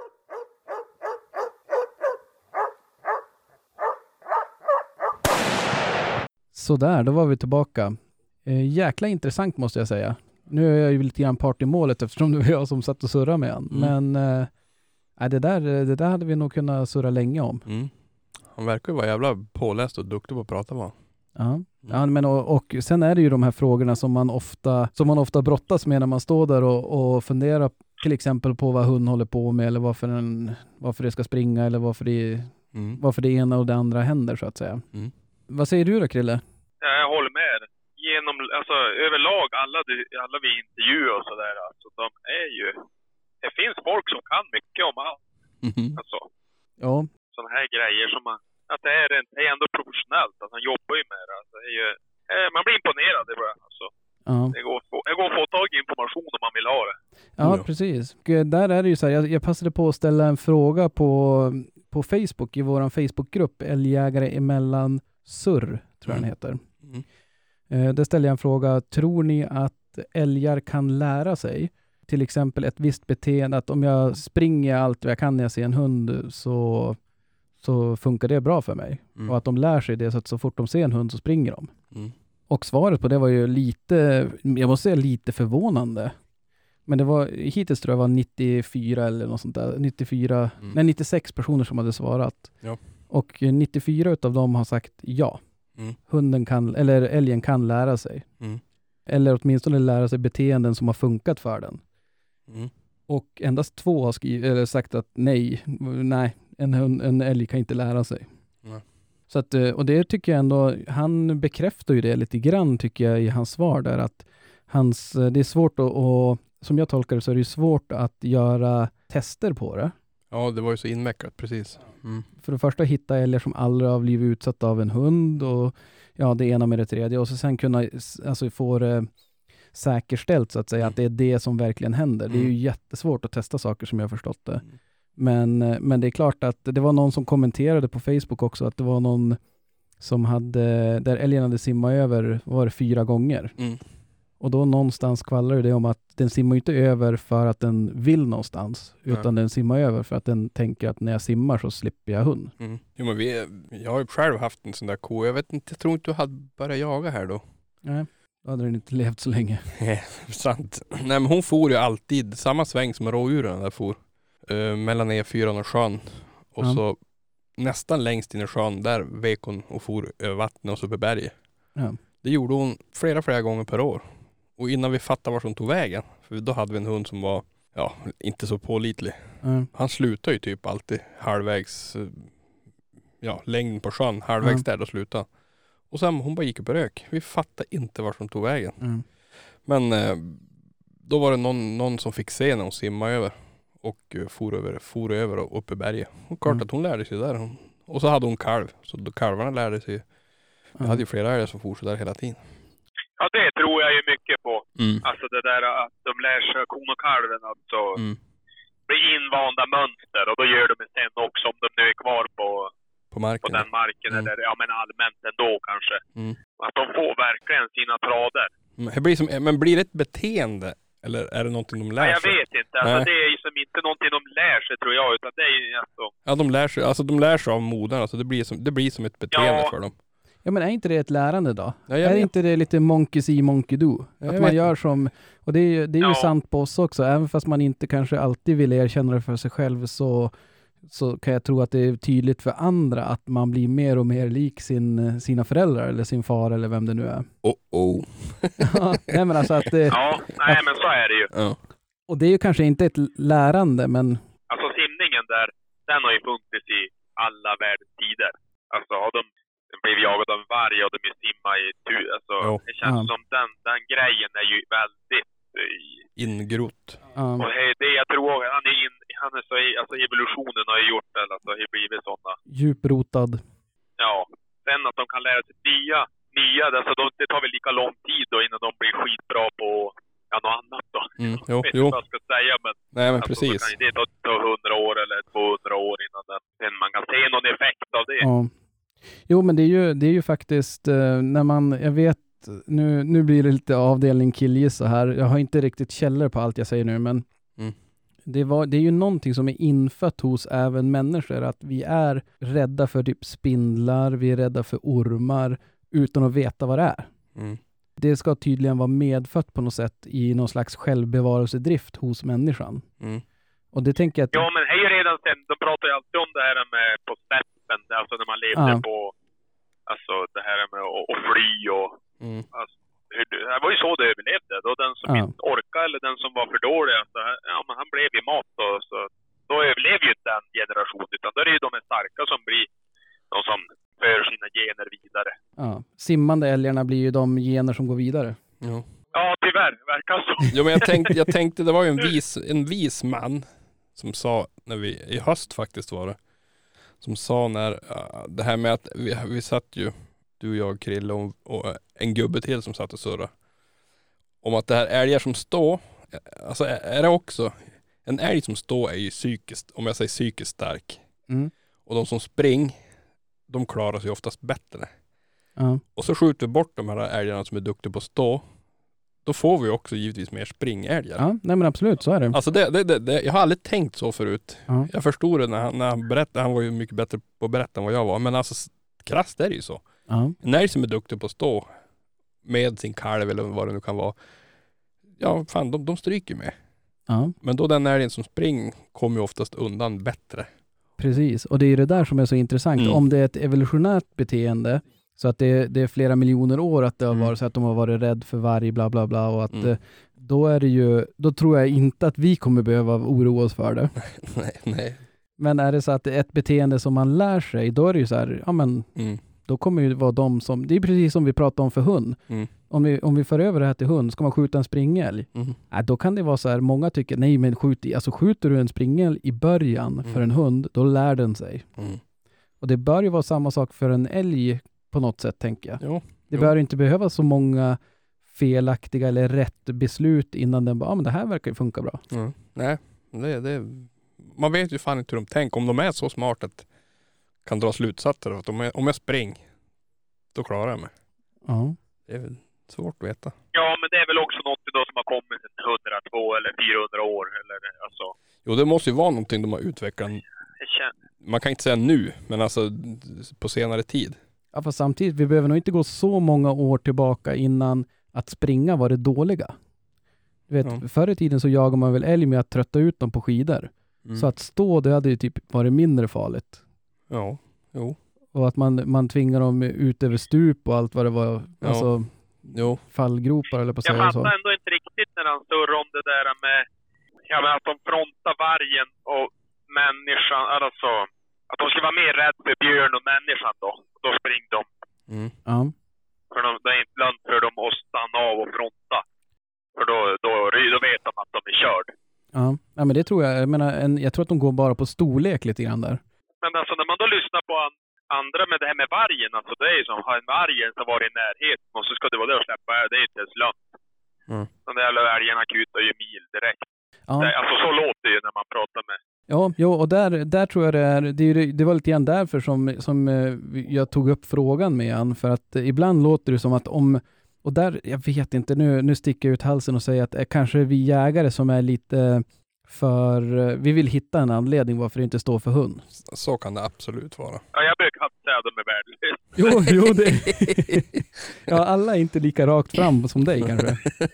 [SPEAKER 1] Sådär, då var vi tillbaka. Eh, jäkla intressant måste jag säga. Nu är jag ju lite grann part i målet eftersom det var jag som satt och surrade med han. Mm. Men eh, det, där, det där hade vi nog kunnat surra länge om.
[SPEAKER 2] Mm. Han verkar ju vara jävla påläst och duktig på att prata med.
[SPEAKER 1] Ja, mm. ja men och, och sen är det ju de här frågorna som man ofta, som man ofta brottas med när man står där och, och funderar till exempel på vad hund håller på med eller varför, den, varför det ska springa eller varför det, mm. varför det ena och det andra händer så att säga. Mm. Vad säger du då, Krille?
[SPEAKER 3] Jag håller med. Genom, alltså, överlag alla, alla vi intervjuer och sådär, alltså, de är ju, det finns folk som kan mycket om allt. Mm. Alltså,
[SPEAKER 1] ja.
[SPEAKER 3] Sådana här grejer som man, att det är, en, det är ändå professionellt, att han jobbar ju med det. Alltså, det är ju, eh, man blir imponerad det bara, alltså. Ja. Det går, det går att få tag i information om man vill ha det.
[SPEAKER 1] Ja, mm. precis. Och där är det ju så här, jag, jag passade på att ställa en fråga på, på Facebook, i våran Facebookgrupp, Älgjägare emellan surr, tror jag mm. den heter. Mm. Där ställer jag en fråga. Tror ni att älgar kan lära sig till exempel ett visst beteende, att om jag springer allt vad jag kan när jag ser en hund så, så funkar det bra för mig? Mm. Och att de lär sig det så att så fort de ser en hund så springer de. Mm. Och svaret på det var ju lite, jag måste säga lite förvånande. Men det var, hittills tror jag var nittiofyra eller något sånt där. nittiofyra, mm. nej, nittiosex personer som hade svarat. Ja. Och nittiofyra utav dem har sagt ja. Mm. Hunden kan, eller älgen kan lära sig. Mm. Eller åtminstone lära sig beteenden som har funkat för den. Mm. Och endast två har skrivit, eller sagt att nej, nej en, hund, en älg kan inte lära sig. Mm. Så att, och det tycker jag ändå, han bekräftar ju det lite grann tycker jag i hans svar där, att hans, det är svårt att, och som jag tolkar det så är det svårt att göra tester på det.
[SPEAKER 2] Ja, det var ju så inmäckat, precis. Mm.
[SPEAKER 1] För det första hitta älgar som aldrig har blivit utsatta av en hund och ja, det ena med det tredje. Och så sen kunna alltså, få det säkerställt så att säga, mm. att det är det som verkligen händer. Mm. Det är ju jättesvårt att testa saker som jag har förstått det. Mm. Men, men det är klart att det var någon som kommenterade på Facebook också att det var någon som hade, där älgen hade simmat över var det fyra gånger.
[SPEAKER 2] Mm.
[SPEAKER 1] Och då någonstans skvallrar det om att den simmar inte över för att den vill någonstans. Utan
[SPEAKER 2] Nej.
[SPEAKER 1] den simmar över för att den tänker att när jag simmar så slipper jag hund.
[SPEAKER 2] Mm. Jo, men vi, jag har ju själv haft en sån där ko. Jag vet inte, jag tror inte du hade börjat jaga här då.
[SPEAKER 1] Nej, då hade den inte levt så länge.
[SPEAKER 2] Sant. Nej, men hon for ju alltid samma sväng som rådjuren där for. Uh, mellan E fyra och sjön. Och
[SPEAKER 1] Ja.
[SPEAKER 2] så nästan längst in i sjön, där vek hon och for över vattnet och så på berget.
[SPEAKER 1] Ja.
[SPEAKER 2] Det gjorde hon flera, flera gånger per år. Och innan vi fattade vart hon tog vägen, för då hade vi en hund som var, ja, inte så pålitlig.
[SPEAKER 1] Ja.
[SPEAKER 2] Han slutar ju typ alltid halvvägs, eh, ja, längden på sjön, halvvägs
[SPEAKER 1] Ja.
[SPEAKER 2] där, då slutade. Och sen hon bara gick upp och rök. Vi fattade inte vart hon tog vägen.
[SPEAKER 1] Mm.
[SPEAKER 2] Men eh, då var det någon, någon som fick se när hon simmade över. Och uh, for över, for över och upp i berget. Och klart
[SPEAKER 1] Mm.
[SPEAKER 2] att hon lärde sig där. Hon, och så hade hon kalv. Så då kalvarna lärde sig. Jag hade ju flera älgar som for så där hela tiden.
[SPEAKER 3] Ja, det tror jag ju mycket på.
[SPEAKER 2] Mm.
[SPEAKER 3] Alltså det där att de lär sig kon och kalven alltså
[SPEAKER 2] Mm.
[SPEAKER 3] bli invanda mönster. Och då gör de det sen också om de nu är kvar på,
[SPEAKER 2] På marken.
[SPEAKER 3] på den marken.
[SPEAKER 2] Mm.
[SPEAKER 3] Eller ja, men allmänt ändå kanske.
[SPEAKER 2] Mm.
[SPEAKER 3] Att de får verkligen sina trader.
[SPEAKER 2] Men det blir som, men blir det ett beteende? Eller är det någonting de lär
[SPEAKER 3] Nej, jag
[SPEAKER 2] sig?
[SPEAKER 3] vet inte. Alltså,
[SPEAKER 2] Nej.
[SPEAKER 3] det är ju som inte någonting de lär sig tror jag. Utan det är ju alltså...
[SPEAKER 2] Ja, de lär sig, alltså de lär sig av modern. Alltså det blir som, det blir som ett beteende
[SPEAKER 3] Ja.
[SPEAKER 2] för dem.
[SPEAKER 1] Ja, men är inte det ett lärande då?
[SPEAKER 2] Ja, jag
[SPEAKER 1] är
[SPEAKER 2] vet.
[SPEAKER 1] inte det lite monkey see, monkey do?
[SPEAKER 2] Ja,
[SPEAKER 1] att
[SPEAKER 2] jag
[SPEAKER 1] man
[SPEAKER 2] vet.
[SPEAKER 1] gör som, och det är ju, det är ju
[SPEAKER 3] Ja.
[SPEAKER 1] sant på oss också, även fast man inte kanske alltid vill erkänna det för sig själv, så, så kan jag tro att det är tydligt för andra att man blir mer och mer lik sin, sina föräldrar eller sin far eller vem det nu är.
[SPEAKER 2] Oh, oh.
[SPEAKER 1] Ja, nej, men alltså att det,
[SPEAKER 3] Ja, nej men så är det ju.
[SPEAKER 2] Ja.
[SPEAKER 1] och det är ju kanske inte ett lärande, men
[SPEAKER 3] Alltså simningen där, den har ju funnits i alla världens tider. Alltså har de blivit jagade av en varg och de ju simmat i tur. Alltså
[SPEAKER 2] Jo.
[SPEAKER 3] det känns
[SPEAKER 1] Ja.
[SPEAKER 3] som den, den grejen är ju väldigt... eh,
[SPEAKER 2] Ingrott.
[SPEAKER 1] ja,
[SPEAKER 3] Och he- det jag tror han är in, han är så, i- alltså evolutionen har ju gjort det, alltså har ju blivit sådana.
[SPEAKER 1] djuprotad.
[SPEAKER 3] Ja. Sen att de kan lära sig nya, nya, alltså de, det tar väl lika lång tid då innan de blir skitbra på ja, något annat då.
[SPEAKER 2] Mm,
[SPEAKER 3] Jag
[SPEAKER 2] jo,
[SPEAKER 3] vet
[SPEAKER 2] jo.
[SPEAKER 3] inte vad jag ska säga, men
[SPEAKER 2] Nej, men
[SPEAKER 3] alltså,
[SPEAKER 2] precis.
[SPEAKER 3] så kan ju det ta, ta hundra år eller tvåhundra år innan den, sen man kan se någon effekt av det.
[SPEAKER 1] Ja. Jo, men det är ju, det är ju faktiskt eh, när man, jag vet, nu, nu blir det lite avdelning killgissa här. Jag har inte riktigt källor på allt jag säger nu, men
[SPEAKER 2] Mm.
[SPEAKER 1] det, var, det är ju någonting som är infött hos även människor, att vi är rädda för typ spindlar, vi är rädda för ormar utan att veta vad det är.
[SPEAKER 2] Mm.
[SPEAKER 1] Det ska tydligen vara medfött på något sätt i någon slags självbevarelsedrift hos människan.
[SPEAKER 2] Mm.
[SPEAKER 1] Och det tänker jag att...
[SPEAKER 3] Ja, men hej redan sen, de pratar ju alltid om det här med på steppen, alltså när man levde
[SPEAKER 1] Ja.
[SPEAKER 3] på, alltså det här med att, att fly och,
[SPEAKER 2] Mm.
[SPEAKER 3] alltså, hur, det det var ju så det överlevde. Då den som
[SPEAKER 1] Ja.
[SPEAKER 3] inte orkade eller den som var för dålig, alltså, ja men han blev ju mat och så, då överlever ju inte den generationen, utan då är det ju de här starka som blir de som för sina gener vidare.
[SPEAKER 1] Ja, simmande älgarna blir ju de gener som går vidare.
[SPEAKER 2] Jo.
[SPEAKER 3] Ja, tyvärr, verkar så.
[SPEAKER 2] Jo, men jag tänkte, jag tänkte det var ju en vis, en vis man som sa, när vi, i höst faktiskt var det, som sa när, uh, det här med att vi, vi satt ju, du och jag, Krille och, och en gubbe till som satt och surra, om att det här älgar som står, alltså är, är det också, en älg som står är ju psykiskt, om jag säger psykiskt stark,
[SPEAKER 1] Mm.
[SPEAKER 2] och de som spring, de klarar sig oftast bättre.
[SPEAKER 1] Ja.
[SPEAKER 2] Och så skjuter vi bort de här älgarna som är duktiga på att stå, då får vi också givetvis mer springälgar.
[SPEAKER 1] Ja, nej men absolut, så är det.
[SPEAKER 2] Alltså det, det, det, det, jag har aldrig tänkt så förut.
[SPEAKER 1] Ja.
[SPEAKER 2] Jag förstod det när han, när han berättade, han var ju mycket bättre på att berätta än vad jag var. Men alltså krasst är det ju så.
[SPEAKER 1] Ja.
[SPEAKER 2] En älg som är duktig på att stå med sin kalv eller vad det nu kan vara. Ja, fan, de, de stryker med.
[SPEAKER 1] Ja,
[SPEAKER 2] Men då den älgen som springer kommer ju oftast undan bättre.
[SPEAKER 1] precis. Och det är det där som är så intressant.
[SPEAKER 2] Mm.
[SPEAKER 1] Om det är ett evolutionärt beteende, så att det, det är flera miljoner år att det har
[SPEAKER 2] Mm.
[SPEAKER 1] varit så att de har varit rädd för varg, bla bla bla, och att
[SPEAKER 2] Mm.
[SPEAKER 1] eh, då är det ju, då tror jag inte att vi kommer behöva oroa oss för det.
[SPEAKER 2] nej, nej.
[SPEAKER 1] Men är det så att det är ett beteende som man lär sig, då är det ju så här, ja men
[SPEAKER 2] Mm.
[SPEAKER 1] då kommer ju vara de som, det är precis som vi pratade om för hund.
[SPEAKER 2] Mm.
[SPEAKER 1] Om vi, om vi för över det här till hund, ska man skjuta en springälg?
[SPEAKER 2] Mm.
[SPEAKER 1] Nej, då kan det vara så här, många tycker, nej men skjut i, alltså skjuter du en springälg i början
[SPEAKER 2] Mm.
[SPEAKER 1] för en hund, då lär den sig.
[SPEAKER 2] Mm.
[SPEAKER 1] Och det bör ju vara samma sak för en älg på något sätt, tänker jag.
[SPEAKER 2] Jo.
[SPEAKER 1] Det
[SPEAKER 2] jo.
[SPEAKER 1] bör inte behöva så många felaktiga eller rätt beslut innan den bara, ja men det här verkar ju funka bra.
[SPEAKER 2] Mm. Nej, det, det, man vet ju fan inte hur de tänker. Om de är så smarta att kan dra slutsatser. Att om jag, om jag springer, då klarar jag mig.
[SPEAKER 1] Ja.
[SPEAKER 2] Det är väl svårt att veta.
[SPEAKER 3] Ja, men det är väl också något då som har kommit sedan hundratvå eller fyrahundra år. Eller, alltså.
[SPEAKER 2] Jo, det måste ju vara någonting de har utvecklat. Man kan inte säga nu, men alltså på senare tid.
[SPEAKER 1] Ja, fast samtidigt, vi behöver nog inte gå så många år tillbaka innan att springa var det dåliga. Du vet, ja. Förr i tiden så jagar man väl älg med att trötta ut dem på skidor. Mm. Så att stå, det hade ju typ varit mindre farligt.
[SPEAKER 2] Ja, jo.
[SPEAKER 1] Och att man, man tvingar dem ut över stup och allt vad det var.
[SPEAKER 2] Ja.
[SPEAKER 1] Alltså
[SPEAKER 2] jo.
[SPEAKER 1] Fallgropar eller på att säga så.
[SPEAKER 3] Jag fattar ändå inte riktigt när han surrar om det där med ja, men att de frontar vargen och människan. Alltså att de ska vara mer rädd för björn och människan då. Då springer de.
[SPEAKER 2] Mm.
[SPEAKER 1] Ja.
[SPEAKER 3] För de, det är inte lönt för dem att stanna av och fronta. För då, då, då vet de att de är körd.
[SPEAKER 1] Ja, ja men det tror jag. Jag menar, en, jag tror att de går bara på storlek lite grann där.
[SPEAKER 3] Men alltså när man då lyssnar på an, andra med det här med vargen. Alltså det är ju som har en vargen som var i närheten. Och så ska det vara det att släppa. Det är inte ens lönt.
[SPEAKER 2] Mm.
[SPEAKER 3] De där jävla älgarna kutar ju mil direkt.
[SPEAKER 1] Ja.
[SPEAKER 3] Det, alltså så låter det ju när man pratar med.
[SPEAKER 1] Ja, jo, och där, där tror jag det är, det, det var lite grann därför som, som jag tog upp frågan med han, för att ibland låter det som att om, och där, jag vet inte, nu, nu sticker jag ut halsen och säger att är kanske vi jägare som är lite för, vi vill hitta en anledning varför det inte står för hund.
[SPEAKER 2] Så kan det absolut vara.
[SPEAKER 3] Ja, jag brukar inte säga att de är värdelösa.
[SPEAKER 1] Jo, jo, det ja, alla är inte lika rakt fram som dig kanske.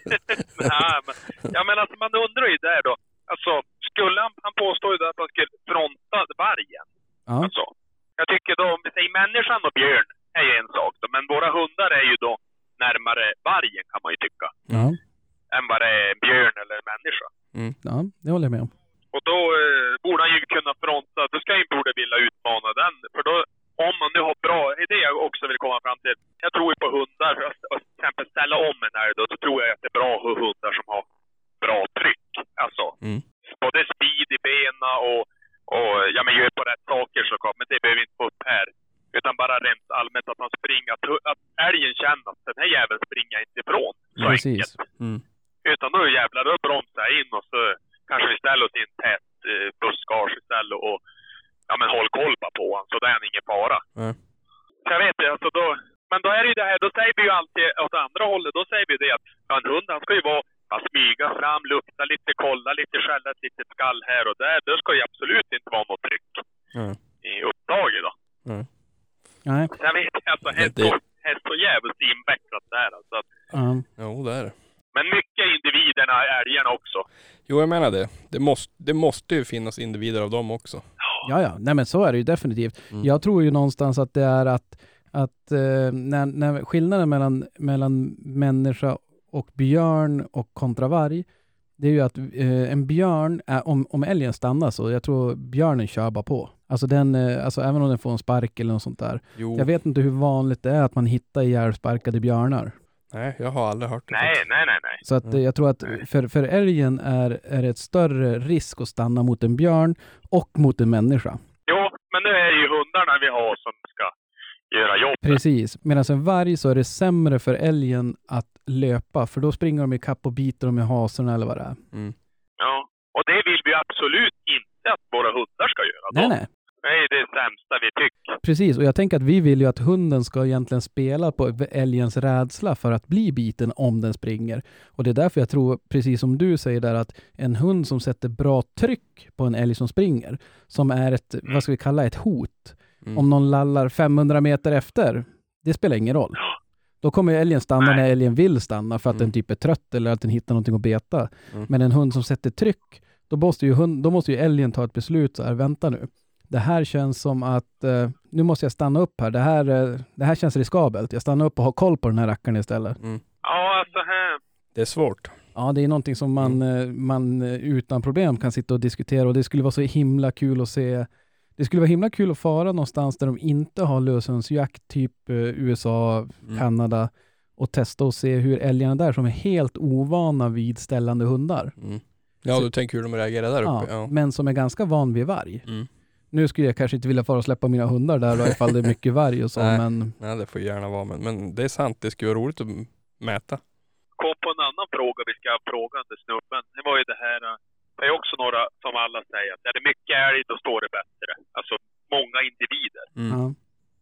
[SPEAKER 3] Nej, men, ja, men alltså man undrar ju där då. Alltså, skulle han, han påstår ju att han skulle fronta vargen.
[SPEAKER 1] Ja.
[SPEAKER 3] Alltså, jag tycker då, om vi säger människan och björn är ju en sak då, men våra hundar är ju då närmare vargen kan man ju tycka.
[SPEAKER 1] Ja.
[SPEAKER 3] Än vad det är en björn eller en människa.
[SPEAKER 2] Mm.
[SPEAKER 1] Ja, det håller jag med om.
[SPEAKER 3] Och då eh, borde han ju kunna fronta, då ska han borde vilja utmana den. För då, om man nu har bra, det är det jag också vill komma fram till. Jag tror ju på hundar, för att till exempel ställa om en här då, så tror jag att det är bra hundar som har bra tryck. Alltså,
[SPEAKER 2] mm.
[SPEAKER 3] både speed i benen och, och ja, men gör på rätt saker såklart, men det behöver vi inte få upp här. Utan bara rent allmänt att man springer, att, att älgen känner att den här jäveln springer inte ifrån. Så
[SPEAKER 1] precis.
[SPEAKER 3] Enkelt.
[SPEAKER 2] Mm.
[SPEAKER 3] Utan då jävlar, då bromsar jag in och så kanske vi ställer oss i en tät eh, buskage istället och ja, men håll koll på honom, så det är ingen fara.
[SPEAKER 2] Mm.
[SPEAKER 3] Så jag vet inte, alltså då, men då är det ju det här, då säger vi ju alltid åt andra hållet, då säger vi det att ja, en hund, han ska ju vara att smyga fram, lukta lite, kolla lite, skälla ett litet skall här och där. Det ska ju absolut inte vara något tryck
[SPEAKER 2] mm.
[SPEAKER 3] i uppdraget då.
[SPEAKER 2] Mm.
[SPEAKER 1] Nej.
[SPEAKER 3] Så jag vet inte, alltså, häst
[SPEAKER 2] det...
[SPEAKER 3] är så jävligt invecklat där alltså.
[SPEAKER 1] Mm.
[SPEAKER 2] Jo, det är det.
[SPEAKER 3] Men mycket individerna är älgarna också.
[SPEAKER 2] Jo, jag menar det. Det måste, det måste ju finnas individer av dem också.
[SPEAKER 1] Ja, ja. Nej, men så är det ju definitivt. Mm. Jag tror ju någonstans att det är att, att eh, när, när skillnaden mellan, mellan människa och björn och kontra varg, det är ju att eh, en björn, är, om, om älgen stannar så, jag tror björnen kör bara på. Alltså den, eh, alltså även om den får en spark eller något sånt där.
[SPEAKER 2] Jo.
[SPEAKER 1] Jag vet inte hur vanligt det är att man hittar ihjälsparkade björnar.
[SPEAKER 2] Nej, jag har aldrig hört det.
[SPEAKER 3] Nej, nej, nej, nej.
[SPEAKER 1] Så att mm. jag tror att för, för älgen är, är det ett större risk att stanna mot en björn och mot en människa.
[SPEAKER 3] Jo, men nu är det ju hundarna vi har som ska göra jobbet.
[SPEAKER 1] Precis. Medan en varg så är det sämre för älgen att löpa. För då springer de i kapp och biter dem i hasorna eller vad det är.
[SPEAKER 2] Mm.
[SPEAKER 3] Ja, och det vill vi absolut inte att våra hundar ska göra.
[SPEAKER 1] Nej,
[SPEAKER 3] då.
[SPEAKER 1] nej.
[SPEAKER 3] Det är det sämsta vi tycker.
[SPEAKER 1] Precis, och jag tänker att vi vill ju att hunden ska egentligen spela på älgens rädsla för att bli biten om den springer. Och det är därför jag tror, precis som du säger där, att en hund som sätter bra tryck på en älg som springer, som är ett, mm. vad ska vi kalla ett hot. Mm. Om någon lallar femhundra meter efter, det spelar ingen roll. Då kommer älgen stanna Nej. när älgen vill stanna för att mm. den typ är trött eller att den hittar någonting att beta. Mm. Men en hund som sätter tryck, då måste ju, hund, då måste ju älgen ta ett beslut så här, vänta nu. Det här känns som att eh, nu måste jag stanna upp här. Det här, eh, det här känns riskabelt. Jag stannar upp och har koll på den här rackaren istället.
[SPEAKER 2] Mm.
[SPEAKER 3] Ja, alltså här.
[SPEAKER 2] Det är svårt.
[SPEAKER 1] Ja, det är någonting som man, mm. eh, man utan problem kan sitta och diskutera. Och det skulle vara så himla kul att se. Det skulle vara himla kul att fara någonstans där de inte har löshundsjakt, typ eh, U S A, mm. Kanada. Och testa och se hur älgarna där som är helt ovana vid ställande hundar.
[SPEAKER 2] Mm. Ja, så, du tänker hur de reagerar där uppe.
[SPEAKER 1] Ja,
[SPEAKER 2] ja.
[SPEAKER 1] Men som är ganska van vid varg.
[SPEAKER 2] Mm.
[SPEAKER 1] Nu skulle jag kanske inte vilja fara och släppa mina hundar där då, ifall det är mycket varg och så,
[SPEAKER 2] Nej.
[SPEAKER 1] men...
[SPEAKER 2] Nej, det får gärna vara, men, men det är sant, det skulle vara roligt att mäta.
[SPEAKER 3] Kom på en annan fråga vi ska fråga under snubben. Det var ju det här, det är också några som alla säger att är det mycket älg då står det bättre. Alltså många individer.
[SPEAKER 2] Mm.
[SPEAKER 1] Ja.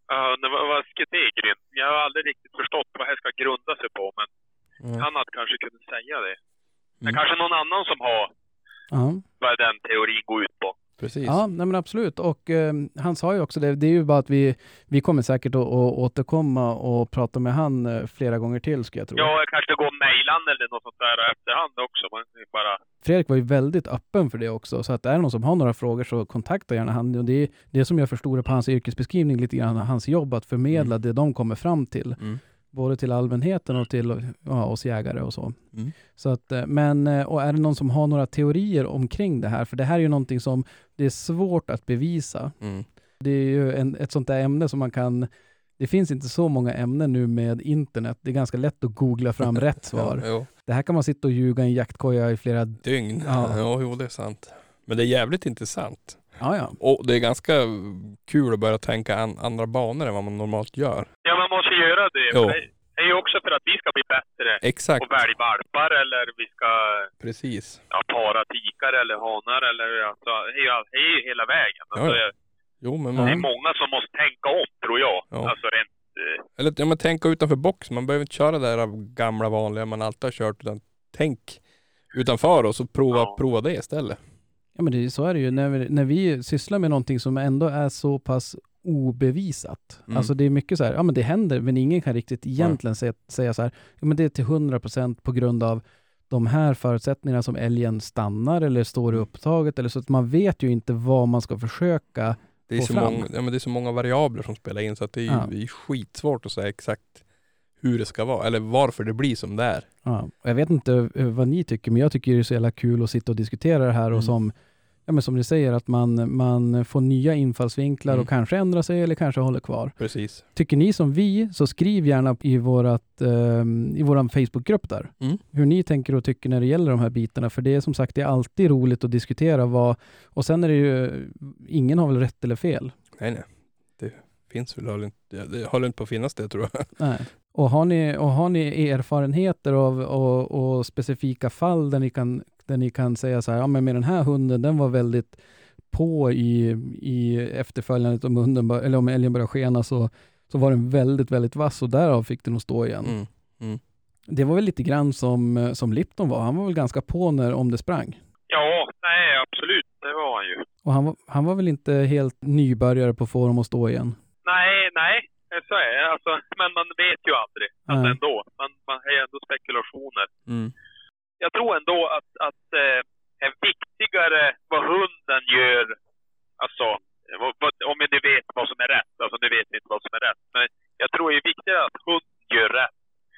[SPEAKER 3] Ja, uh, vad, vad ska det grund? Jag har aldrig riktigt förstått vad det ska grunda sig på, men mm. han hade kanske kunde säga det. Det är mm. kanske någon annan som har uh-huh. vad den teorin går ut på.
[SPEAKER 1] Precis. Ja, nej men absolut. Och eh, han sa ju också det, det är ju bara att vi, vi kommer säkert att, att återkomma och prata med han eh, flera gånger till, ska jag tro.
[SPEAKER 3] Ja, kanske gå mejlan eller något sånt där efterhand också. Man bara...
[SPEAKER 1] Fredrik var ju väldigt öppen för det också, så att är det någon som har några frågor så kontakta gärna han. Och det är det som jag förstår på hans yrkesbeskrivning lite grann, hans jobb att förmedla mm. det de kommer fram till. Mm. Både till allmänheten och till ja, oss jägare och så. Mm. Så att, men, och är det någon som har några teorier omkring det här? För det här är ju någonting som det är svårt att bevisa. Mm. Det är ju en, ett sånt där ämne som man kan... Det finns inte så många ämnen nu med internet. Det är ganska lätt att googla fram rätt svar.
[SPEAKER 2] Ja,
[SPEAKER 1] det här kan man sitta och ljuga i en jaktkoja i flera
[SPEAKER 2] dygn. Ja, ja jo, det är sant. Men det är jävligt intressant.
[SPEAKER 1] Ja, ja.
[SPEAKER 2] Och det är ganska kul att börja tänka an, andra banor än vad man normalt gör.
[SPEAKER 3] Ja, man måste göra det. Jo. Det är ju också för att vi ska bli bättre.
[SPEAKER 2] Exakt.
[SPEAKER 3] Och välja valpar eller vi ska
[SPEAKER 2] precis.
[SPEAKER 3] Ja, para tikar eller hanar eller alltså, det är ju, det är ju hela vägen. Alltså,
[SPEAKER 2] ja, ja. Jo, men man...
[SPEAKER 3] Det är många som måste tänka om, tror jag. Ja. Alltså rent... Eh...
[SPEAKER 2] Eller ja, man tänka utanför box. Man behöver inte köra det där av gamla vanliga man alltid har kört, utan tänk utanför och så prova, ja. prova det istället.
[SPEAKER 1] Ja, men det, så är det ju. När vi, när vi sysslar med någonting som ändå är så pass obevisat. Mm. Alltså det är mycket så här, ja men det händer, men ingen kan riktigt egentligen mm. säga, säga så här, ja men det är till hundra procent på grund av de här förutsättningarna som älgen stannar eller står i upptaget, eller så att man vet ju inte vad man ska försöka
[SPEAKER 2] det är
[SPEAKER 1] få
[SPEAKER 2] så
[SPEAKER 1] fram.
[SPEAKER 2] Många, ja men det är så många variabler som spelar in så att det är, ja. det är skitsvårt att säga exakt hur det ska vara, eller varför det blir som det är.
[SPEAKER 1] Ja, jag vet inte vad ni tycker, men jag tycker det är så jävla kul att sitta och diskutera det här mm. och som Ja, men som ni säger, att man, man får nya infallsvinklar mm. och kanske ändrar sig eller kanske håller kvar.
[SPEAKER 2] Precis.
[SPEAKER 1] Tycker ni som vi, så skriv gärna i vårat, eh, i våran Facebookgrupp där. Mm. Hur ni tänker och tycker när det gäller de här bitarna. För det är som sagt, det är alltid roligt att diskutera vad... Och sen är det ju... Ingen har väl rätt eller fel?
[SPEAKER 2] Nej, nej. Det finns väl... Håller inte, det håller inte på att finnas det, tror jag.
[SPEAKER 1] Nej. Och har ni, och har ni erfarenheter av och, och specifika fall där ni kan... där ni kan säga så här, ja men med den här hunden, den var väldigt på i, i efterföljandet om hunden, eller om älgen började skena så, så var den väldigt, väldigt vass och därav fick den att stå igen. Mm. Mm. Det var väl lite grann som, som Lipton var. Han var väl ganska på när om det sprang.
[SPEAKER 3] Ja, nej absolut, det var han ju.
[SPEAKER 1] Och han var, han var väl inte helt nybörjare på att få dem att stå igen?
[SPEAKER 3] Nej, nej, så är det. Alltså, men man vet ju aldrig. Alltså ändå. Man, man har ändå spekulationer. Mm. Jag tror ändå att, att eh, är viktigare vad hunden gör, alltså vad, om ni vet vad som är rätt, alltså ni vet inte vad som är rätt, men jag tror det är viktigare att hunden gör rätt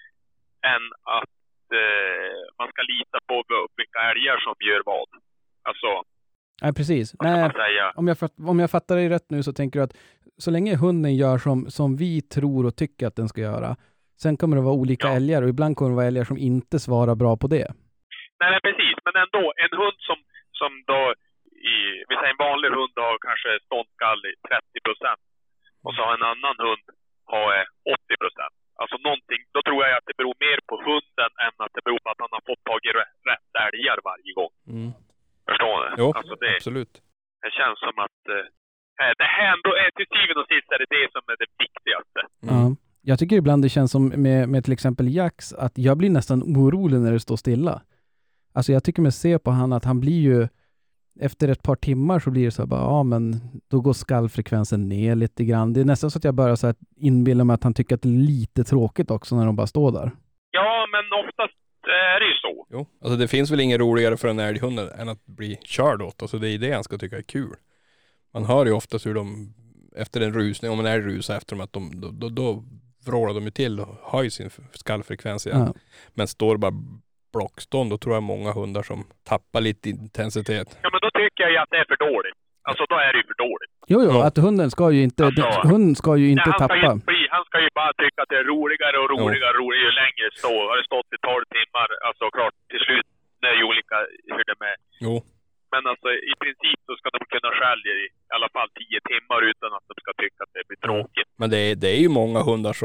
[SPEAKER 3] än att eh, man ska lita på vilka älgar som gör vad. Alltså,
[SPEAKER 1] nej precis. Nej, om, jag, om jag fattar dig rätt nu så tänker du att så länge hunden gör som, som vi tror och tycker att den ska göra, sen kommer det vara olika ja. älgar och ibland kommer det vara älgar som inte svarar bra på det.
[SPEAKER 3] Nej, nej, precis. Men ändå, en hund som, som då, i, vi säger en vanlig hund har kanske ståndskall i trettio procent och så har en annan hund har åttio procent. Alltså någonting, då tror jag att det beror mer på hunden än att det beror på att han har fått tag i rätt älgar varje gång. Mm. Förstår ni?
[SPEAKER 2] Jo,
[SPEAKER 3] alltså det,
[SPEAKER 2] absolut.
[SPEAKER 3] Det känns som att eh, det här ändå är till syvende och sist är det det som är det viktigaste.
[SPEAKER 1] Mm. Ja. Jag tycker ibland det känns som med, med till exempel Jax att jag blir nästan orolig när det står stilla. Alltså jag tycker mig se på han att han blir ju efter ett par timmar så blir det så här bara, ja men då går skallfrekvensen ner lite grann. Det är nästan så att jag börjar så här inbilla mig att han tycker att det är lite tråkigt också när de bara står där.
[SPEAKER 3] Ja, men oftast är det ju så.
[SPEAKER 2] Jo, alltså det finns väl ingen roligare för en älghund än att bli körd åt. Alltså det är det han ska tycka är kul. Man hör ju oftast hur de efter en rusning, om en älg rusar efter dem, att de, då, då, då vrålar de ju till och höjer sin skallfrekvens igen. Ja. Men står bara blockstånd, då tror jag många hundar som tappar lite intensitet.
[SPEAKER 3] Ja, men då tycker jag ju att det är för dåligt. Alltså då är det ju för dåligt.
[SPEAKER 1] Jo, jo, ja. Att hunden ska ju inte, alltså, hunden ska ju inte
[SPEAKER 3] nej, han
[SPEAKER 1] tappa.
[SPEAKER 3] Ska ju bli, han ska ju bara tycka att det är roligare och roligare, jo. roligare ju längre det står. Har det stått i tolv timmar, alltså klart till slut, det är ju olika hur det är med.
[SPEAKER 2] Jo.
[SPEAKER 3] Men alltså i princip så ska de kunna skälja i alla fall tio timmar utan att de ska tycka att det blir tråkigt.
[SPEAKER 2] Men det är, det är ju många hundar som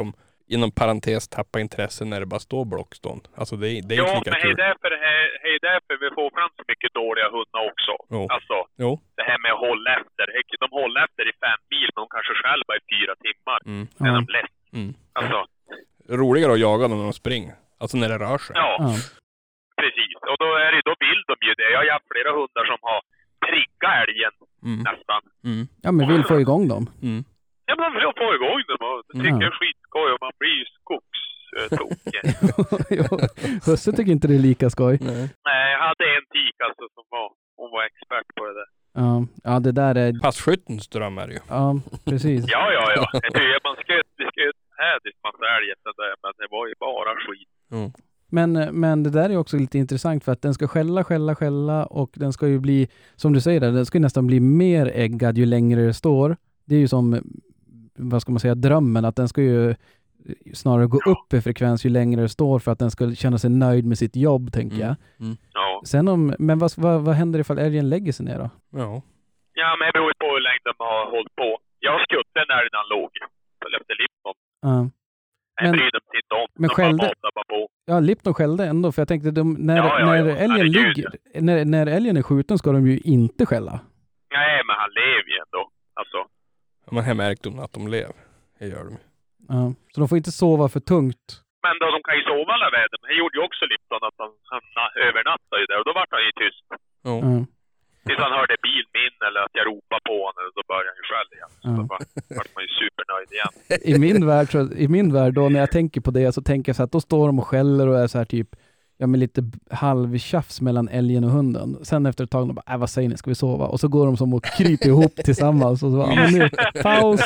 [SPEAKER 2] inom parentes tappa intresse när det bara står blockstånd. Alltså det, är- det är
[SPEAKER 3] Ja,
[SPEAKER 2] inte lika
[SPEAKER 3] men det är
[SPEAKER 2] kul.
[SPEAKER 3] därför, det är därför vi får fram så mycket dåliga hundar också.
[SPEAKER 2] Jo.
[SPEAKER 3] Alltså,
[SPEAKER 2] Jo.
[SPEAKER 3] det här med att hålla efter. De håller efter i fem mil, men de kanske själva i fyra timmar.
[SPEAKER 2] Mm.
[SPEAKER 3] När
[SPEAKER 1] Ja.
[SPEAKER 3] de lätt.
[SPEAKER 2] Mm.
[SPEAKER 3] Alltså,
[SPEAKER 2] Roligare att jaga dem när de springer. Alltså när det rör sig.
[SPEAKER 3] ja,
[SPEAKER 1] Ja.
[SPEAKER 3] precis. Och då, är det, då vill de ju det. Jag har haft flera hundar som har triggat älgen
[SPEAKER 2] Mm.
[SPEAKER 3] nästan.
[SPEAKER 2] Mm.
[SPEAKER 1] Ja, men vill få igång dem.
[SPEAKER 2] Mm.
[SPEAKER 3] Ja, men man vill få igång dem och det tycker
[SPEAKER 1] Ja.
[SPEAKER 3] jag är skitskoj och man blir ju skogstokig.
[SPEAKER 1] Ja, husse tycker inte det är lika skoj.
[SPEAKER 2] Nej.
[SPEAKER 3] Nej, jag hade en tik alltså som var, hon var expert på det där.
[SPEAKER 1] Ja, ja det där är...
[SPEAKER 2] Passkyttens dröm är det ju.
[SPEAKER 1] Ja, precis.
[SPEAKER 3] Ja, ja, ja. Jag tycker man sköt, vi sköt hädigt massa älgen där, men det var ju bara skit.
[SPEAKER 2] Mm.
[SPEAKER 1] Men, men det där är också lite intressant för att den ska skälla, skälla, skälla och den ska ju bli, som du säger där, den ska ju nästan bli mer äggad ju längre det står. Det är ju som, vad ska man säga, drömmen att den ska ju snarare gå upp i frekvens ju längre det står för att den ska känna sig nöjd med sitt jobb, tänker
[SPEAKER 2] Mm.
[SPEAKER 1] jag.
[SPEAKER 2] Mm.
[SPEAKER 3] Ja.
[SPEAKER 1] Sen om, men vad, vad, vad händer ifall älgen lägger sig ner då?
[SPEAKER 2] Ja.
[SPEAKER 3] Ja, men det beror ju på hur länge de har hållit på. Jag skuttade när den låg. Så löpte Lipton.
[SPEAKER 1] Ja.
[SPEAKER 3] Jag
[SPEAKER 1] Men-
[SPEAKER 3] bryr dem inte om.
[SPEAKER 1] men
[SPEAKER 3] de
[SPEAKER 1] skällde-
[SPEAKER 3] bara matar bara på.
[SPEAKER 1] Ja, Lipton skällde ändå, för jag tänkte de, när,
[SPEAKER 3] Ja, ja,
[SPEAKER 1] när,
[SPEAKER 3] ja.
[SPEAKER 1] älgen
[SPEAKER 3] Herregud,
[SPEAKER 1] ligger, när, när älgen är skjuten ska de ju inte skälla.
[SPEAKER 3] Nej, men han lever ju ändå. Alltså.
[SPEAKER 2] Men här märkte de att de lever. Det gör de.
[SPEAKER 1] Ja. Så de får inte sova för tungt.
[SPEAKER 3] Men då, de kan ju sova alla väder. Men det gjorde ju också Lipton att han, han övernattade ju där. Och då var han ju tyst.
[SPEAKER 2] Ja.
[SPEAKER 1] Ja.
[SPEAKER 3] Tills han hörde bil min eller att jag ropade på honom. Och då började han ju skälla igen. Så
[SPEAKER 1] Ja.
[SPEAKER 3] då var, var man ju supernöjd igen.
[SPEAKER 1] I min värld, så, i min värld då, när jag tänker på det så tänker jag så att då står de och skäller och är så här typ, ja men lite halvtjafs mellan älgen och hunden. Sen efter ett tag de bara, äh, vad säger ni, ska vi sova? Och så går de som och kryper ihop tillsammans och så bara, ja, men nu, paus.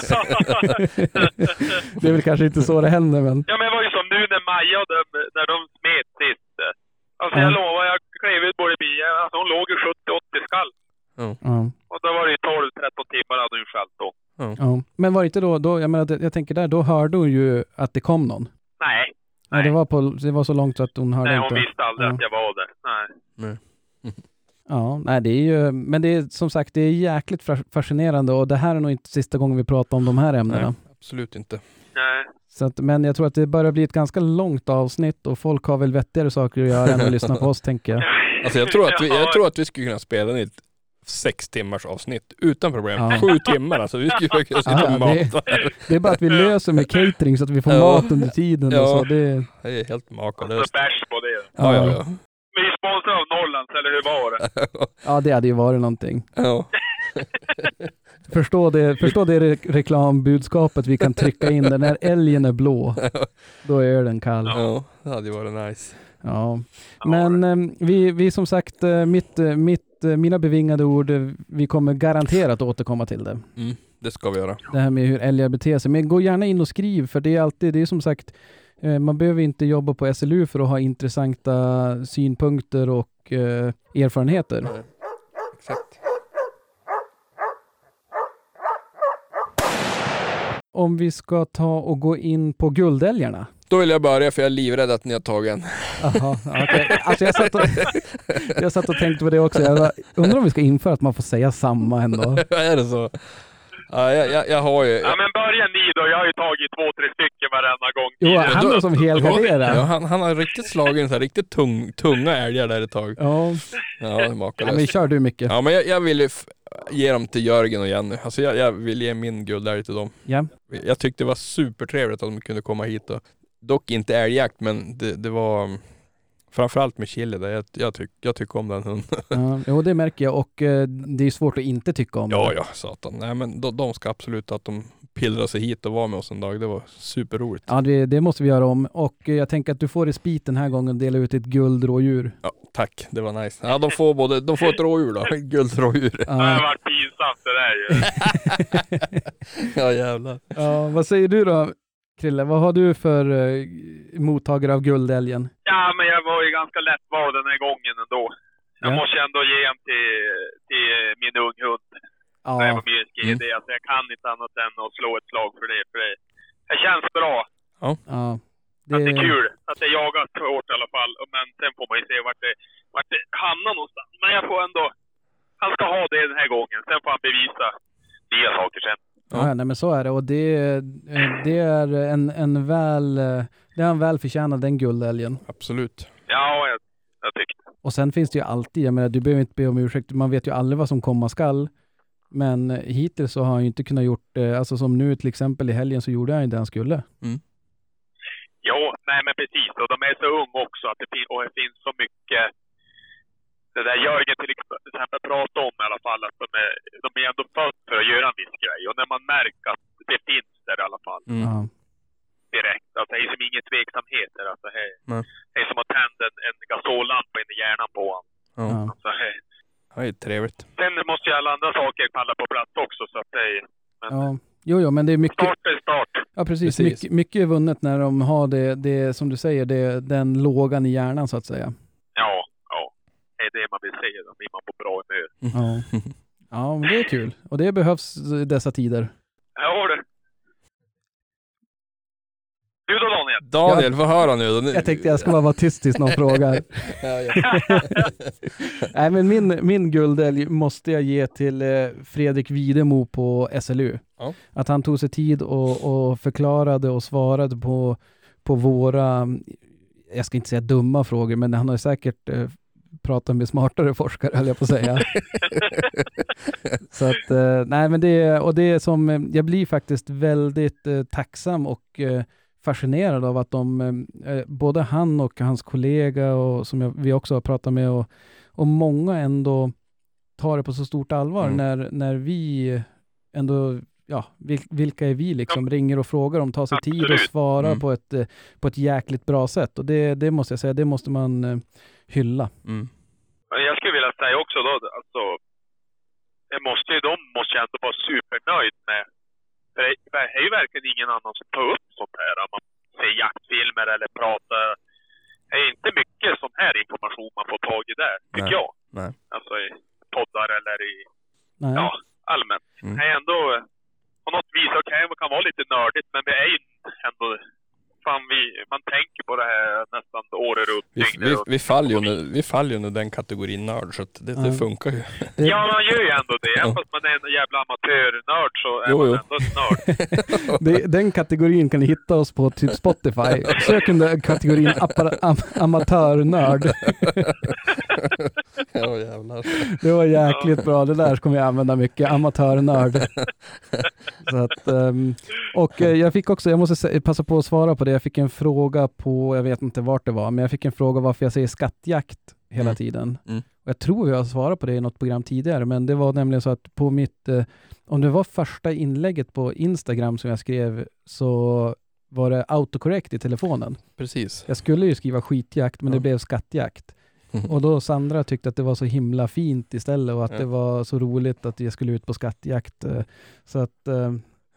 [SPEAKER 1] Det är väl kanske inte så det händer, men
[SPEAKER 3] Ja, men det var ju som nu när Maja och de, när de smet sist. Alltså
[SPEAKER 1] Ja.
[SPEAKER 3] jag lovar, jag klev ut både bilen. Alltså hon låg i sjuttio åttio skall.
[SPEAKER 1] ja,
[SPEAKER 3] Och då var det ju tolv tretton timmar hade hon skällt då.
[SPEAKER 1] ja. Men var det inte då, då jag menar, jag tänker där, då hörde hon ju att det kom någon.
[SPEAKER 3] Nej.
[SPEAKER 1] Nej, det var, på, det var så långt så att hon hörde
[SPEAKER 3] Nej, hon
[SPEAKER 1] inte.
[SPEAKER 3] visste aldrig
[SPEAKER 1] Ja.
[SPEAKER 3] att jag var där. Nej.
[SPEAKER 2] Nej.
[SPEAKER 1] Ja, nej det är ju, men det är som sagt, det är jäkligt fa- fascinerande och det här är nog inte sista gången vi pratar om de här ämnena.
[SPEAKER 2] Nej, absolut inte.
[SPEAKER 3] Nej.
[SPEAKER 1] Så att, men jag tror att det börjar bli ett ganska långt avsnitt och folk har väl vettigare saker att göra än att lyssna på oss, tänker jag.
[SPEAKER 2] Alltså jag tror att vi,
[SPEAKER 3] Ja.
[SPEAKER 2] jag tror att vi skulle kunna spela i ett sex timmars avsnitt utan problem.
[SPEAKER 1] Ja.
[SPEAKER 2] Sju timmar alltså. Vi skulle kunna sitta
[SPEAKER 1] Ja,
[SPEAKER 2] och
[SPEAKER 1] ja,
[SPEAKER 2] mata.
[SPEAKER 1] Det är bara att vi löser med catering så att vi får
[SPEAKER 2] Ja.
[SPEAKER 1] mat under tiden.
[SPEAKER 2] Ja.
[SPEAKER 1] Och så. Det,
[SPEAKER 2] Det är helt
[SPEAKER 3] Så
[SPEAKER 2] makalöst.
[SPEAKER 3] bärs på det.
[SPEAKER 2] Ja, ja, ja.
[SPEAKER 3] Vi är sponsrade av Norrlands, eller hur var det?
[SPEAKER 1] ja, det hade ju varit någonting.
[SPEAKER 2] Ja.
[SPEAKER 1] Förstå det, förstå det re- reklambudskapet vi kan trycka in. När älgen är blå, då är den kall.
[SPEAKER 2] Ja, det hade ju varit nice.
[SPEAKER 1] Ja. Men eh, vi, vi som sagt, eh, mitt, eh, mitt, eh, mina bevingade ord, eh, vi kommer garanterat återkomma till det.
[SPEAKER 2] Mm, det ska vi göra.
[SPEAKER 1] Det här med hur älgar beter sig. Men gå gärna in och skriv, för det är alltid, det är som sagt, eh, man behöver inte jobba på S L U för att ha intressanta synpunkter och eh, erfarenheter.
[SPEAKER 2] Nej. Exakt.
[SPEAKER 1] Om vi ska ta och gå in på guldälgarna.
[SPEAKER 2] Då vill jag börja för jag är livrädd att ni har tagit en.
[SPEAKER 1] Jaha, okej. Alltså jag satt, och, jag satt och tänkte på det också. Jag bara, undrar om vi ska införa att man får säga samma ändå.
[SPEAKER 2] Är det så? Ja, jag, jag, jag har ju...
[SPEAKER 3] Ja, men börja ni då. Jag har ju tagit två, tre stycken varenda gång.
[SPEAKER 1] Jo,
[SPEAKER 3] tidigare.
[SPEAKER 1] han är som helgarderad.
[SPEAKER 2] Ja, han, han har riktigt slagit en så här riktigt tung, tunga älgar där ett tag.
[SPEAKER 1] Ja,
[SPEAKER 2] Ja, det är
[SPEAKER 1] ja
[SPEAKER 2] makalöst.
[SPEAKER 1] men kör du mycket.
[SPEAKER 2] Ja, men jag, jag vill ju f- ge dem till Jörgen och Jenny. Alltså jag, jag vill ge min guldälg till dem.
[SPEAKER 1] Ja.
[SPEAKER 2] Jag tyckte det var supertrevligt att de kunde komma hit. Och, dock inte älgjakt, men det, det var um, framförallt med chili där. Jag, jag, tyck, jag tycker om den hunden.
[SPEAKER 1] Ja, jo, det märker jag och eh, det är svårt att inte tycka om
[SPEAKER 2] Ja,
[SPEAKER 1] det.
[SPEAKER 2] ja, satan. Nej, men de, de ska absolut att de pillrar sig hit och var med oss en dag. Det var superroligt.
[SPEAKER 1] Ja, det, det måste vi göra om. Och eh, jag tänker att du får respit den här gången och dela ut ett guldrådjur.
[SPEAKER 2] Ja, tack. Det var nice. Ja, de får både, de får ett rådjur då. Guldrådjur.
[SPEAKER 3] Det har
[SPEAKER 1] Ja.
[SPEAKER 3] varit pinsamt det där ju.
[SPEAKER 2] Ja, jävlar.
[SPEAKER 1] Ja, vad säger du då, Krille? Vad har du för eh, mottagare av guldälgen?
[SPEAKER 3] Ja, men jag var ju ganska lättvald den här gången ändå. Jag
[SPEAKER 1] Ja.
[SPEAKER 3] måste ändå ge en till, till min unghund. När jag
[SPEAKER 1] Ja,
[SPEAKER 3] var med i G D. Alltså, jag kan inte annat än att slå ett slag för det. För det, det känns bra.
[SPEAKER 1] ja.
[SPEAKER 3] Att det är kul. Att det jagas hårt i alla fall. Men sen får man ju se vart det, vart det hamnar någonstans. Men jag får ändå... Han ska ha det den här gången. Sen får han bevisa nya saker sen.
[SPEAKER 1] Ja, ja nej, men så är det. Och det, det är en, en väl, det är en väl förtjänad den guldälgen.
[SPEAKER 2] Absolut.
[SPEAKER 3] Ja, jag, jag tyckte.
[SPEAKER 1] Och sen finns det ju alltid, jag menar, du behöver inte be om ursäkt, man vet ju aldrig vad som komma skall. Men hittills så har han ju inte kunnat gjort det, alltså som nu till exempel i helgen så gjorde han ju det han skulle.
[SPEAKER 2] Mm.
[SPEAKER 3] Jo, nej men precis. Och de är så unga också att det, fin- och det finns så mycket. Det där Jörgen till exempel pratar om i alla fall att de är, de är ändå född för att göra en viss grej. Och när man märker att det finns där i alla fall.
[SPEAKER 2] Mm.
[SPEAKER 1] Ja.
[SPEAKER 3] Direkt. Alltså det är som ingen tveksamhet där. Alltså, det,
[SPEAKER 2] Nej.
[SPEAKER 3] det är som att tända en, en gasollampa in i hjärnan på honom.
[SPEAKER 2] Ja.
[SPEAKER 1] Ja.
[SPEAKER 3] Alltså, det,
[SPEAKER 2] Det är trevligt.
[SPEAKER 3] sen måste ju alla andra saker falla på plats också. Så att det är, men
[SPEAKER 1] Ja. Jo, jo, men det är mycket...
[SPEAKER 3] start är start.
[SPEAKER 1] Ja, precis.
[SPEAKER 2] Precis.
[SPEAKER 1] Mycket, mycket är vunnet när de har det, det som du säger, det, den lågan i hjärnan så att säga.
[SPEAKER 3] Ja, ja. Det är det man vill säga. Då blir man på bra humör.
[SPEAKER 1] Ja. Ja, men det är kul. Och det behövs i dessa tider.
[SPEAKER 3] Ja, det. Du då Daniel?
[SPEAKER 2] Daniel, få höra nu. nu.
[SPEAKER 1] Jag tänkte jag ska bara vara tyst tills någon frågar.
[SPEAKER 2] Ja, ja.
[SPEAKER 1] Nej, men min, min guldälg måste jag ge till eh, Fredrik Widemo på S L U.
[SPEAKER 2] Ja.
[SPEAKER 1] Att han tog sig tid och, och förklarade och svarade på, på våra, jag ska inte säga dumma frågor, men han har säkert eh, pratat med smartare forskare, höll jag på att säga. Så att, eh, nej men det, och det är som, eh, jag blir faktiskt väldigt eh, tacksam och eh, fascinerad av att de, eh, både han och hans kollega och som jag, vi också har pratat med och, och många ändå tar det på så stort allvar
[SPEAKER 2] Mm.
[SPEAKER 1] när, när vi ändå, ja, vil, vilka är vi liksom, ringer och frågar om, tar sig tid och
[SPEAKER 3] Absolut.
[SPEAKER 1] svarar
[SPEAKER 2] Mm.
[SPEAKER 1] på, ett, eh, på ett jäkligt bra sätt. Och det, det måste jag säga, det måste man eh, hylla.
[SPEAKER 2] Mm.
[SPEAKER 3] Jag skulle vilja säga också då, alltså, det måste ju, de måste ju ändå vara supernöjd med. För det är ju verkligen ingen annan som tar upp sånt här. Om man ser jaktfilmer eller pratar. Det är inte mycket sån här information man får tag i där, tycker
[SPEAKER 2] Nej.
[SPEAKER 3] jag.
[SPEAKER 2] Nej.
[SPEAKER 3] Alltså i poddar eller i,
[SPEAKER 1] Nej.
[SPEAKER 3] ja, allmänt.
[SPEAKER 2] Mm.
[SPEAKER 3] Det är ändå, på något vis, okej, okay, det kan vara lite nördigt, men det är ju ändå, fan vi, man tänker på det här nästan året runt.
[SPEAKER 2] Vi, vi, vi, faller ju under, vi faller ju under den kategorin nörd, så att det,
[SPEAKER 1] Ja.
[SPEAKER 2] det funkar ju.
[SPEAKER 1] Det,
[SPEAKER 3] Ja, man gör ju ändå det. Även
[SPEAKER 2] Ja.
[SPEAKER 3] fast man är en jävla amatörnörd så är
[SPEAKER 2] Jo,
[SPEAKER 3] man
[SPEAKER 2] jo.
[SPEAKER 3] ändå en nörd.
[SPEAKER 1] det, den kategorin kan ni hitta oss på typ Spotify. Sök under kategorin appa- am- amatörnörd.
[SPEAKER 2] Ja, jävlar.
[SPEAKER 1] Det var jäkligt bra. Det där kommer jag använda mycket. Amatörnörd. Så att, um, och eh, jag fick också, jag måste sä- passa på att svara på det. Jag fick en fråga på, jag vet inte vart det var, men jag fick en fråga varför jag säger skattjakt hela
[SPEAKER 2] Mm.
[SPEAKER 1] tiden.
[SPEAKER 2] Mm.
[SPEAKER 1] Och jag tror vi har svarat på det i något program tidigare, men det var nämligen så att på mitt, eh, om det var första inlägget på Instagram som jag skrev, så var det autocorrect i telefonen.
[SPEAKER 2] Precis.
[SPEAKER 1] Jag skulle ju skriva skitjakt, men
[SPEAKER 2] Ja.
[SPEAKER 1] det blev skattjakt. Och då Sandra tyckte att det var så himla fint istället och att
[SPEAKER 2] Ja.
[SPEAKER 1] det var så roligt att jag skulle ut på skattjakt. eh, Så att eh,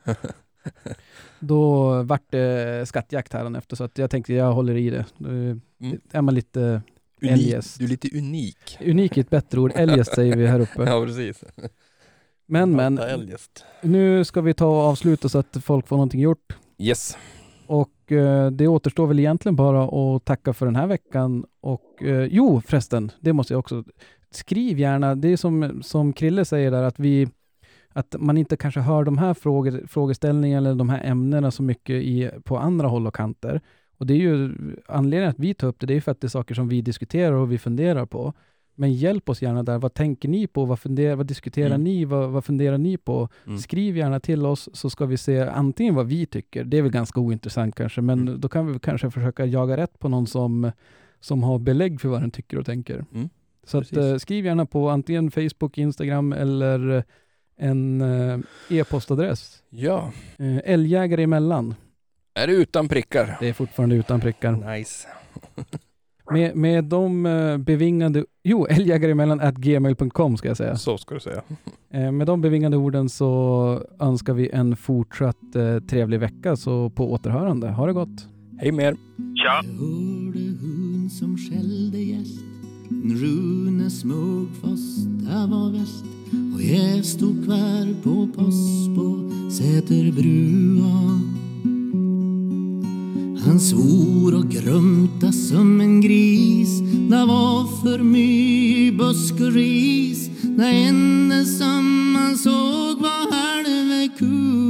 [SPEAKER 1] då vart det skattjakt här efter, så att jag tänkte jag håller i det. Då
[SPEAKER 2] Mm.
[SPEAKER 1] är man lite
[SPEAKER 2] Unik.
[SPEAKER 1] eljest.
[SPEAKER 2] Du är lite unik.
[SPEAKER 1] Unik är ett bättre ord. Eljest säger vi här uppe.
[SPEAKER 2] Ja, precis.
[SPEAKER 1] Men men,
[SPEAKER 2] Fatta eljest.
[SPEAKER 1] nu ska vi ta och avsluta så att folk får någonting gjort.
[SPEAKER 2] Yes.
[SPEAKER 1] Och eh, det återstår väl egentligen bara att tacka för den här veckan. Och eh, jo, förresten, det måste jag också. Skriv gärna, det är som, som Krille säger där, att vi att man inte kanske hör de här frågor, frågeställningarna eller de här ämnena så mycket i, på andra håll och kanter. Och det är ju anledningen att vi tar upp det, det är för att det är saker som vi diskuterar och vi funderar på. Men hjälp oss gärna där. Vad tänker ni på? Vad, funderar, vad diskuterar
[SPEAKER 2] Mm.
[SPEAKER 1] ni? Vad, vad funderar ni på?
[SPEAKER 2] Mm.
[SPEAKER 1] Skriv gärna till oss så ska vi se antingen vad vi tycker. Det är väl ganska ointressant kanske, men
[SPEAKER 2] Mm.
[SPEAKER 1] då kan vi kanske försöka jaga rätt på någon som, som har belägg för vad den tycker och tänker.
[SPEAKER 2] Mm.
[SPEAKER 1] Så att,
[SPEAKER 2] Precis.
[SPEAKER 1] eh, skriv gärna på antingen Facebook, Instagram eller eh, en eh, e-postadress.
[SPEAKER 2] Ja.
[SPEAKER 1] Eh, älgjägare emellan.
[SPEAKER 2] Är det utan prickar?
[SPEAKER 1] Det är fortfarande utan prickar.
[SPEAKER 2] Nice.
[SPEAKER 1] Med, med de eh, bevingande... Jo, älgjägaremellan at gmail punkt com ska jag säga.
[SPEAKER 2] Så ska du säga.
[SPEAKER 1] Eh, med de bevingande orden så önskar vi en fortsatt eh, trevlig vecka, så på återhörande. Ha det gott!
[SPEAKER 2] Hej med er.
[SPEAKER 3] Tja!
[SPEAKER 5] Jag hörde hon som skällde gäst. Rune smög fast det var väst. Och jag stod kvar på post på Säterbrua. Han svor och grumta som en gris. Det var för mycket busk och ris. Det enda som man såg var halva ku.